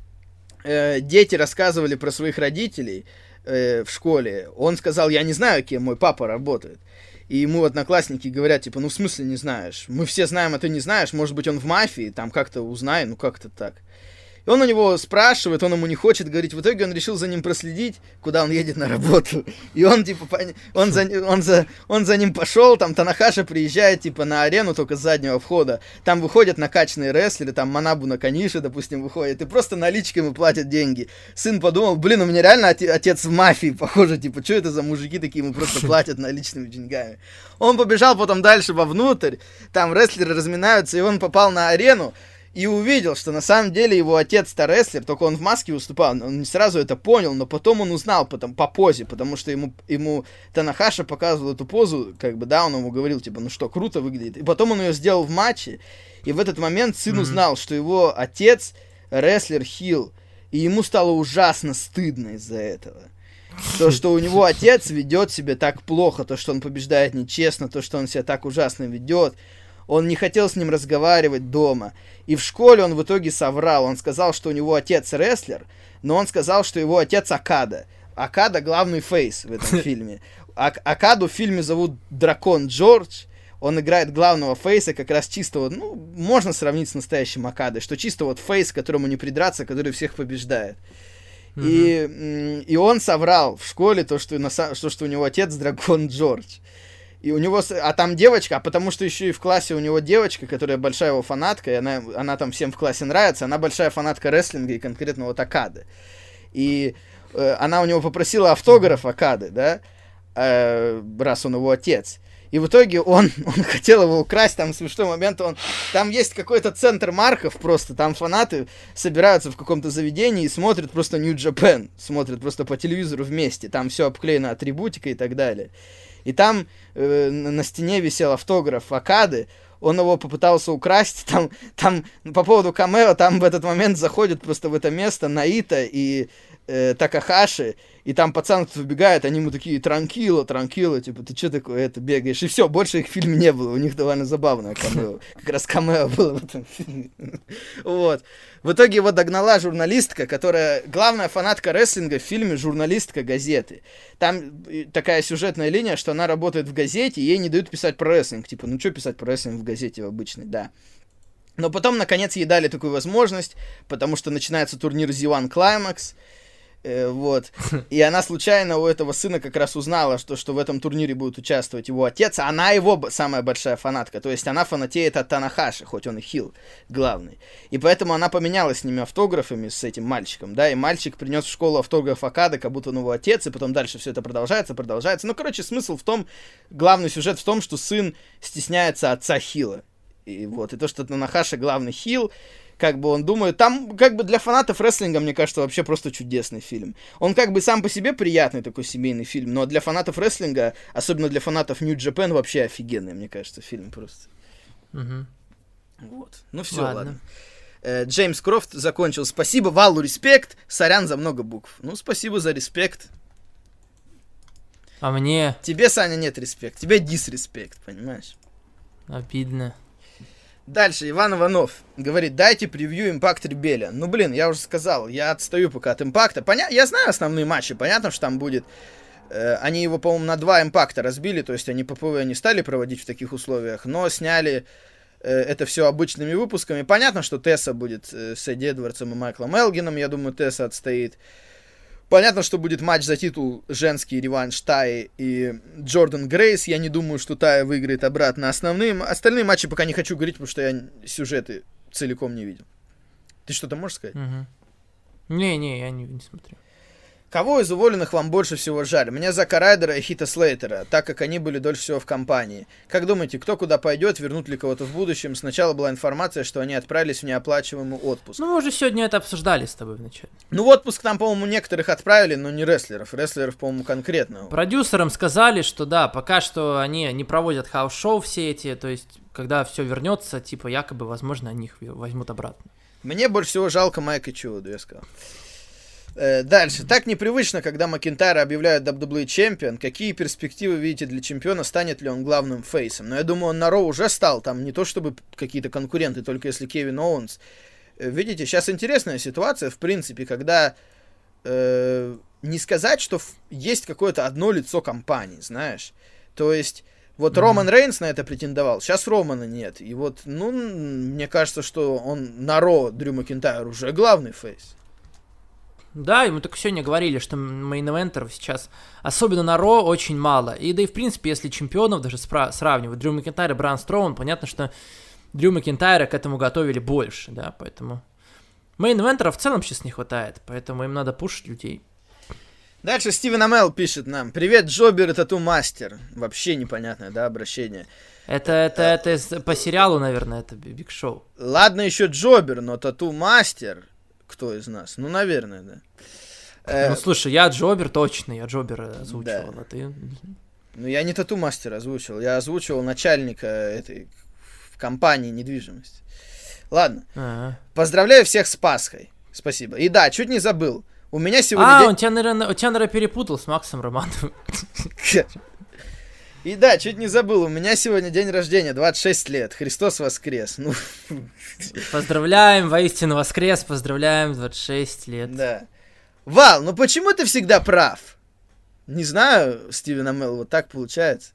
э, дети рассказывали про своих родителей э, в школе, он сказал, я не знаю, кем мой папа работает. И ему одноклассники говорят, типа, ну в смысле не знаешь? Мы все знаем, а ты не знаешь, может быть он в мафии, там как-то узнай, ну как-то так. И он у него спрашивает, он ему не хочет говорить. В итоге он решил за ним проследить, куда он едет на работу. И он, типа, он за, он за, он за ним пошел, там Танахаши приезжает, типа, на арену только с заднего входа. Там выходят накачанные рестлеры, там Манабу Наканиши, допустим, выходит, и просто наличками платят деньги. Сын подумал, блин, у меня реально отец в мафии, похоже, типа, что это за мужики такие, ему просто платят наличными деньгами. Он побежал потом дальше вовнутрь, там рестлеры разминаются, и он попал на арену, и увидел, что на самом деле его отец-то рестлер, только он в маске выступал, он не сразу это понял, но потом он узнал потом, по позе, потому что ему, ему Танахаши показывал эту позу, как бы, да, он ему говорил, типа, ну что, круто выглядит, и потом он ее сделал в матче, и в этот момент сын mm-hmm. узнал, что его отец рестлер хил, и ему стало ужасно стыдно из-за этого. То, что у него отец ведет себя так плохо, то, что он побеждает нечестно, то, что он себя так ужасно ведет. Он не хотел с ним разговаривать дома. И в школе он в итоге соврал. Он сказал, что у него отец рестлер, но он сказал, что его отец Акада. Акада главный фейс в этом фильме. А- Акаду в фильме зовут Дракон Джордж. Он играет главного фейса, как раз чисто вот, ну, можно сравнить с настоящим Акадой, что чисто вот фейс, к которому не придраться, который всех побеждает. Mm-hmm. И, и он соврал в школе то, что, на, что, что у него отец Дракон Джордж. И у него, а там девочка, а потому что еще и в классе у него девочка, которая большая его фанатка, и она, она там всем в классе нравится, она большая фанатка рестлинга и конкретно вот Акады. И э, она у него попросила автограф Акады, да, э, раз он его отец. И в итоге он, он хотел его украсть, там смешной момент, он, там есть какой-то центр марков просто, там фанаты собираются в каком-то заведении и смотрят просто New Japan, смотрят просто по телевизору вместе, там все обклеено атрибутикой и так далее. И там э, на стене висел автограф Акады, он его попытался украсть, там, там по поводу камео, там в этот момент заходит просто в это место Наита и э, Такахаши, и там пацан выбегает, они ему такие, транкило, транкило, типа, ты что такое, это, бегаешь, и все, больше их в фильме не было, у них довольно забавное камео, как раз камео было в этом фильме, вот. В итоге его догнала журналистка, которая, главная фанатка рестлинга в фильме, журналистка газеты. Там такая сюжетная линия, что она работает в газете, и ей не дают писать про рестлинг, типа, ну что писать про рестлинг в газете в обычной, да. Но потом, наконец, ей дали такую возможность, потому что начинается турнир зет один Climax, э, вот, и она случайно у этого сына как раз узнала, что, что в этом турнире будет участвовать его отец, а она его б- самая большая фанатка, то есть она фанатеет от Танахаши, хоть он и хил главный, и поэтому она поменялась с ними автографами, с этим мальчиком, да, и мальчик принес в школу автограф Окады, как будто он его отец, и потом дальше все это продолжается, продолжается, ну, короче, смысл в том, главный сюжет в том, что сын стесняется отца хила. И вот, и то, что Танахаши главный хил, как бы он думает, там, как бы для фанатов рестлинга, мне кажется, вообще просто чудесный фильм. Он как бы сам по себе приятный такой семейный фильм, но для фанатов рестлинга, особенно для фанатов New Japan, вообще офигенный, мне кажется, фильм просто. Угу. Вот, ну все, ладно. Ладно. Э, Джеймс Крофт закончил. Спасибо, Валу, респект, сорян за много букв. Ну, спасибо за респект. А мне Тебе, Саня, нет респект, тебе дисреспект, понимаешь? обидно. Дальше Иван Иванов говорит, дайте превью Impact Rebellion. Ну, блин, я уже сказал, я отстаю пока от Импакта. Поня... Я знаю основные матчи, понятно, что там будет... Э, они его, по-моему, на два Импакта разбили, то есть они ППВ не стали проводить в таких условиях, но сняли э, это все обычными выпусками. Понятно, что Тесса будет э, с Эдди Эдвардсом и Майклом Элгином, я думаю, Тесса отстоит. Понятно, что будет матч за титул женский реванш Таи и Джордан Грейс. Я не думаю, что Тая выиграет обратно. Основные, остальные матчи пока не хочу говорить, потому что я сюжеты целиком не видел. Ты что-то можешь сказать? Угу. Не-не, я не, не смотрю. Кого из уволенных вам больше всего жаль? Мне Зака Райдера и Хита Слейтера, так как они были дольше всего в компании. Как думаете, кто куда пойдет, вернут ли кого-то в будущем? Сначала была информация, что они отправились в неоплачиваемый отпуск. Ну, мы уже сегодня это обсуждали с тобой вначале. Ну, в отпуск там, по-моему, некоторых отправили, но не рестлеров. Рестлеров, по-моему, конкретно. Продюсерам сказали, что да, пока что они не проводят хаус-шоу все эти, то есть, когда все вернется, типа, якобы, возможно, они их возьмут обратно. Мне больше всего жалко Майка Чуоду, я сказал. Э, дальше. Так непривычно, когда Макинтайра объявляют дабл ю дабл ю и чемпион. Какие перспективы видите для чемпиона? Станет ли он главным фейсом? Но я думаю, он на Роу уже стал. Там не то чтобы какие-то конкуренты, только если Кевин Оуэнс. Э, видите, сейчас интересная ситуация, в принципе, когда э, не сказать, что в, есть какое-то одно лицо компании, знаешь. То есть, вот mm-hmm. Роман Рейнс на это претендовал, сейчас Романа нет. И вот, ну, мне кажется, что он на Роу, Дрю Макинтайр, уже главный фейс. Да, и мы только сегодня говорили, что мейн-эвентеров сейчас, особенно на Ро, очень мало. И да и в принципе, если чемпионов даже спра- сравнивать, Дрю Макинтайр и Бран Строуман, понятно, что Дрю Макинтайра к этому готовили больше, да, поэтому мейн-эвентеров в целом сейчас не хватает, поэтому им надо пушить людей. Дальше Стивен Амел пишет нам. Привет, Джобер и Тату Мастер. Вообще непонятное, да, обращение. Это, это, это по сериалу, наверное, это Биг Шоу. Ладно еще Джобер, но Тату Мастер... Кто из нас? Ну, наверное, да. Э, ну, слушай, я Джобер точно, я Джобер озвучивал, да. А ты... Ну, я не Тату Мастер озвучивал, я озвучивал начальника этой компании недвижимости. Ладно. А-а. Поздравляю всех с Пасхой. Спасибо. И да, чуть не забыл. У меня сегодня... А, день... он тебя, наверное, он тебя, наверное, перепутал с Максом Романовым. И да, чуть не забыл, у меня сегодня день рождения, двадцать шесть лет, Христос воскрес. Ну... Поздравляем, воистину воскрес, поздравляем, двадцать шесть лет. Да. Вал, ну почему ты всегда прав? Не знаю, Стивен Амел, вот так получается.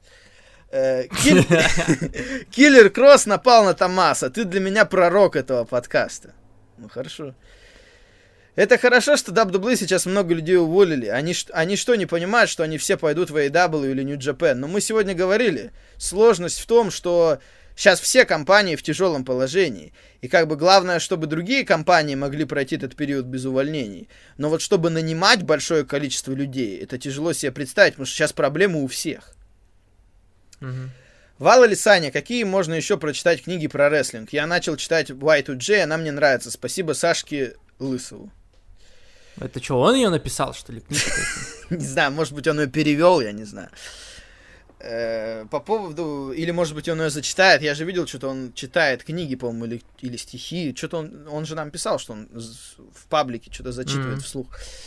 Киллер Кросс напал на Томаса, ты для меня пророк этого подкаста. Ну хорошо. Это хорошо, что дабл ю дабл ю и сейчас много людей уволили. Они, они что, не понимают, что они все пойдут в эй дабл ю или New Japan? Но мы сегодня говорили, сложность в том, что сейчас все компании в тяжелом положении. И как бы главное, чтобы другие компании могли пройти этот период без увольнений. Но вот чтобы нанимать большое количество людей, это тяжело себе представить, потому что сейчас проблемы у всех. Угу. Вал или Саня, какие можно еще прочитать книги про рестлинг? Я начал читать уай ту джей, она мне нравится. Спасибо Сашке Лысову. Это что, он ее написал, что ли? Не знаю, может быть, он ее перевел, я не знаю. По поводу... Или, может быть, он ее зачитает. Я же видел, что-то он читает книги, по-моему, или, или стихи. Что-то он... Он же нам писал, что он в паблике что-то зачитывает mm-hmm. вслух.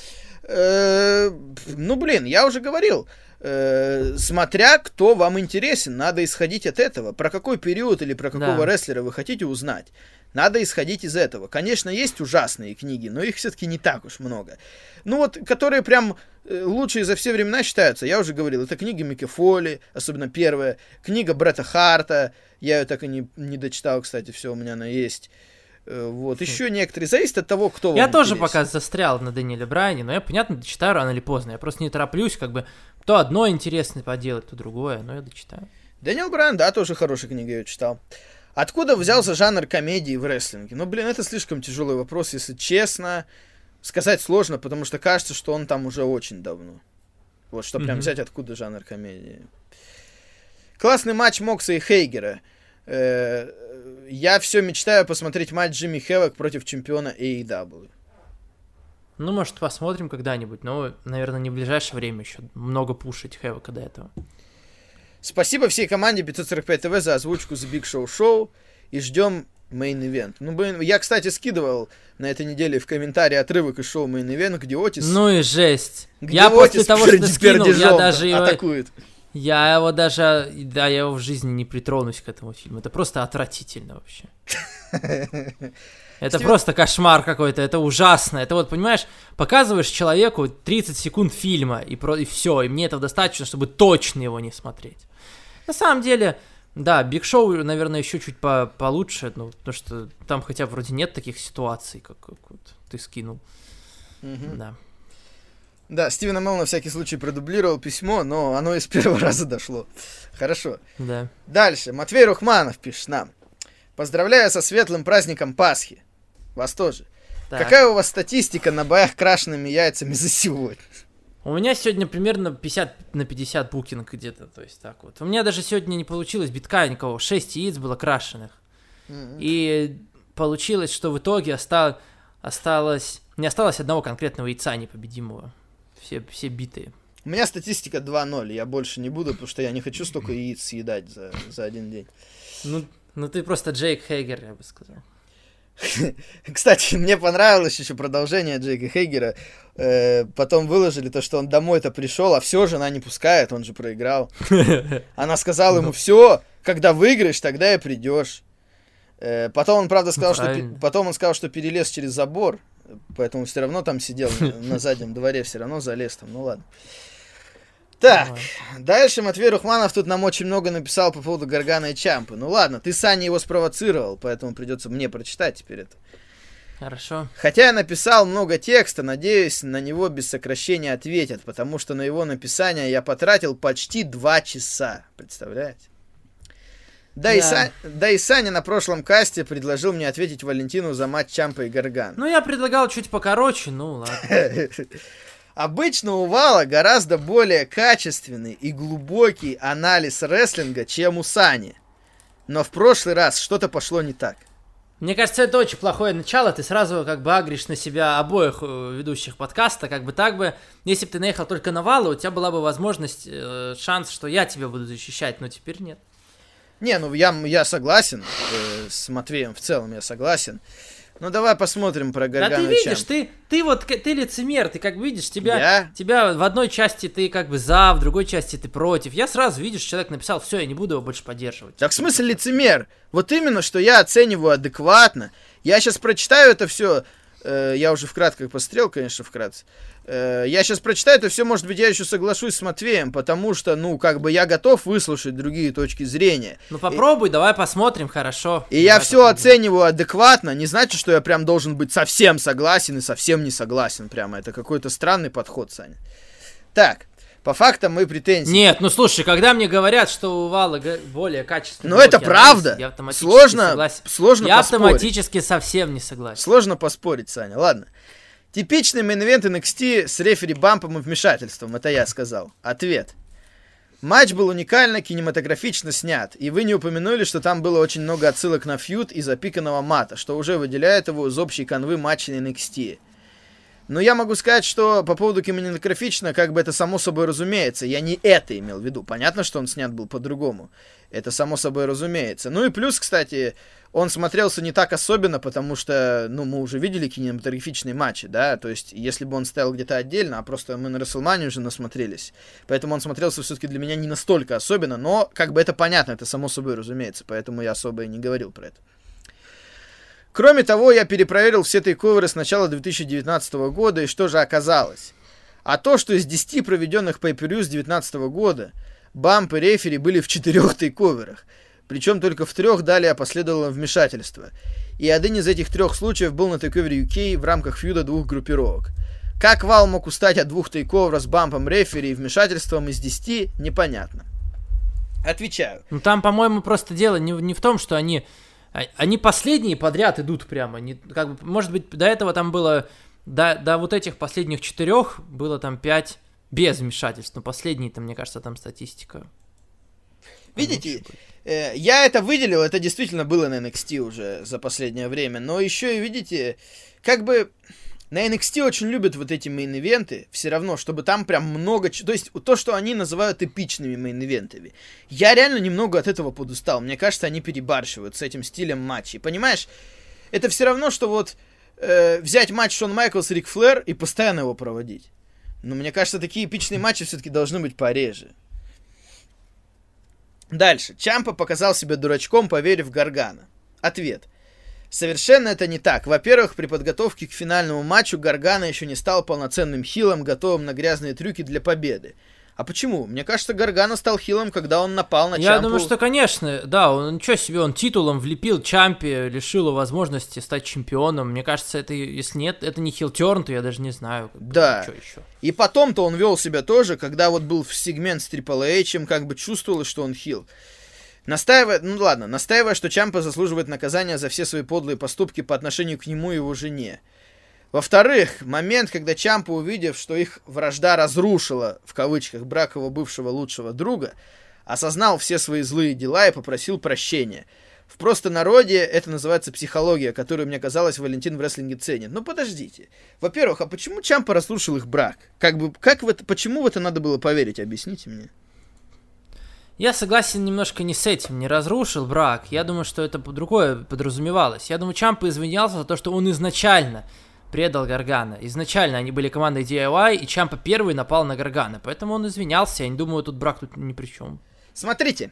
Э, ну, блин, я уже говорил. Э, смотря кто вам интересен, надо исходить от этого. Про какой период или про какого Да. рестлера вы хотите узнать. Надо исходить из этого. Конечно, есть ужасные книги, но их все-таки не так уж много. Ну вот, которые прям э, лучшие за все времена считаются, я уже говорил, это книга Микки Фоли, особенно первая, книга Бретта Харта, я ее так и не, не дочитал, кстати, все у меня она есть. Э, вот, еще некоторые, зависит от того, кто Я вам тоже интересен. пока застрял на Дэниеле Брайане, но я, понятно, дочитаю рано или поздно. Я просто не тороплюсь, как бы, то одно интересное поделать, то другое, но я дочитаю. Дэниел Брайан, да, тоже хорошая книга, я ее читал. Откуда взялся жанр комедии в рестлинге? Ну, блин, это слишком тяжелый вопрос, если честно. Сказать сложно, потому что кажется, что он там уже очень давно. Вот, что прям Мгм. взять, откуда жанр комедии. Классный матч Мокса и Хейгера. Э, Я все мечтаю посмотреть матч Джимми Хэвок против чемпиона эй и дабл ю. Ну, может, посмотрим когда-нибудь, но, наверное, не в ближайшее время еще. Много пушить Хэвока до этого. Спасибо всей команде пятьсот сорок пять ТВ за озвучку The Big Show Show. И ждем мейн-ивент. Ну, блин, я, кстати, скидывал на этой неделе в комментарии отрывок из шоу мейн-ивент, где Отис... Ну и жесть. где Я после Отис того, что ты перед скинул, я пердежом даже его... атакует. Я его даже... Да, я его в жизни не притронусь к этому фильму. Это просто отвратительно вообще. Это Стивен- просто кошмар какой-то, это ужасно. Это вот, понимаешь, показываешь человеку тридцать секунд фильма, и, про... и все, и мне этого достаточно, чтобы точно его не смотреть. На самом деле, да, Биг Шоу, наверное, еще чуть по получше, ну, потому что там хотя бы вроде нет таких ситуаций, как, как вот ты скинул. Мгм. Да. Да, Стивен Амелл на всякий случай продублировал письмо, но оно из первого раза дошло. Хорошо. Да. Дальше. Матвей Рухманов пишет нам. Поздравляю со светлым праздником Пасхи. Вас тоже. Так. Какая у вас статистика на боях крашенными яйцами за сегодня? У меня сегодня примерно пятьдесят на пятьдесят букинг где-то, то есть так вот. У меня даже сегодня не получилось битка никого, шесть яиц было крашеных. И получилось, что в итоге оста... осталось... Не осталось одного конкретного яйца непобедимого. Все, все битые. У меня статистика два ноль. Я больше не буду, потому что я не хочу столько яиц съедать за, за один день. Ну, ну ты просто Джейк Хейгер, я бы сказал. Кстати, мне понравилось еще продолжение Джейка Хейгера. Э, потом выложили то, что он домой-то пришел, а все, жена не пускает, он же проиграл. Она сказала ему: все, когда выиграешь, тогда и придешь. Э, потом он, правда, сказал, что пе- Правильно. потом он сказал, что перелез через забор, поэтому все равно там сидел на, на заднем дворе, все равно залез там. Ну ладно. Так, Давай. дальше Матвей Рухманов тут нам очень много написал по поводу Гаргана и Чампы. Ну ладно, ты, Саня, его спровоцировал, поэтому придется мне прочитать теперь это. Хорошо. Хотя я написал много текста, надеюсь, на него без сокращения ответят, потому что на его написание я потратил почти два часа. Представляете? Да, И Да. Са- да и Саня на прошлом касте предложил мне ответить Валентину за матч Чампа и Гаргана. Ну, я предлагал чуть покороче, ну ладно. Обычно у Вала гораздо более качественный и глубокий анализ рестлинга, чем у Сани. Но в прошлый раз что-то пошло не так. Мне кажется, это очень плохое начало, ты сразу как бы агришь на себя обоих э, ведущих подкаста, как бы так бы, если бы ты наехал только на Вала, у тебя была бы возможность, э, шанс, что я тебя буду защищать, но теперь нет. Не, ну я, я согласен э, с Матвеем в целом, я согласен. Ну давай посмотрим про Да Гаргана ты и видишь, Чампу. ты, ты вот, к- ты лицемер, ты как бы видишь, тебя, Я? тебя в одной части ты как бы за, в другой части ты против. Я сразу, видишь, человек написал, все, я не буду его больше поддерживать. Так в смысле лицемер? Вот именно, что я оцениваю адекватно. Я сейчас прочитаю это все. Э, я уже вкратце посмотрел, конечно, вкратце. Э, я сейчас прочитаю это все, может быть, я еще соглашусь с Матвеем, потому что, ну, как бы я готов выслушать другие точки зрения. Ну попробуй, давай посмотрим, хорошо. И я Давай все попробуем. оцениваю адекватно, не значит, что я прям должен быть совсем согласен и совсем не согласен прямо. Это какой-то странный подход, Саня. Так, по фактам мы претензии. Нет, ну слушай, когда мне говорят, что у Вала га- более качественный Ну, это блок, я правда. анализ, я автоматически Сложно, согласен. сложно Я поспорить. автоматически совсем не согласен. Сложно поспорить, Саня. Ладно. Типичный мейн-ивент эн экс ти с рефери-бампом и вмешательством. Это я сказал. Ответ. Матч был уникально кинематографично снят, и вы не упомянули, что там было очень много отсылок на фьюд и запиканного мата, что уже выделяет его из общей канвы матча на эн экс ти. Но я могу сказать, что по поводу кинематографично, как бы это само собой разумеется. Я не это имел в виду. Понятно, что он снят был по-другому. Это само собой разумеется. Ну и плюс, кстати, он смотрелся не так особенно, потому что, ну, мы уже видели кинематографичные матчи, да, то есть, если бы он стоял где-то отдельно, а просто мы на WrestleMania уже насмотрелись, поэтому он смотрелся все-таки для меня не настолько особенно, но, как бы, это понятно, это само собой разумеется, поэтому я особо и не говорил про это. Кроме того, я перепроверил все тейковеры с начала две тысячи девятнадцатого года, и что же оказалось? А то, что из десяти проведенных pay-per-view с две тысячи девятнадцатого года, Бамп и рефери были в четырех тейковерах. Причем только в трех далее последовало вмешательство. И один из этих трех случаев был на тейковере ю кей в рамках фьюда двух группировок. Как Вал мог устать от двух тейковеров с бампом рефери и вмешательством из десяти, непонятно. Отвечаю. Ну там, по-моему, просто дело не, не в том, что они... Они последние подряд идут прямо. Не, как бы, может быть, до этого там было... До, до вот этих последних четырех было там пять без вмешательств. Но последние-то, мне кажется, там статистика... Видите, э, я это выделил, это действительно было на эн экс ти уже за последнее время, но еще и, видите, как бы на эн экс ти очень любят вот эти мейн-ивенты, все равно, чтобы там прям много, то есть то, что они называют эпичными мейн-ивентами. Я реально немного от этого подустал, мне кажется, они перебарщивают с этим стилем матчей, понимаешь? Это все равно, что вот э, взять матч Шон Майклс и Рик Флэр и постоянно его проводить. Но мне кажется, такие эпичные матчи все-таки должны быть пореже. Дальше. Чампа показал себя дурачком, поверив в Гаргана. Ответ. Совершенно это не так. Во-первых, при подготовке к финальному матчу Гаргана еще не стал полноценным хилом, готовым на грязные трюки для победы. А почему? Мне кажется, Гаргана стал хилом, когда он напал на Я Чампу. думаю, что, конечно, да, он ничего себе, он титулом влепил Чампе, лишил его возможности стать чемпионом. Мне кажется, это, если нет, это не хил-терн, то я даже не знаю. Да. Что еще. И потом-то он вел себя тоже, когда вот был в сегмент с Трипл Эйчем, как бы чувствовалось, что он хил. Настаивая, ну ладно, настаивая, что Чампа заслуживает наказания за все свои подлые поступки по отношению к нему и его жене. Во-вторых, момент, когда Чампа, увидев, что их вражда разрушила, в кавычках, брак его бывшего лучшего друга, осознал все свои злые дела и попросил прощения. В простонародье это называется психология, которую, мне казалось, Валентин в рестлинге ценит. Но подождите. Во-первых, а почему Чампа разрушил их брак? Как бы, как в это, почему в это надо было поверить? Объясните мне. Я согласен немножко не с этим, не разрушил брак. Я думаю, что это другое подразумевалось. Я думаю, Чампа извинялся за то, что он изначально предал Гаргана. Изначально они были командой ди ай уай, и Чампа первый напал на Гаргана. Поэтому он извинялся. Я не думаю, тут брак тут ни при чем. Смотрите.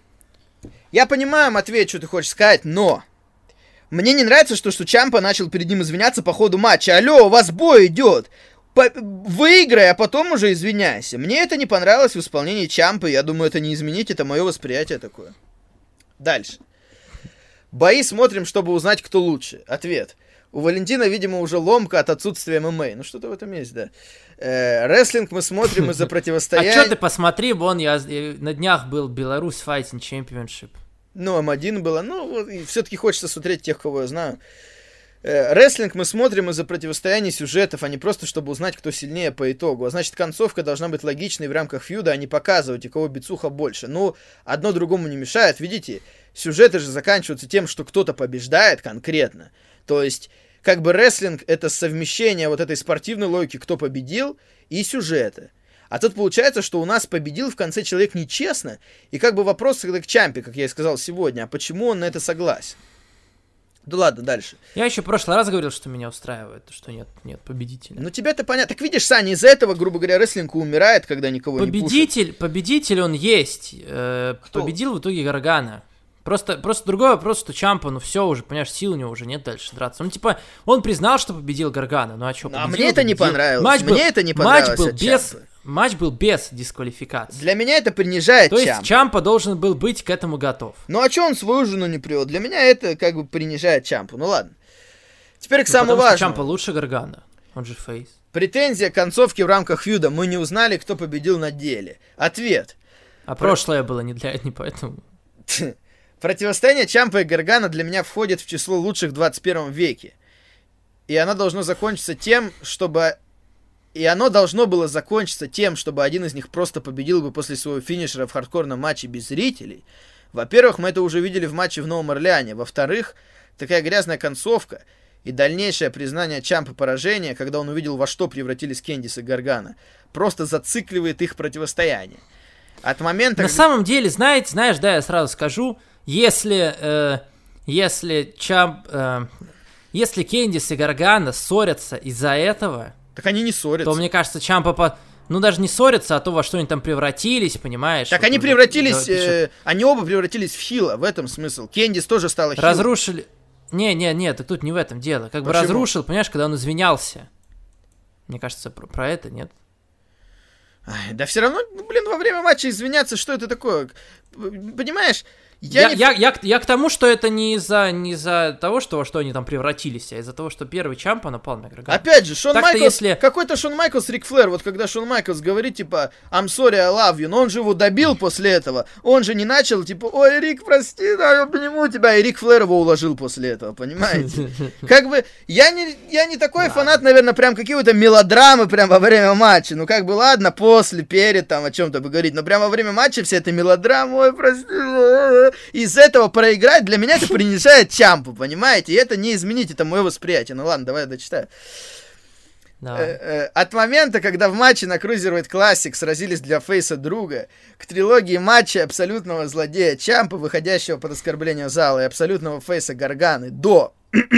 Я понимаю, Матвей, что ты хочешь сказать, но мне не нравится, что, что Чампа начал перед ним извиняться по ходу матча. Алло, у вас бой идет. По- выиграй, а потом уже извиняйся. Мне это не понравилось в исполнении Чампы. Я думаю, это не изменить, это мое восприятие такое. Дальше. Бои смотрим, чтобы узнать, кто лучше. Ответ. У Валентина, видимо, уже ломка от отсутствия эм эм а. Ну, что-то в этом есть, да. Э, рестлинг мы смотрим из-за противостояния... А что ты посмотри, вон, я, я на днях был Беларусь Fighting Championship. Ну, эм один было. Ну, все-таки хочется смотреть тех, кого я знаю. Э, рестлинг мы смотрим из-за противостояния сюжетов, а не просто, чтобы узнать, кто сильнее по итогу. А значит, концовка должна быть логичной в рамках фьюда, а не показывать, у кого бицуха больше. Ну, одно другому не мешает. Видите, сюжеты же заканчиваются тем, что кто-то побеждает конкретно. То есть, как бы рестлинг — это совмещение вот этой спортивной логики, кто победил, и сюжета. А тут получается, что у нас победил в конце человек нечестно, и как бы вопрос тогда к Чампе, как я и сказал сегодня, а почему он на это согласен? Да ладно, дальше. Я еще в прошлый раз говорил, что меня устраивает, что нет, нет победителя. Ну тебе-то понятно. Так видишь, Саня, из-за этого, грубо говоря, рестлинг умирает, когда никого победитель, не пушат. Победитель он есть. Э, победил в итоге Гаргана. Просто, просто другой вопрос, что Чампа, ну все уже, понимаешь, сил у него уже нет дальше драться. Ну типа, он признал, что победил Гаргана, ну а что, победил, А мне это победил. не понравилось, Матч мне был, это не понравилось матч был от без, Чампы. матч был без дисквалификации. Для меня это принижает То Чампу. есть Чампа должен был быть к этому готов. Ну а что он свою жену не привел? Для меня это как бы принижает Чампу. Ну ладно. Теперь к ну, самому потому важному. Что Чампа лучше Гаргана, он же фейс. Претензия к концовке в рамках фьюда. Мы не узнали, кто победил на деле. Ответ. А Про... прошлое было не для не поэтому. Противостояние Чампа и Гаргана для меня входит в число лучших в двадцать первом веке. И оно должно закончиться тем, чтобы... И оно должно было закончиться тем, чтобы один из них просто победил бы после своего финишера в хардкорном матче без зрителей. Во-первых, мы это уже видели в матче в Новом Орлеане. Во-вторых, такая грязная концовка. И дальнейшее признание Чампы поражения, когда он увидел, во что превратились Кэндис и Гаргана, просто зацикливает их противостояние. От момента... На как... самом деле, знаете, знаешь, да, я сразу скажу, если, э, если Чамп... Э, если Кэндис и Гаргана ссорятся из-за этого... Так они не ссорятся. То, мне кажется, Чампа... По... Ну, даже не ссорятся, а то, во что они там превратились, понимаешь? Так вот они уже, превратились... да, э, они оба превратились в хила, в этом смысл. Кэндис тоже стала хилом. Разрушили... Не, не, нет, так тут не в этом дело. Как бы Почему? разрушил, понимаешь, когда он извинялся. Мне кажется, про, про это нет. Ай, да все равно, ну, блин, во время матча извиняться, что это такое? Понимаешь? Я, Я, я, не... я, я, я к тому, что это не из-за не из-за того, что, во что они там превратились, а из-за того, что первый Чампа напал на Гаргана. Опять же, Шон Так-то Майклс, если- какой-то Шон Майклс, Рик Флэр, вот когда Шон Майклс говорит, типа, I'm sorry, I love you, но он же его добил после этого, он же не начал, типа, ой, Рик, прости, да, я обниму тебя, и Рик Флэр его уложил после этого, понимаете? Как бы, я не, я не такой фанат, наверное, прям какие-то мелодрамы прям во время матча, ну как бы, ладно, после, перед, там, о чем-то поговорить, но прямо во время матча вся эта мелодрама, ой, прости, из этого проиграть, для меня это принижает Чампу, понимаете? И это не изменить, это мое восприятие. Ну ладно, давай я дочитаю. Давай. Э, э, От момента, когда в матче на Cruiserweight Classic сразились для фейса друга, к трилогии матчей абсолютного злодея Чампа, выходящего под оскорбление зала, и абсолютного фейса Гарганы, до,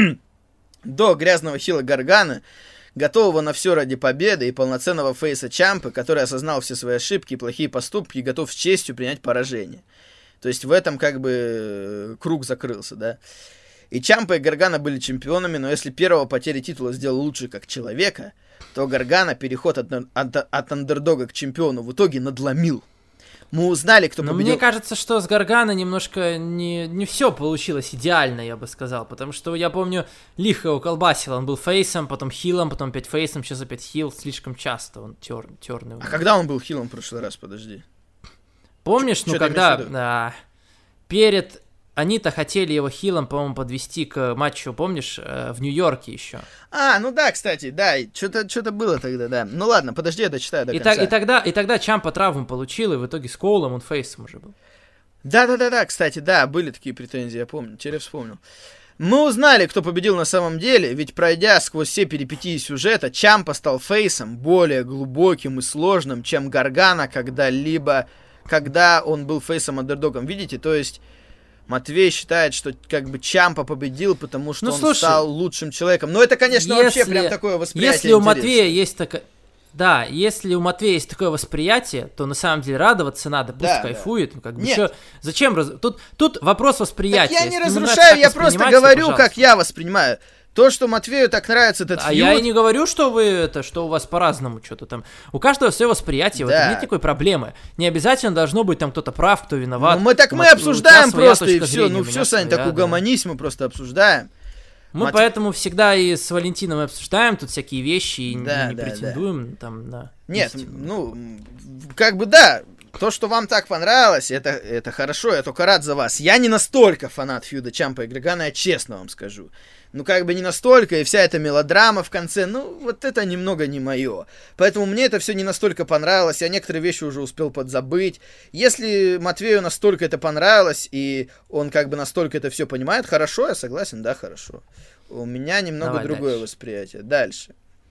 до грязного хила Гарганы, готового на все ради победы, и полноценного фейса Чампы, который осознал все свои ошибки и плохие поступки и готов с честью принять поражение. То есть в этом как бы круг закрылся, да. И Чампа и Гаргана были чемпионами, но если первого по потере титула сделал лучше как человека, то Гаргана переход от, от, от андердога к чемпиону в итоге надломил. Мы узнали, кто Но победил. мне кажется, что с Гаргана немножко не, не все получилось идеально, я бы сказал. Потому что я помню, лихо его колбасил. Он был фейсом, потом хилом, потом опять фейсом, сейчас опять хил. Слишком часто он тер, терный. А когда он был хилом в прошлый раз, подожди? Помнишь, Чё- ну чё ты когда имеешь в виду? а, перед... Они-то хотели его хилом, по-моему, подвести к матчу, помнишь, э, в Нью-Йорке еще. А, ну да, кстати, да, что-то что-то было тогда, да. Ну ладно, подожди, я дочитаю до И, конца. так, и, тогда, и тогда Чампа травму получил, и в итоге с Коулом он фейсом уже был. Да-да-да-да, кстати, да, были такие претензии, я помню, теперь я вспомнил. Мы узнали, кто победил на самом деле, ведь пройдя сквозь все перипетии сюжета, Чампа стал фейсом более глубоким и сложным, чем Гаргана когда-либо, когда он был фейсом-андердогом. Видите, то есть Матвей считает, что как бы Чампа победил, потому что Ну, он слушай, стал лучшим человеком. Но это, конечно, вообще если- прям такое восприятие Если у интересное. Матвея есть такая... Да, если у Матвея есть такое восприятие, то на самом деле радоваться надо, пусть Да, да. кайфует. Ну, как бы Нет. чё- Зачем раз... Тут, тут вопрос восприятия. Так я не Если ему нравится разрушаю, так я просто воспринимать, то говорю, пожалуйста. как я воспринимаю. То, что Матвею так нравится этот А фьюд... я и не говорю, что вы это, что у вас по-разному что-то там. У каждого свое восприятие, в Да. этом нет никакой проблемы. Не обязательно должно быть там кто-то прав, кто виноват. Ну, мы так У мы Мат- у обсуждаем тебя своя просто и точка все. зрения, Ну у все, меня Сань, так своя, да. угомонись, мы просто обсуждаем. Мы Мат- поэтому всегда и с Валентином обсуждаем тут всякие вещи и не- Да, не да, да. претендуем там на Нет, истину. ну, м, как бы да, то, что вам так понравилось, это, это хорошо, я только рад за вас. Я не настолько фанат фьюда Чампа и Гаргана, я честно вам скажу. Ну, как бы не настолько, и вся эта мелодрама в конце, ну, вот это немного не мое. Поэтому мне это все не настолько понравилось, я некоторые вещи уже успел подзабыть. Если Матвею настолько это понравилось, и он как бы настолько это все понимает, хорошо, я согласен, да, хорошо. У меня немного Давай другое дальше. восприятие. Дальше.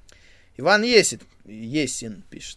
Иван Есин, Есин пишет.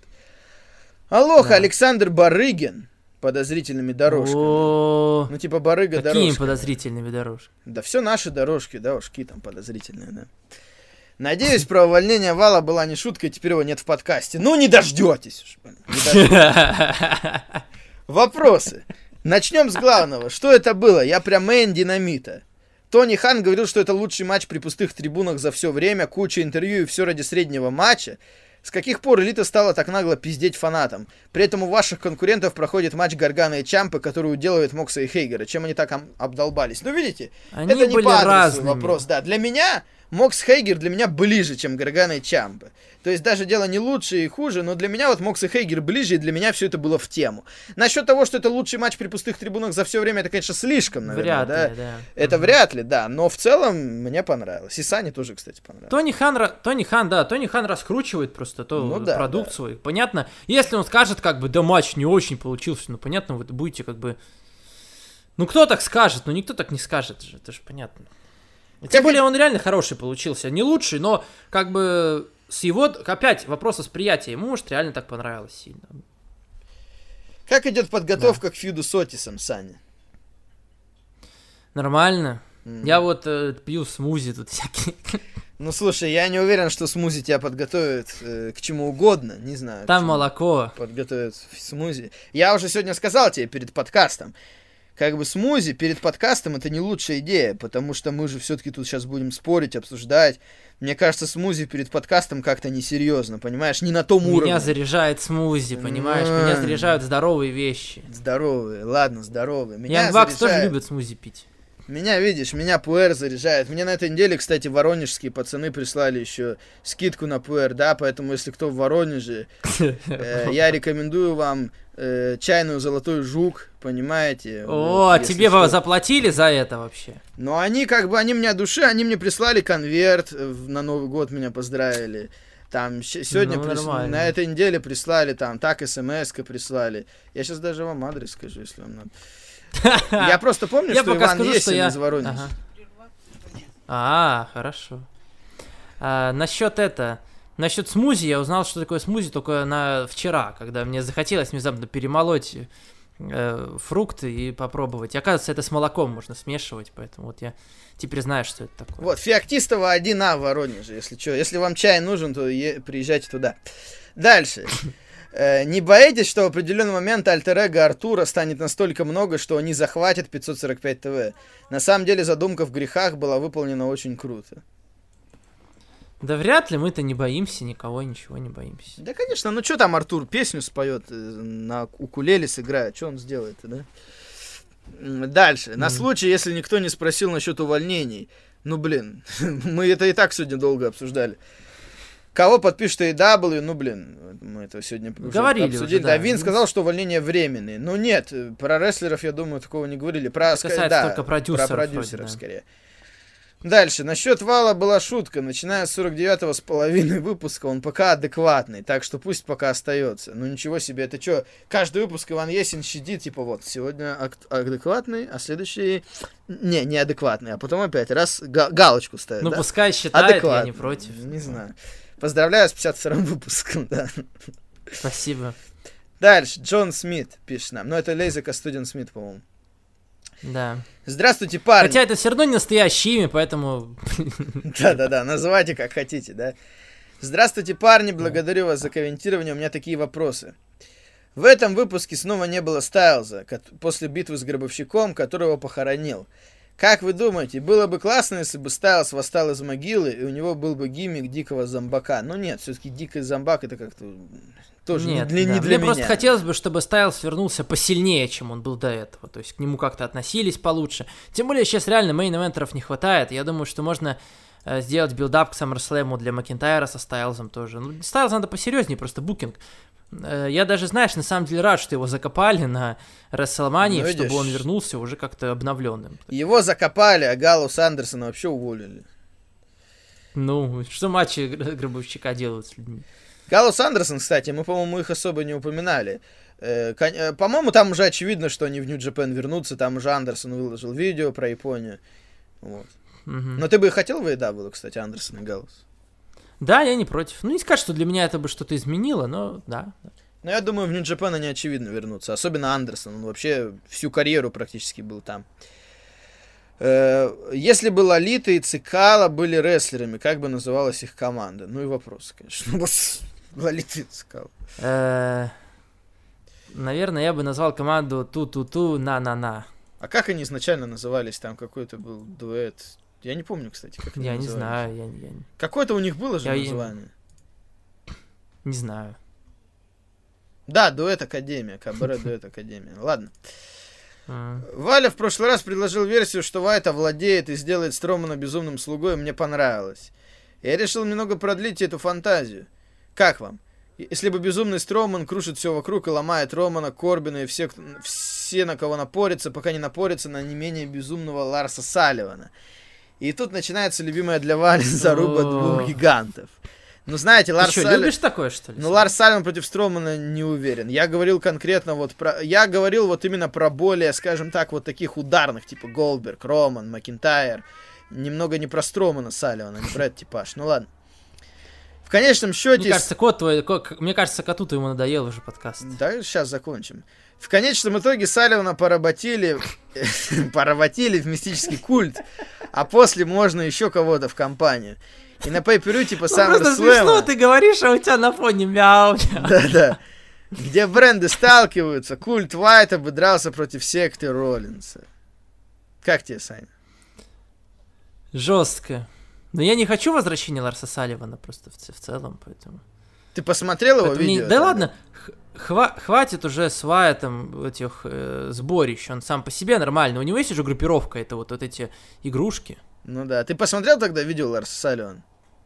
Алоха, Да. Александр Барыгин подозрительными дорожками. О, Ну, типа барыга какими дорожками. подозрительными дорожками. Да все наши дорожки, да уж, какие там подозрительные, да. Надеюсь, про увольнение Вала была не шутка, и теперь его нет в подкасте. Ну, не дождетесь уж, блин, не дождетесь. Вопросы. Начнем с главного. Что это было? Я прям мейн динамита. Тони Хан говорил, что это лучший матч при пустых трибунах за все время, куча интервью и все ради среднего матча. С каких пор элита стала так нагло пиздеть фанатам? При этом у ваших конкурентов проходит матч Гаргана и Чампы, который уделывает Мокса и Хейгера. Чем они так ам- обдолбались? Ну, видите, Они это не были по адресу разными. вопрос. Да, для меня Мокс Хейгер для меня ближе, чем Гаргана и Чампы. То есть даже дело не лучше и хуже, но для меня вот Мокс и Хейгер ближе, и для меня все это было в тему. Насчет того, что это лучший матч при пустых трибунах за все время, это, конечно, слишком, наверное, Вряд да? ли, да. Это Мгм. вряд ли, да, но в целом мне понравилось. И Сане тоже, кстати, понравилось. Тони Хан, ра- Тони Хан, да, Тони Хан раскручивает просто то Ну да, продукт да. свой. Понятно, если он скажет, как бы, да, матч не очень получился, ну, понятно, вы будете, как бы... Ну, кто так скажет? Ну, никто так не скажет же, это же понятно. Тем более он реально хороший получился. Не лучший, но как бы с его... Опять вопрос восприятия. Ему, может, реально так понравилось сильно. Как идет подготовка да. к фьюду с Отисом, Саня? Нормально. Mm. Я вот э, пью смузи тут всякие. Ну, слушай, я не уверен, что смузи тебя подготовит э, к чему угодно. Не знаю. Там молоко. Подготовит смузи. Я уже сегодня сказал тебе перед подкастом. Как бы смузи перед подкастом это не лучшая идея, потому что мы же все-таки тут сейчас будем спорить, обсуждать. Мне кажется, смузи перед подкастом как-то несерьезно, понимаешь? Не на том Меня уровне. Меня заряжает смузи, понимаешь? Mm. Меня заряжают здоровые вещи. Здоровые, ладно, здоровые. Меня Янгбакс заряжает... тоже любит смузи пить. Меня, видишь, меня Пуэр заряжает. Мне на этой неделе, кстати, воронежские пацаны прислали еще скидку на Пуэр, да, поэтому если кто в Воронеже, э, я рекомендую вам э, чайную золотой жук, понимаете? О, вот, тебе что. Заплатили за это вообще? Ну, они как бы, они мне от души, они мне прислали конверт, на Новый год меня поздравили. Там сегодня, ну, прис... на этой неделе прислали, там, так смс-ка прислали. Я сейчас даже вам адрес скажу, если вам надо. Я просто помню, я что пока Иван скажу, Есин что я... из Воронежа. Ага. А, хорошо. А, насчет это, насчет смузи, я узнал, что такое смузи только на вчера, когда мне захотелось внезапно перемолоть э, фрукты и попробовать. И, оказывается, это с молоком можно смешивать, поэтому вот я теперь знаю, что это такое. Вот, Феоктистова один А в Воронеже, если что. Если вам чай нужен, то е- приезжайте туда. Дальше. Не боитесь, что в определенный момент альтер-эго Артура станет настолько много, что они захватят пятьсот сорок пять ТВ? На самом деле задумка в грехах была выполнена очень круто. Да вряд ли, мы-то не боимся никого, ничего не боимся. Да, конечно, ну что там Артур песню споет, на укулеле сыграет, что он сделает, да? Дальше. Mm-hmm. На случай, если никто не спросил насчет увольнений. Ну, блин, мы это и так сегодня долго обсуждали. Кого подпишет эй дабл ю, ну, блин, мы это сегодня говорили обсудили. Уже, да. да, Вин сказал, что увольнения временные. Ну, нет, про рестлеров, я думаю, такого не говорили. Про, касается да, только продюсеров. Про продюсеров, вроде, да. скорее. Дальше. Насчет Вала была шутка. Начиная с сорок девятого с половиной выпуска, он пока адекватный, так что пусть пока остается. Ну, ничего себе, это что, каждый выпуск Иван Есин щадит, типа, вот, сегодня адекватный, а следующий... Не, неадекватный, а потом опять раз га- галочку ставит, Ну, да? пускай считает, я не против. Не знаю. Поздравляю с пятьдесят вторым выпуском, да. Спасибо. Дальше, Джон Смит пишет нам. Ну, это Лейзека Студент Смит, по-моему. Да. Здравствуйте, парни. Хотя это все равно не настоящее имя, поэтому... Да-да-да, называйте как хотите, да. Здравствуйте, парни, благодарю вас за комментирование, у меня такие вопросы. В этом выпуске снова не было Стайлза, после битвы с Гробовщиком, которого похоронил. Как вы думаете, было бы классно, если бы Стайлз восстал из могилы, и у него был бы гиммик дикого зомбака? Ну нет, все-таки дикий зомбак это как-то тоже нет, не для, да. не для Мне меня. просто хотелось бы, чтобы Стайлз вернулся посильнее, чем он был до этого. То есть к нему как-то относились получше. Тем более сейчас реально мейн-эвентеров не хватает. Я думаю, что можно э, сделать билдап к SummerSlam для Макинтайра со Стайлзом тоже. Ну, Стайлз надо посерьезнее, просто букинг. Я даже, знаешь, на самом деле рад, что его закопали на Рестлмании, ну, чтобы он вернулся уже как-то обновленным. Его закопали, а Галлус Андерсона вообще уволили. Ну, что матчи Гробовщика делают с людьми? Галлус Андерсон, кстати, мы, по-моему, их особо не упоминали. Э, кон- по-моему, там уже очевидно, что они в Нью-Джапен вернутся, там уже Андерсон выложил видео про Японию. Вот. Угу. Но ты бы хотел в эй дабл ю, кстати, Андерсон и Галлус? Да, я не против. Ну, не сказать, что для меня это бы что-то изменило, но да. Ну, я думаю, в Нью-Джапен они очевидно вернутся. Особенно Андерсон. Он вообще всю карьеру практически был там. Э, если бы Лолита и Цикала были рестлерами, как бы называлась их команда? Ну и вопрос, конечно. Лолита и Цикала. Наверное, я бы назвал команду Ту-Ту-Ту На-На-На. А как они изначально назывались? Там какой-то был дуэт... Я не помню, кстати, как они Я назывались. не знаю, я, я... Какое-то у них было же я название. Не знаю. Да, дуэт Академия, Кабаре дуэт Академия. Ладно. А. Валя в прошлый раз предложил версию, что Вайт овладеет и сделает Стромана безумным слугой, мне понравилось. Я решил немного продлить эту фантазию. Как вам? Если бы безумный Строман крушит все вокруг и ломает Романа, Корбина и все, все, на кого напорится, пока не напорится на не менее безумного Ларса Салливана. И тут начинается любимая для Вали заруба двух гигантов. Ну, знаете, Ларс Ты что, Салли... любишь такое, что ли? Ну, Ларс Салливан против Стромана не уверен. Я говорил конкретно вот про... Я говорил вот именно про более, скажем так, вот таких ударных, типа Голдберг, Роман, Макинтайр. немного не про Стромана Салливана, не про этот типаж. Ну ладно. В конечном счете... Мне кажется, кот твой, кот, мне кажется, коту-то ему надоел уже подкаст. Да, сейчас закончим. В конечном итоге Салливана поработили, поработили в мистический культ, а после можно еще кого-то в компанию. И на Pay-Per-View типа SummerSlam... Просто смешно ты говоришь, а у тебя на фоне мяу. Да-да. Где бренды сталкиваются, культ Уайта бы дрался против секты Роллинса. Как тебе, Саня? Жестко. Но я не хочу возвращения Ларса Салливана просто в, в целом, поэтому... Ты посмотрел его поэтому видео? Не... Да ладно, хва- хватит уже с Уайтом этих э, сборищ, он сам по себе нормальный. У него есть уже группировка, это вот, вот эти игрушки. Ну да, ты посмотрел тогда видео Ларса Салливана?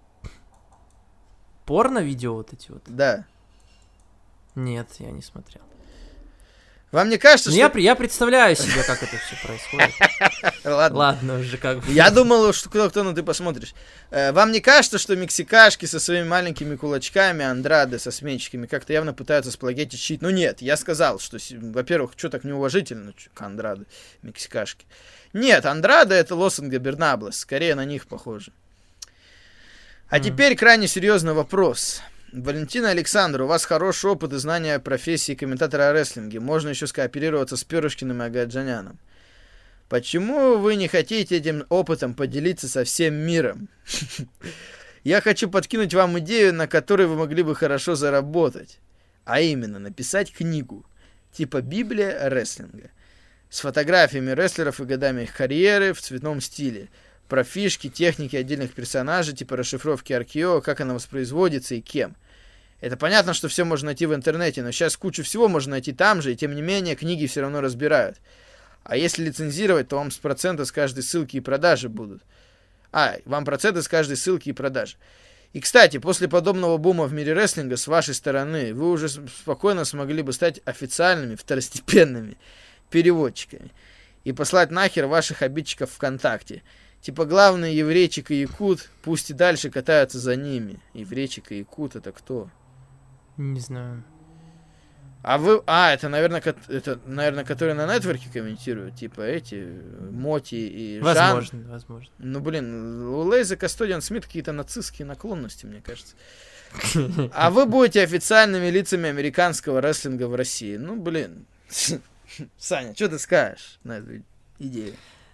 Порно-видео вот эти вот? Да. Нет, я не смотрел. Вам не кажется, Но что... Я, я представляю себе, как это все происходит. Ладно. Ладно уже как бы. Я думал, что кто-кто, ну ты посмотришь. Вам не кажется, что мексикашки со своими маленькими кулачками, Андрады со сменщиками как-то явно пытаются сплагетичить? Ну нет, я сказал, что, во-первых, что так неуважительно к Андрады, мексикашки. Нет, Андрада это Лос Ингобернаблес, скорее на них похоже. А mm. теперь крайне серьезный вопрос. Валентина Александр, у вас хороший опыт и знания профессии комментатора о рестлинге. Можно еще скооперироваться с Перышкиным и Агаджаняном. Почему вы не хотите этим опытом поделиться со всем миром? Я хочу подкинуть вам идею, на которой вы могли бы хорошо заработать. А именно, написать книгу. Типа Библия рестлинга. С фотографиями рестлеров и годами их карьеры в цветном стиле. Про фишки, техники отдельных персонажей, типа расшифровки ар кей о, как она воспроизводится и кем. Это понятно, что все можно найти в интернете, но сейчас кучу всего можно найти там же, и тем не менее книги все равно разбирают. А если лицензировать, то вам с процента с каждой ссылки и продажи будут. А, вам проценты с каждой ссылки и продажи. И, кстати, после подобного бума в мире рестлинга с вашей стороны, вы уже спокойно смогли бы стать официальными, второстепенными переводчиками и послать нахер ваших обидчиков ВКонтакте. Типа главный еврейчик и якут, пусть и дальше катаются за ними. Еврейчик и якут это кто? Не знаю. А вы... А, это, наверное, ко... это, наверное, которые на нетворке комментируют, типа эти, Моти и Жан. Возможно, возможно. Ну, блин, у Лейза Кастодиан Смит какие-то нацистские наклонности, мне кажется. А вы будете официальными лицами американского рестлинга в России. Ну, блин. Саня, что ты скажешь на эту идею?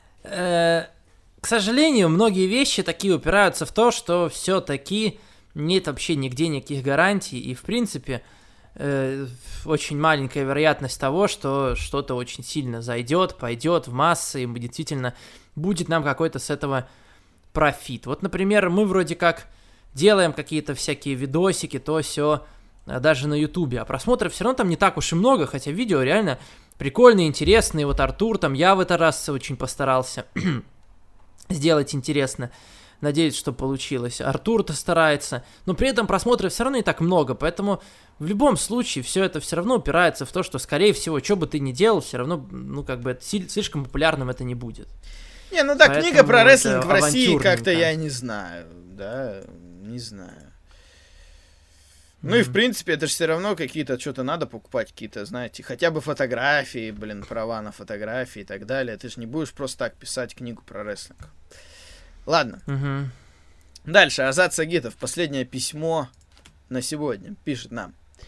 К сожалению, многие вещи такие упираются в то, что все-таки нет вообще нигде никаких гарантий, и, в принципе, э, очень маленькая вероятность того, что что-то очень сильно зайдет, пойдет в массы, и действительно будет нам какой-то с этого профит. Вот, например, мы вроде как делаем какие-то всякие видосики, то все даже на Ютубе, а просмотров все равно там не так уж и много, хотя видео реально прикольные, интересные. Вот Артур, там я в этот раз очень постарался сделать интересно. Надеюсь, что получилось. Артур-то старается. Но при этом просмотров все равно не так много. Поэтому в любом случае все это все равно упирается в то, что, скорее всего, что бы ты ни делал, все равно, ну, как бы, это слишком популярным это не будет. Не, ну да, поэтому книга про рестлинг в России как-то я не знаю. Да, не знаю. Ну mm-hmm. и в принципе это же все равно какие-то, что-то надо покупать, какие-то, знаете, хотя бы фотографии, блин, права на фотографии и так далее. Ты же не будешь просто так писать книгу про рестлинг. Ладно. Mm-hmm. Дальше. Азат Сагитов. Последнее письмо на сегодня. Пишет нам.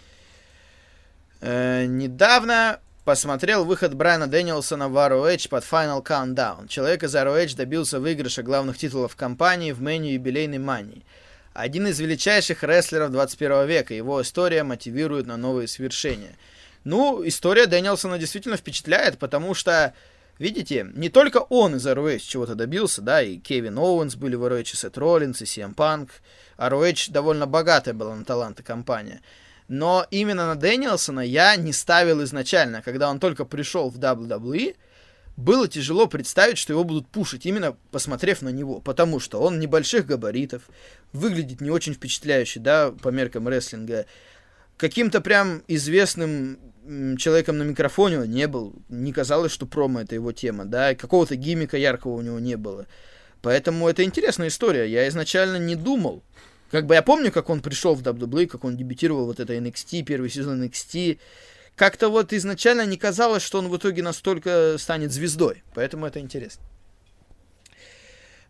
Э, недавно посмотрел выход Брайана Дэнилсона в ар о эйч под Final Countdown. Человек из ар о эйч добился выигрыша главных титулов компании в меню юбилейной мании. Один из величайших рестлеров двадцать первого века. Его история мотивирует на новые свершения. Ну, история Дэнилсона действительно впечатляет, потому что, видите, не только он из ар о эйч чего-то добился, да, и Кевин Оуэнс были в ар о эйч, и Сет Роллинс, и си эм Punk. ар о эйч довольно богатая была на таланты компания. Но именно на Дэнилсона я не ставил изначально. Когда он только пришел в дабл ю дабл ю и, было тяжело представить, что его будут пушить, именно посмотрев на него. Потому что он небольших габаритов, выглядит не очень впечатляюще, да, по меркам рестлинга. Каким-то прям известным человеком на микрофоне он не был. Не казалось, что промо — это его тема, да, и какого-то гиммика яркого у него не было. Поэтому это интересная история. Я изначально не думал. Как бы я помню, как он пришел в дабл ю дабл ю и, как он дебютировал вот это эн экс ти, первый сезон эн экс ти. Как-то вот изначально не казалось, что он в итоге настолько станет звездой. Поэтому это интересно.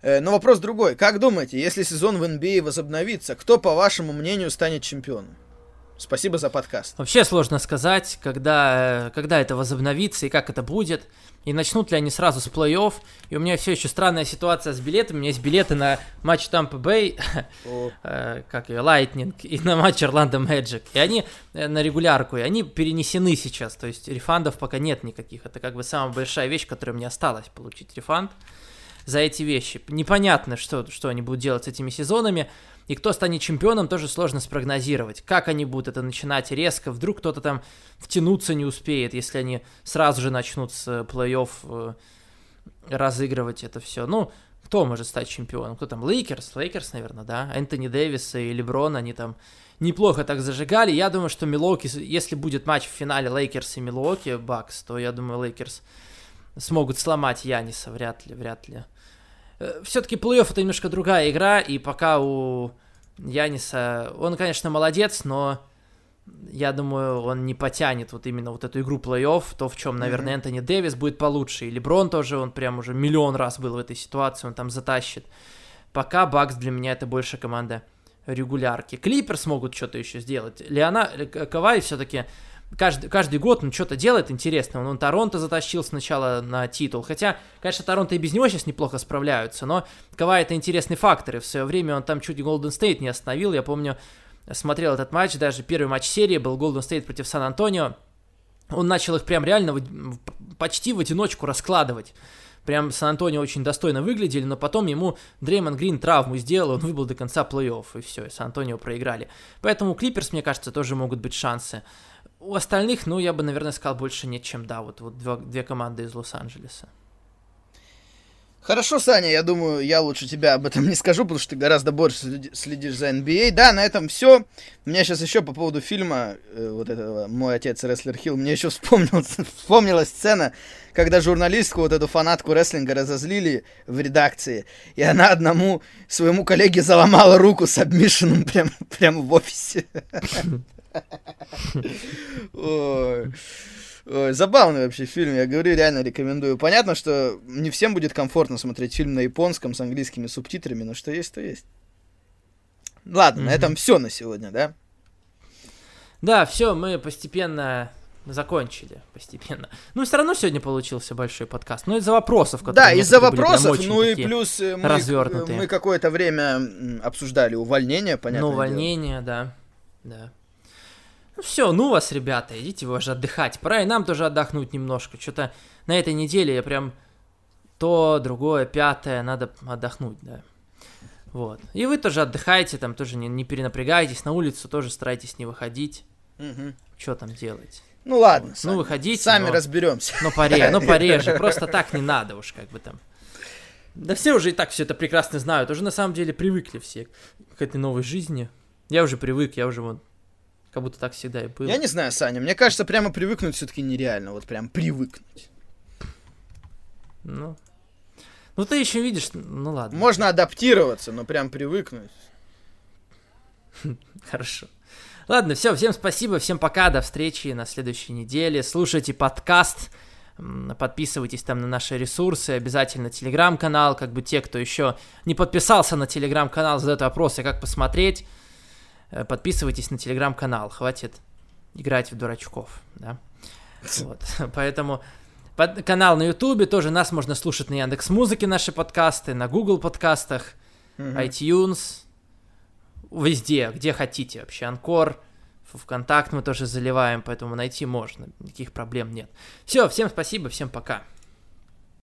Э, но вопрос другой. Как думаете, если сезон в эн би эй возобновится, кто, по вашему мнению, станет чемпионом? Спасибо за подкаст. Вообще сложно сказать, когда, когда это возобновится и как это будет. И начнут ли они сразу с плей-офф. И у меня все еще странная ситуация с билетами. У меня есть билеты на матч Тампа Бэй, э, как ее, Лайтнинг, и на матч Орландо Мэджик. И они э, на регулярку, и они перенесены сейчас. То есть рефандов пока нет никаких. Это как бы самая большая вещь, которая мне осталась, получить рефанд за эти вещи. Непонятно, что, что они будут делать с этими сезонами. И кто станет чемпионом, тоже сложно спрогнозировать. Как они будут это начинать резко, вдруг кто-то там втянуться не успеет, если они сразу же начнут с плей-офф э, разыгрывать это все. Ну, кто может стать чемпионом? Кто там? Лейкерс? Лейкерс, наверное, да? Энтони Дэвис и Леброн, они там неплохо так зажигали. Я думаю, что Милуоки, если будет матч в финале Лейкерс и Милуоки Бакс, то я думаю, Лейкерс смогут сломать Яниса, вряд ли, вряд ли. Все-таки плей-офф это немножко другая игра, и пока у Яниса, он, конечно, молодец, но я думаю, он не потянет вот именно вот эту игру плей-офф, то, в чем, наверное, mm-hmm. Энтони Дэвис будет получше, и Леброн тоже, он прям уже миллион раз был в этой ситуации, он там затащит. Пока Бакс для меня это больше команда регулярки. Клиперс могут что-то еще сделать. Леона, Кавай все-таки каждый, каждый год он что-то делает интересное. Он, он Торонто затащил сначала на титул. Хотя, конечно, Торонто и без него сейчас неплохо справляются, но Кавай это интересный фактор. И в свое время он там чуть Голден Стейт не остановил. Я помню, смотрел этот матч, даже первый матч серии был Голден Стейт против Сан-Антонио. Он начал их прям реально в, почти в одиночку раскладывать. Прям Сан-Антонио очень достойно выглядели, но потом ему Дреймонд Грин травму сделал, он выбыл до конца плей-офф, и все, и Сан-Антонио проиграли. Поэтому у Клиперс, мне кажется, тоже могут быть шансы. У остальных, ну, я бы, наверное, сказал, больше нет, чем, да, вот, вот две, две команды из Лос-Анджелеса. Хорошо, Саня, я думаю, я лучше тебя об этом не скажу, потому что ты гораздо больше следишь за эн би эй. Да, на этом все. У меня сейчас еще по поводу фильма, э, вот этого «Мой отец Рестлер Хилл», мне еще вспомнилась, вспомнилась сцена, когда журналистку, вот эту фанатку рестлинга, разозлили в редакции, и она одному своему коллеге заломала руку с обмишином прямо, прямо в офисе. Ой. Ой, забавный вообще фильм, я говорю, реально рекомендую. Понятно, что не всем будет комфортно смотреть фильм на японском с английскими субтитрами, но что есть, то есть. Ладно, mm-hmm. на этом все на сегодня, да? Да, все, мы постепенно закончили, постепенно. Ну, все равно сегодня получился большой подкаст. Ну, из-за вопросов, которые Да, из-за вопросов, ну и плюс мы, мы какое-то время обсуждали увольнение, понятно. Ну, увольнение, да, да. Ну все, ну вас, ребята, идите вы уже отдыхать. Пора и нам тоже отдохнуть немножко. Что-то на этой неделе я прям то, другое, пятое, надо отдохнуть, да. Вот. И вы тоже отдыхайте, там тоже не, не перенапрягайтесь, на улицу тоже старайтесь не выходить. Угу. Что там делать? Ну ладно, вот. Ну выходите. Сами но, разберемся. Но пореже, ну пореже, просто так не надо уж как бы там. Да все уже и так все это прекрасно знают, уже на самом деле привыкли все к этой новой жизни. Я уже привык, я уже вот как будто так всегда и было. Я не знаю, Саня, мне кажется, прямо привыкнуть все-таки нереально, вот прям привыкнуть. Ну, ну ты еще видишь, ну ладно. Можно адаптироваться, но прям привыкнуть. Хорошо. Ладно, все, всем спасибо, всем пока, до встречи на следующей неделе. Слушайте подкаст, подписывайтесь там на наши ресурсы, обязательно телеграм-канал, как бы те, кто еще не подписался на телеграм-канал, задают вопросы, как посмотреть. Подписывайтесь на телеграм-канал, хватит играть в дурачков, да, вот, поэтому под, канал на ютубе, тоже нас можно слушать на Яндекс.Музыке, наши подкасты, на Google подкастах, mm-hmm. iTunes, везде, где хотите вообще, Анкор, ВКонтакт мы тоже заливаем, поэтому найти можно, никаких проблем нет. Все, всем спасибо, всем пока.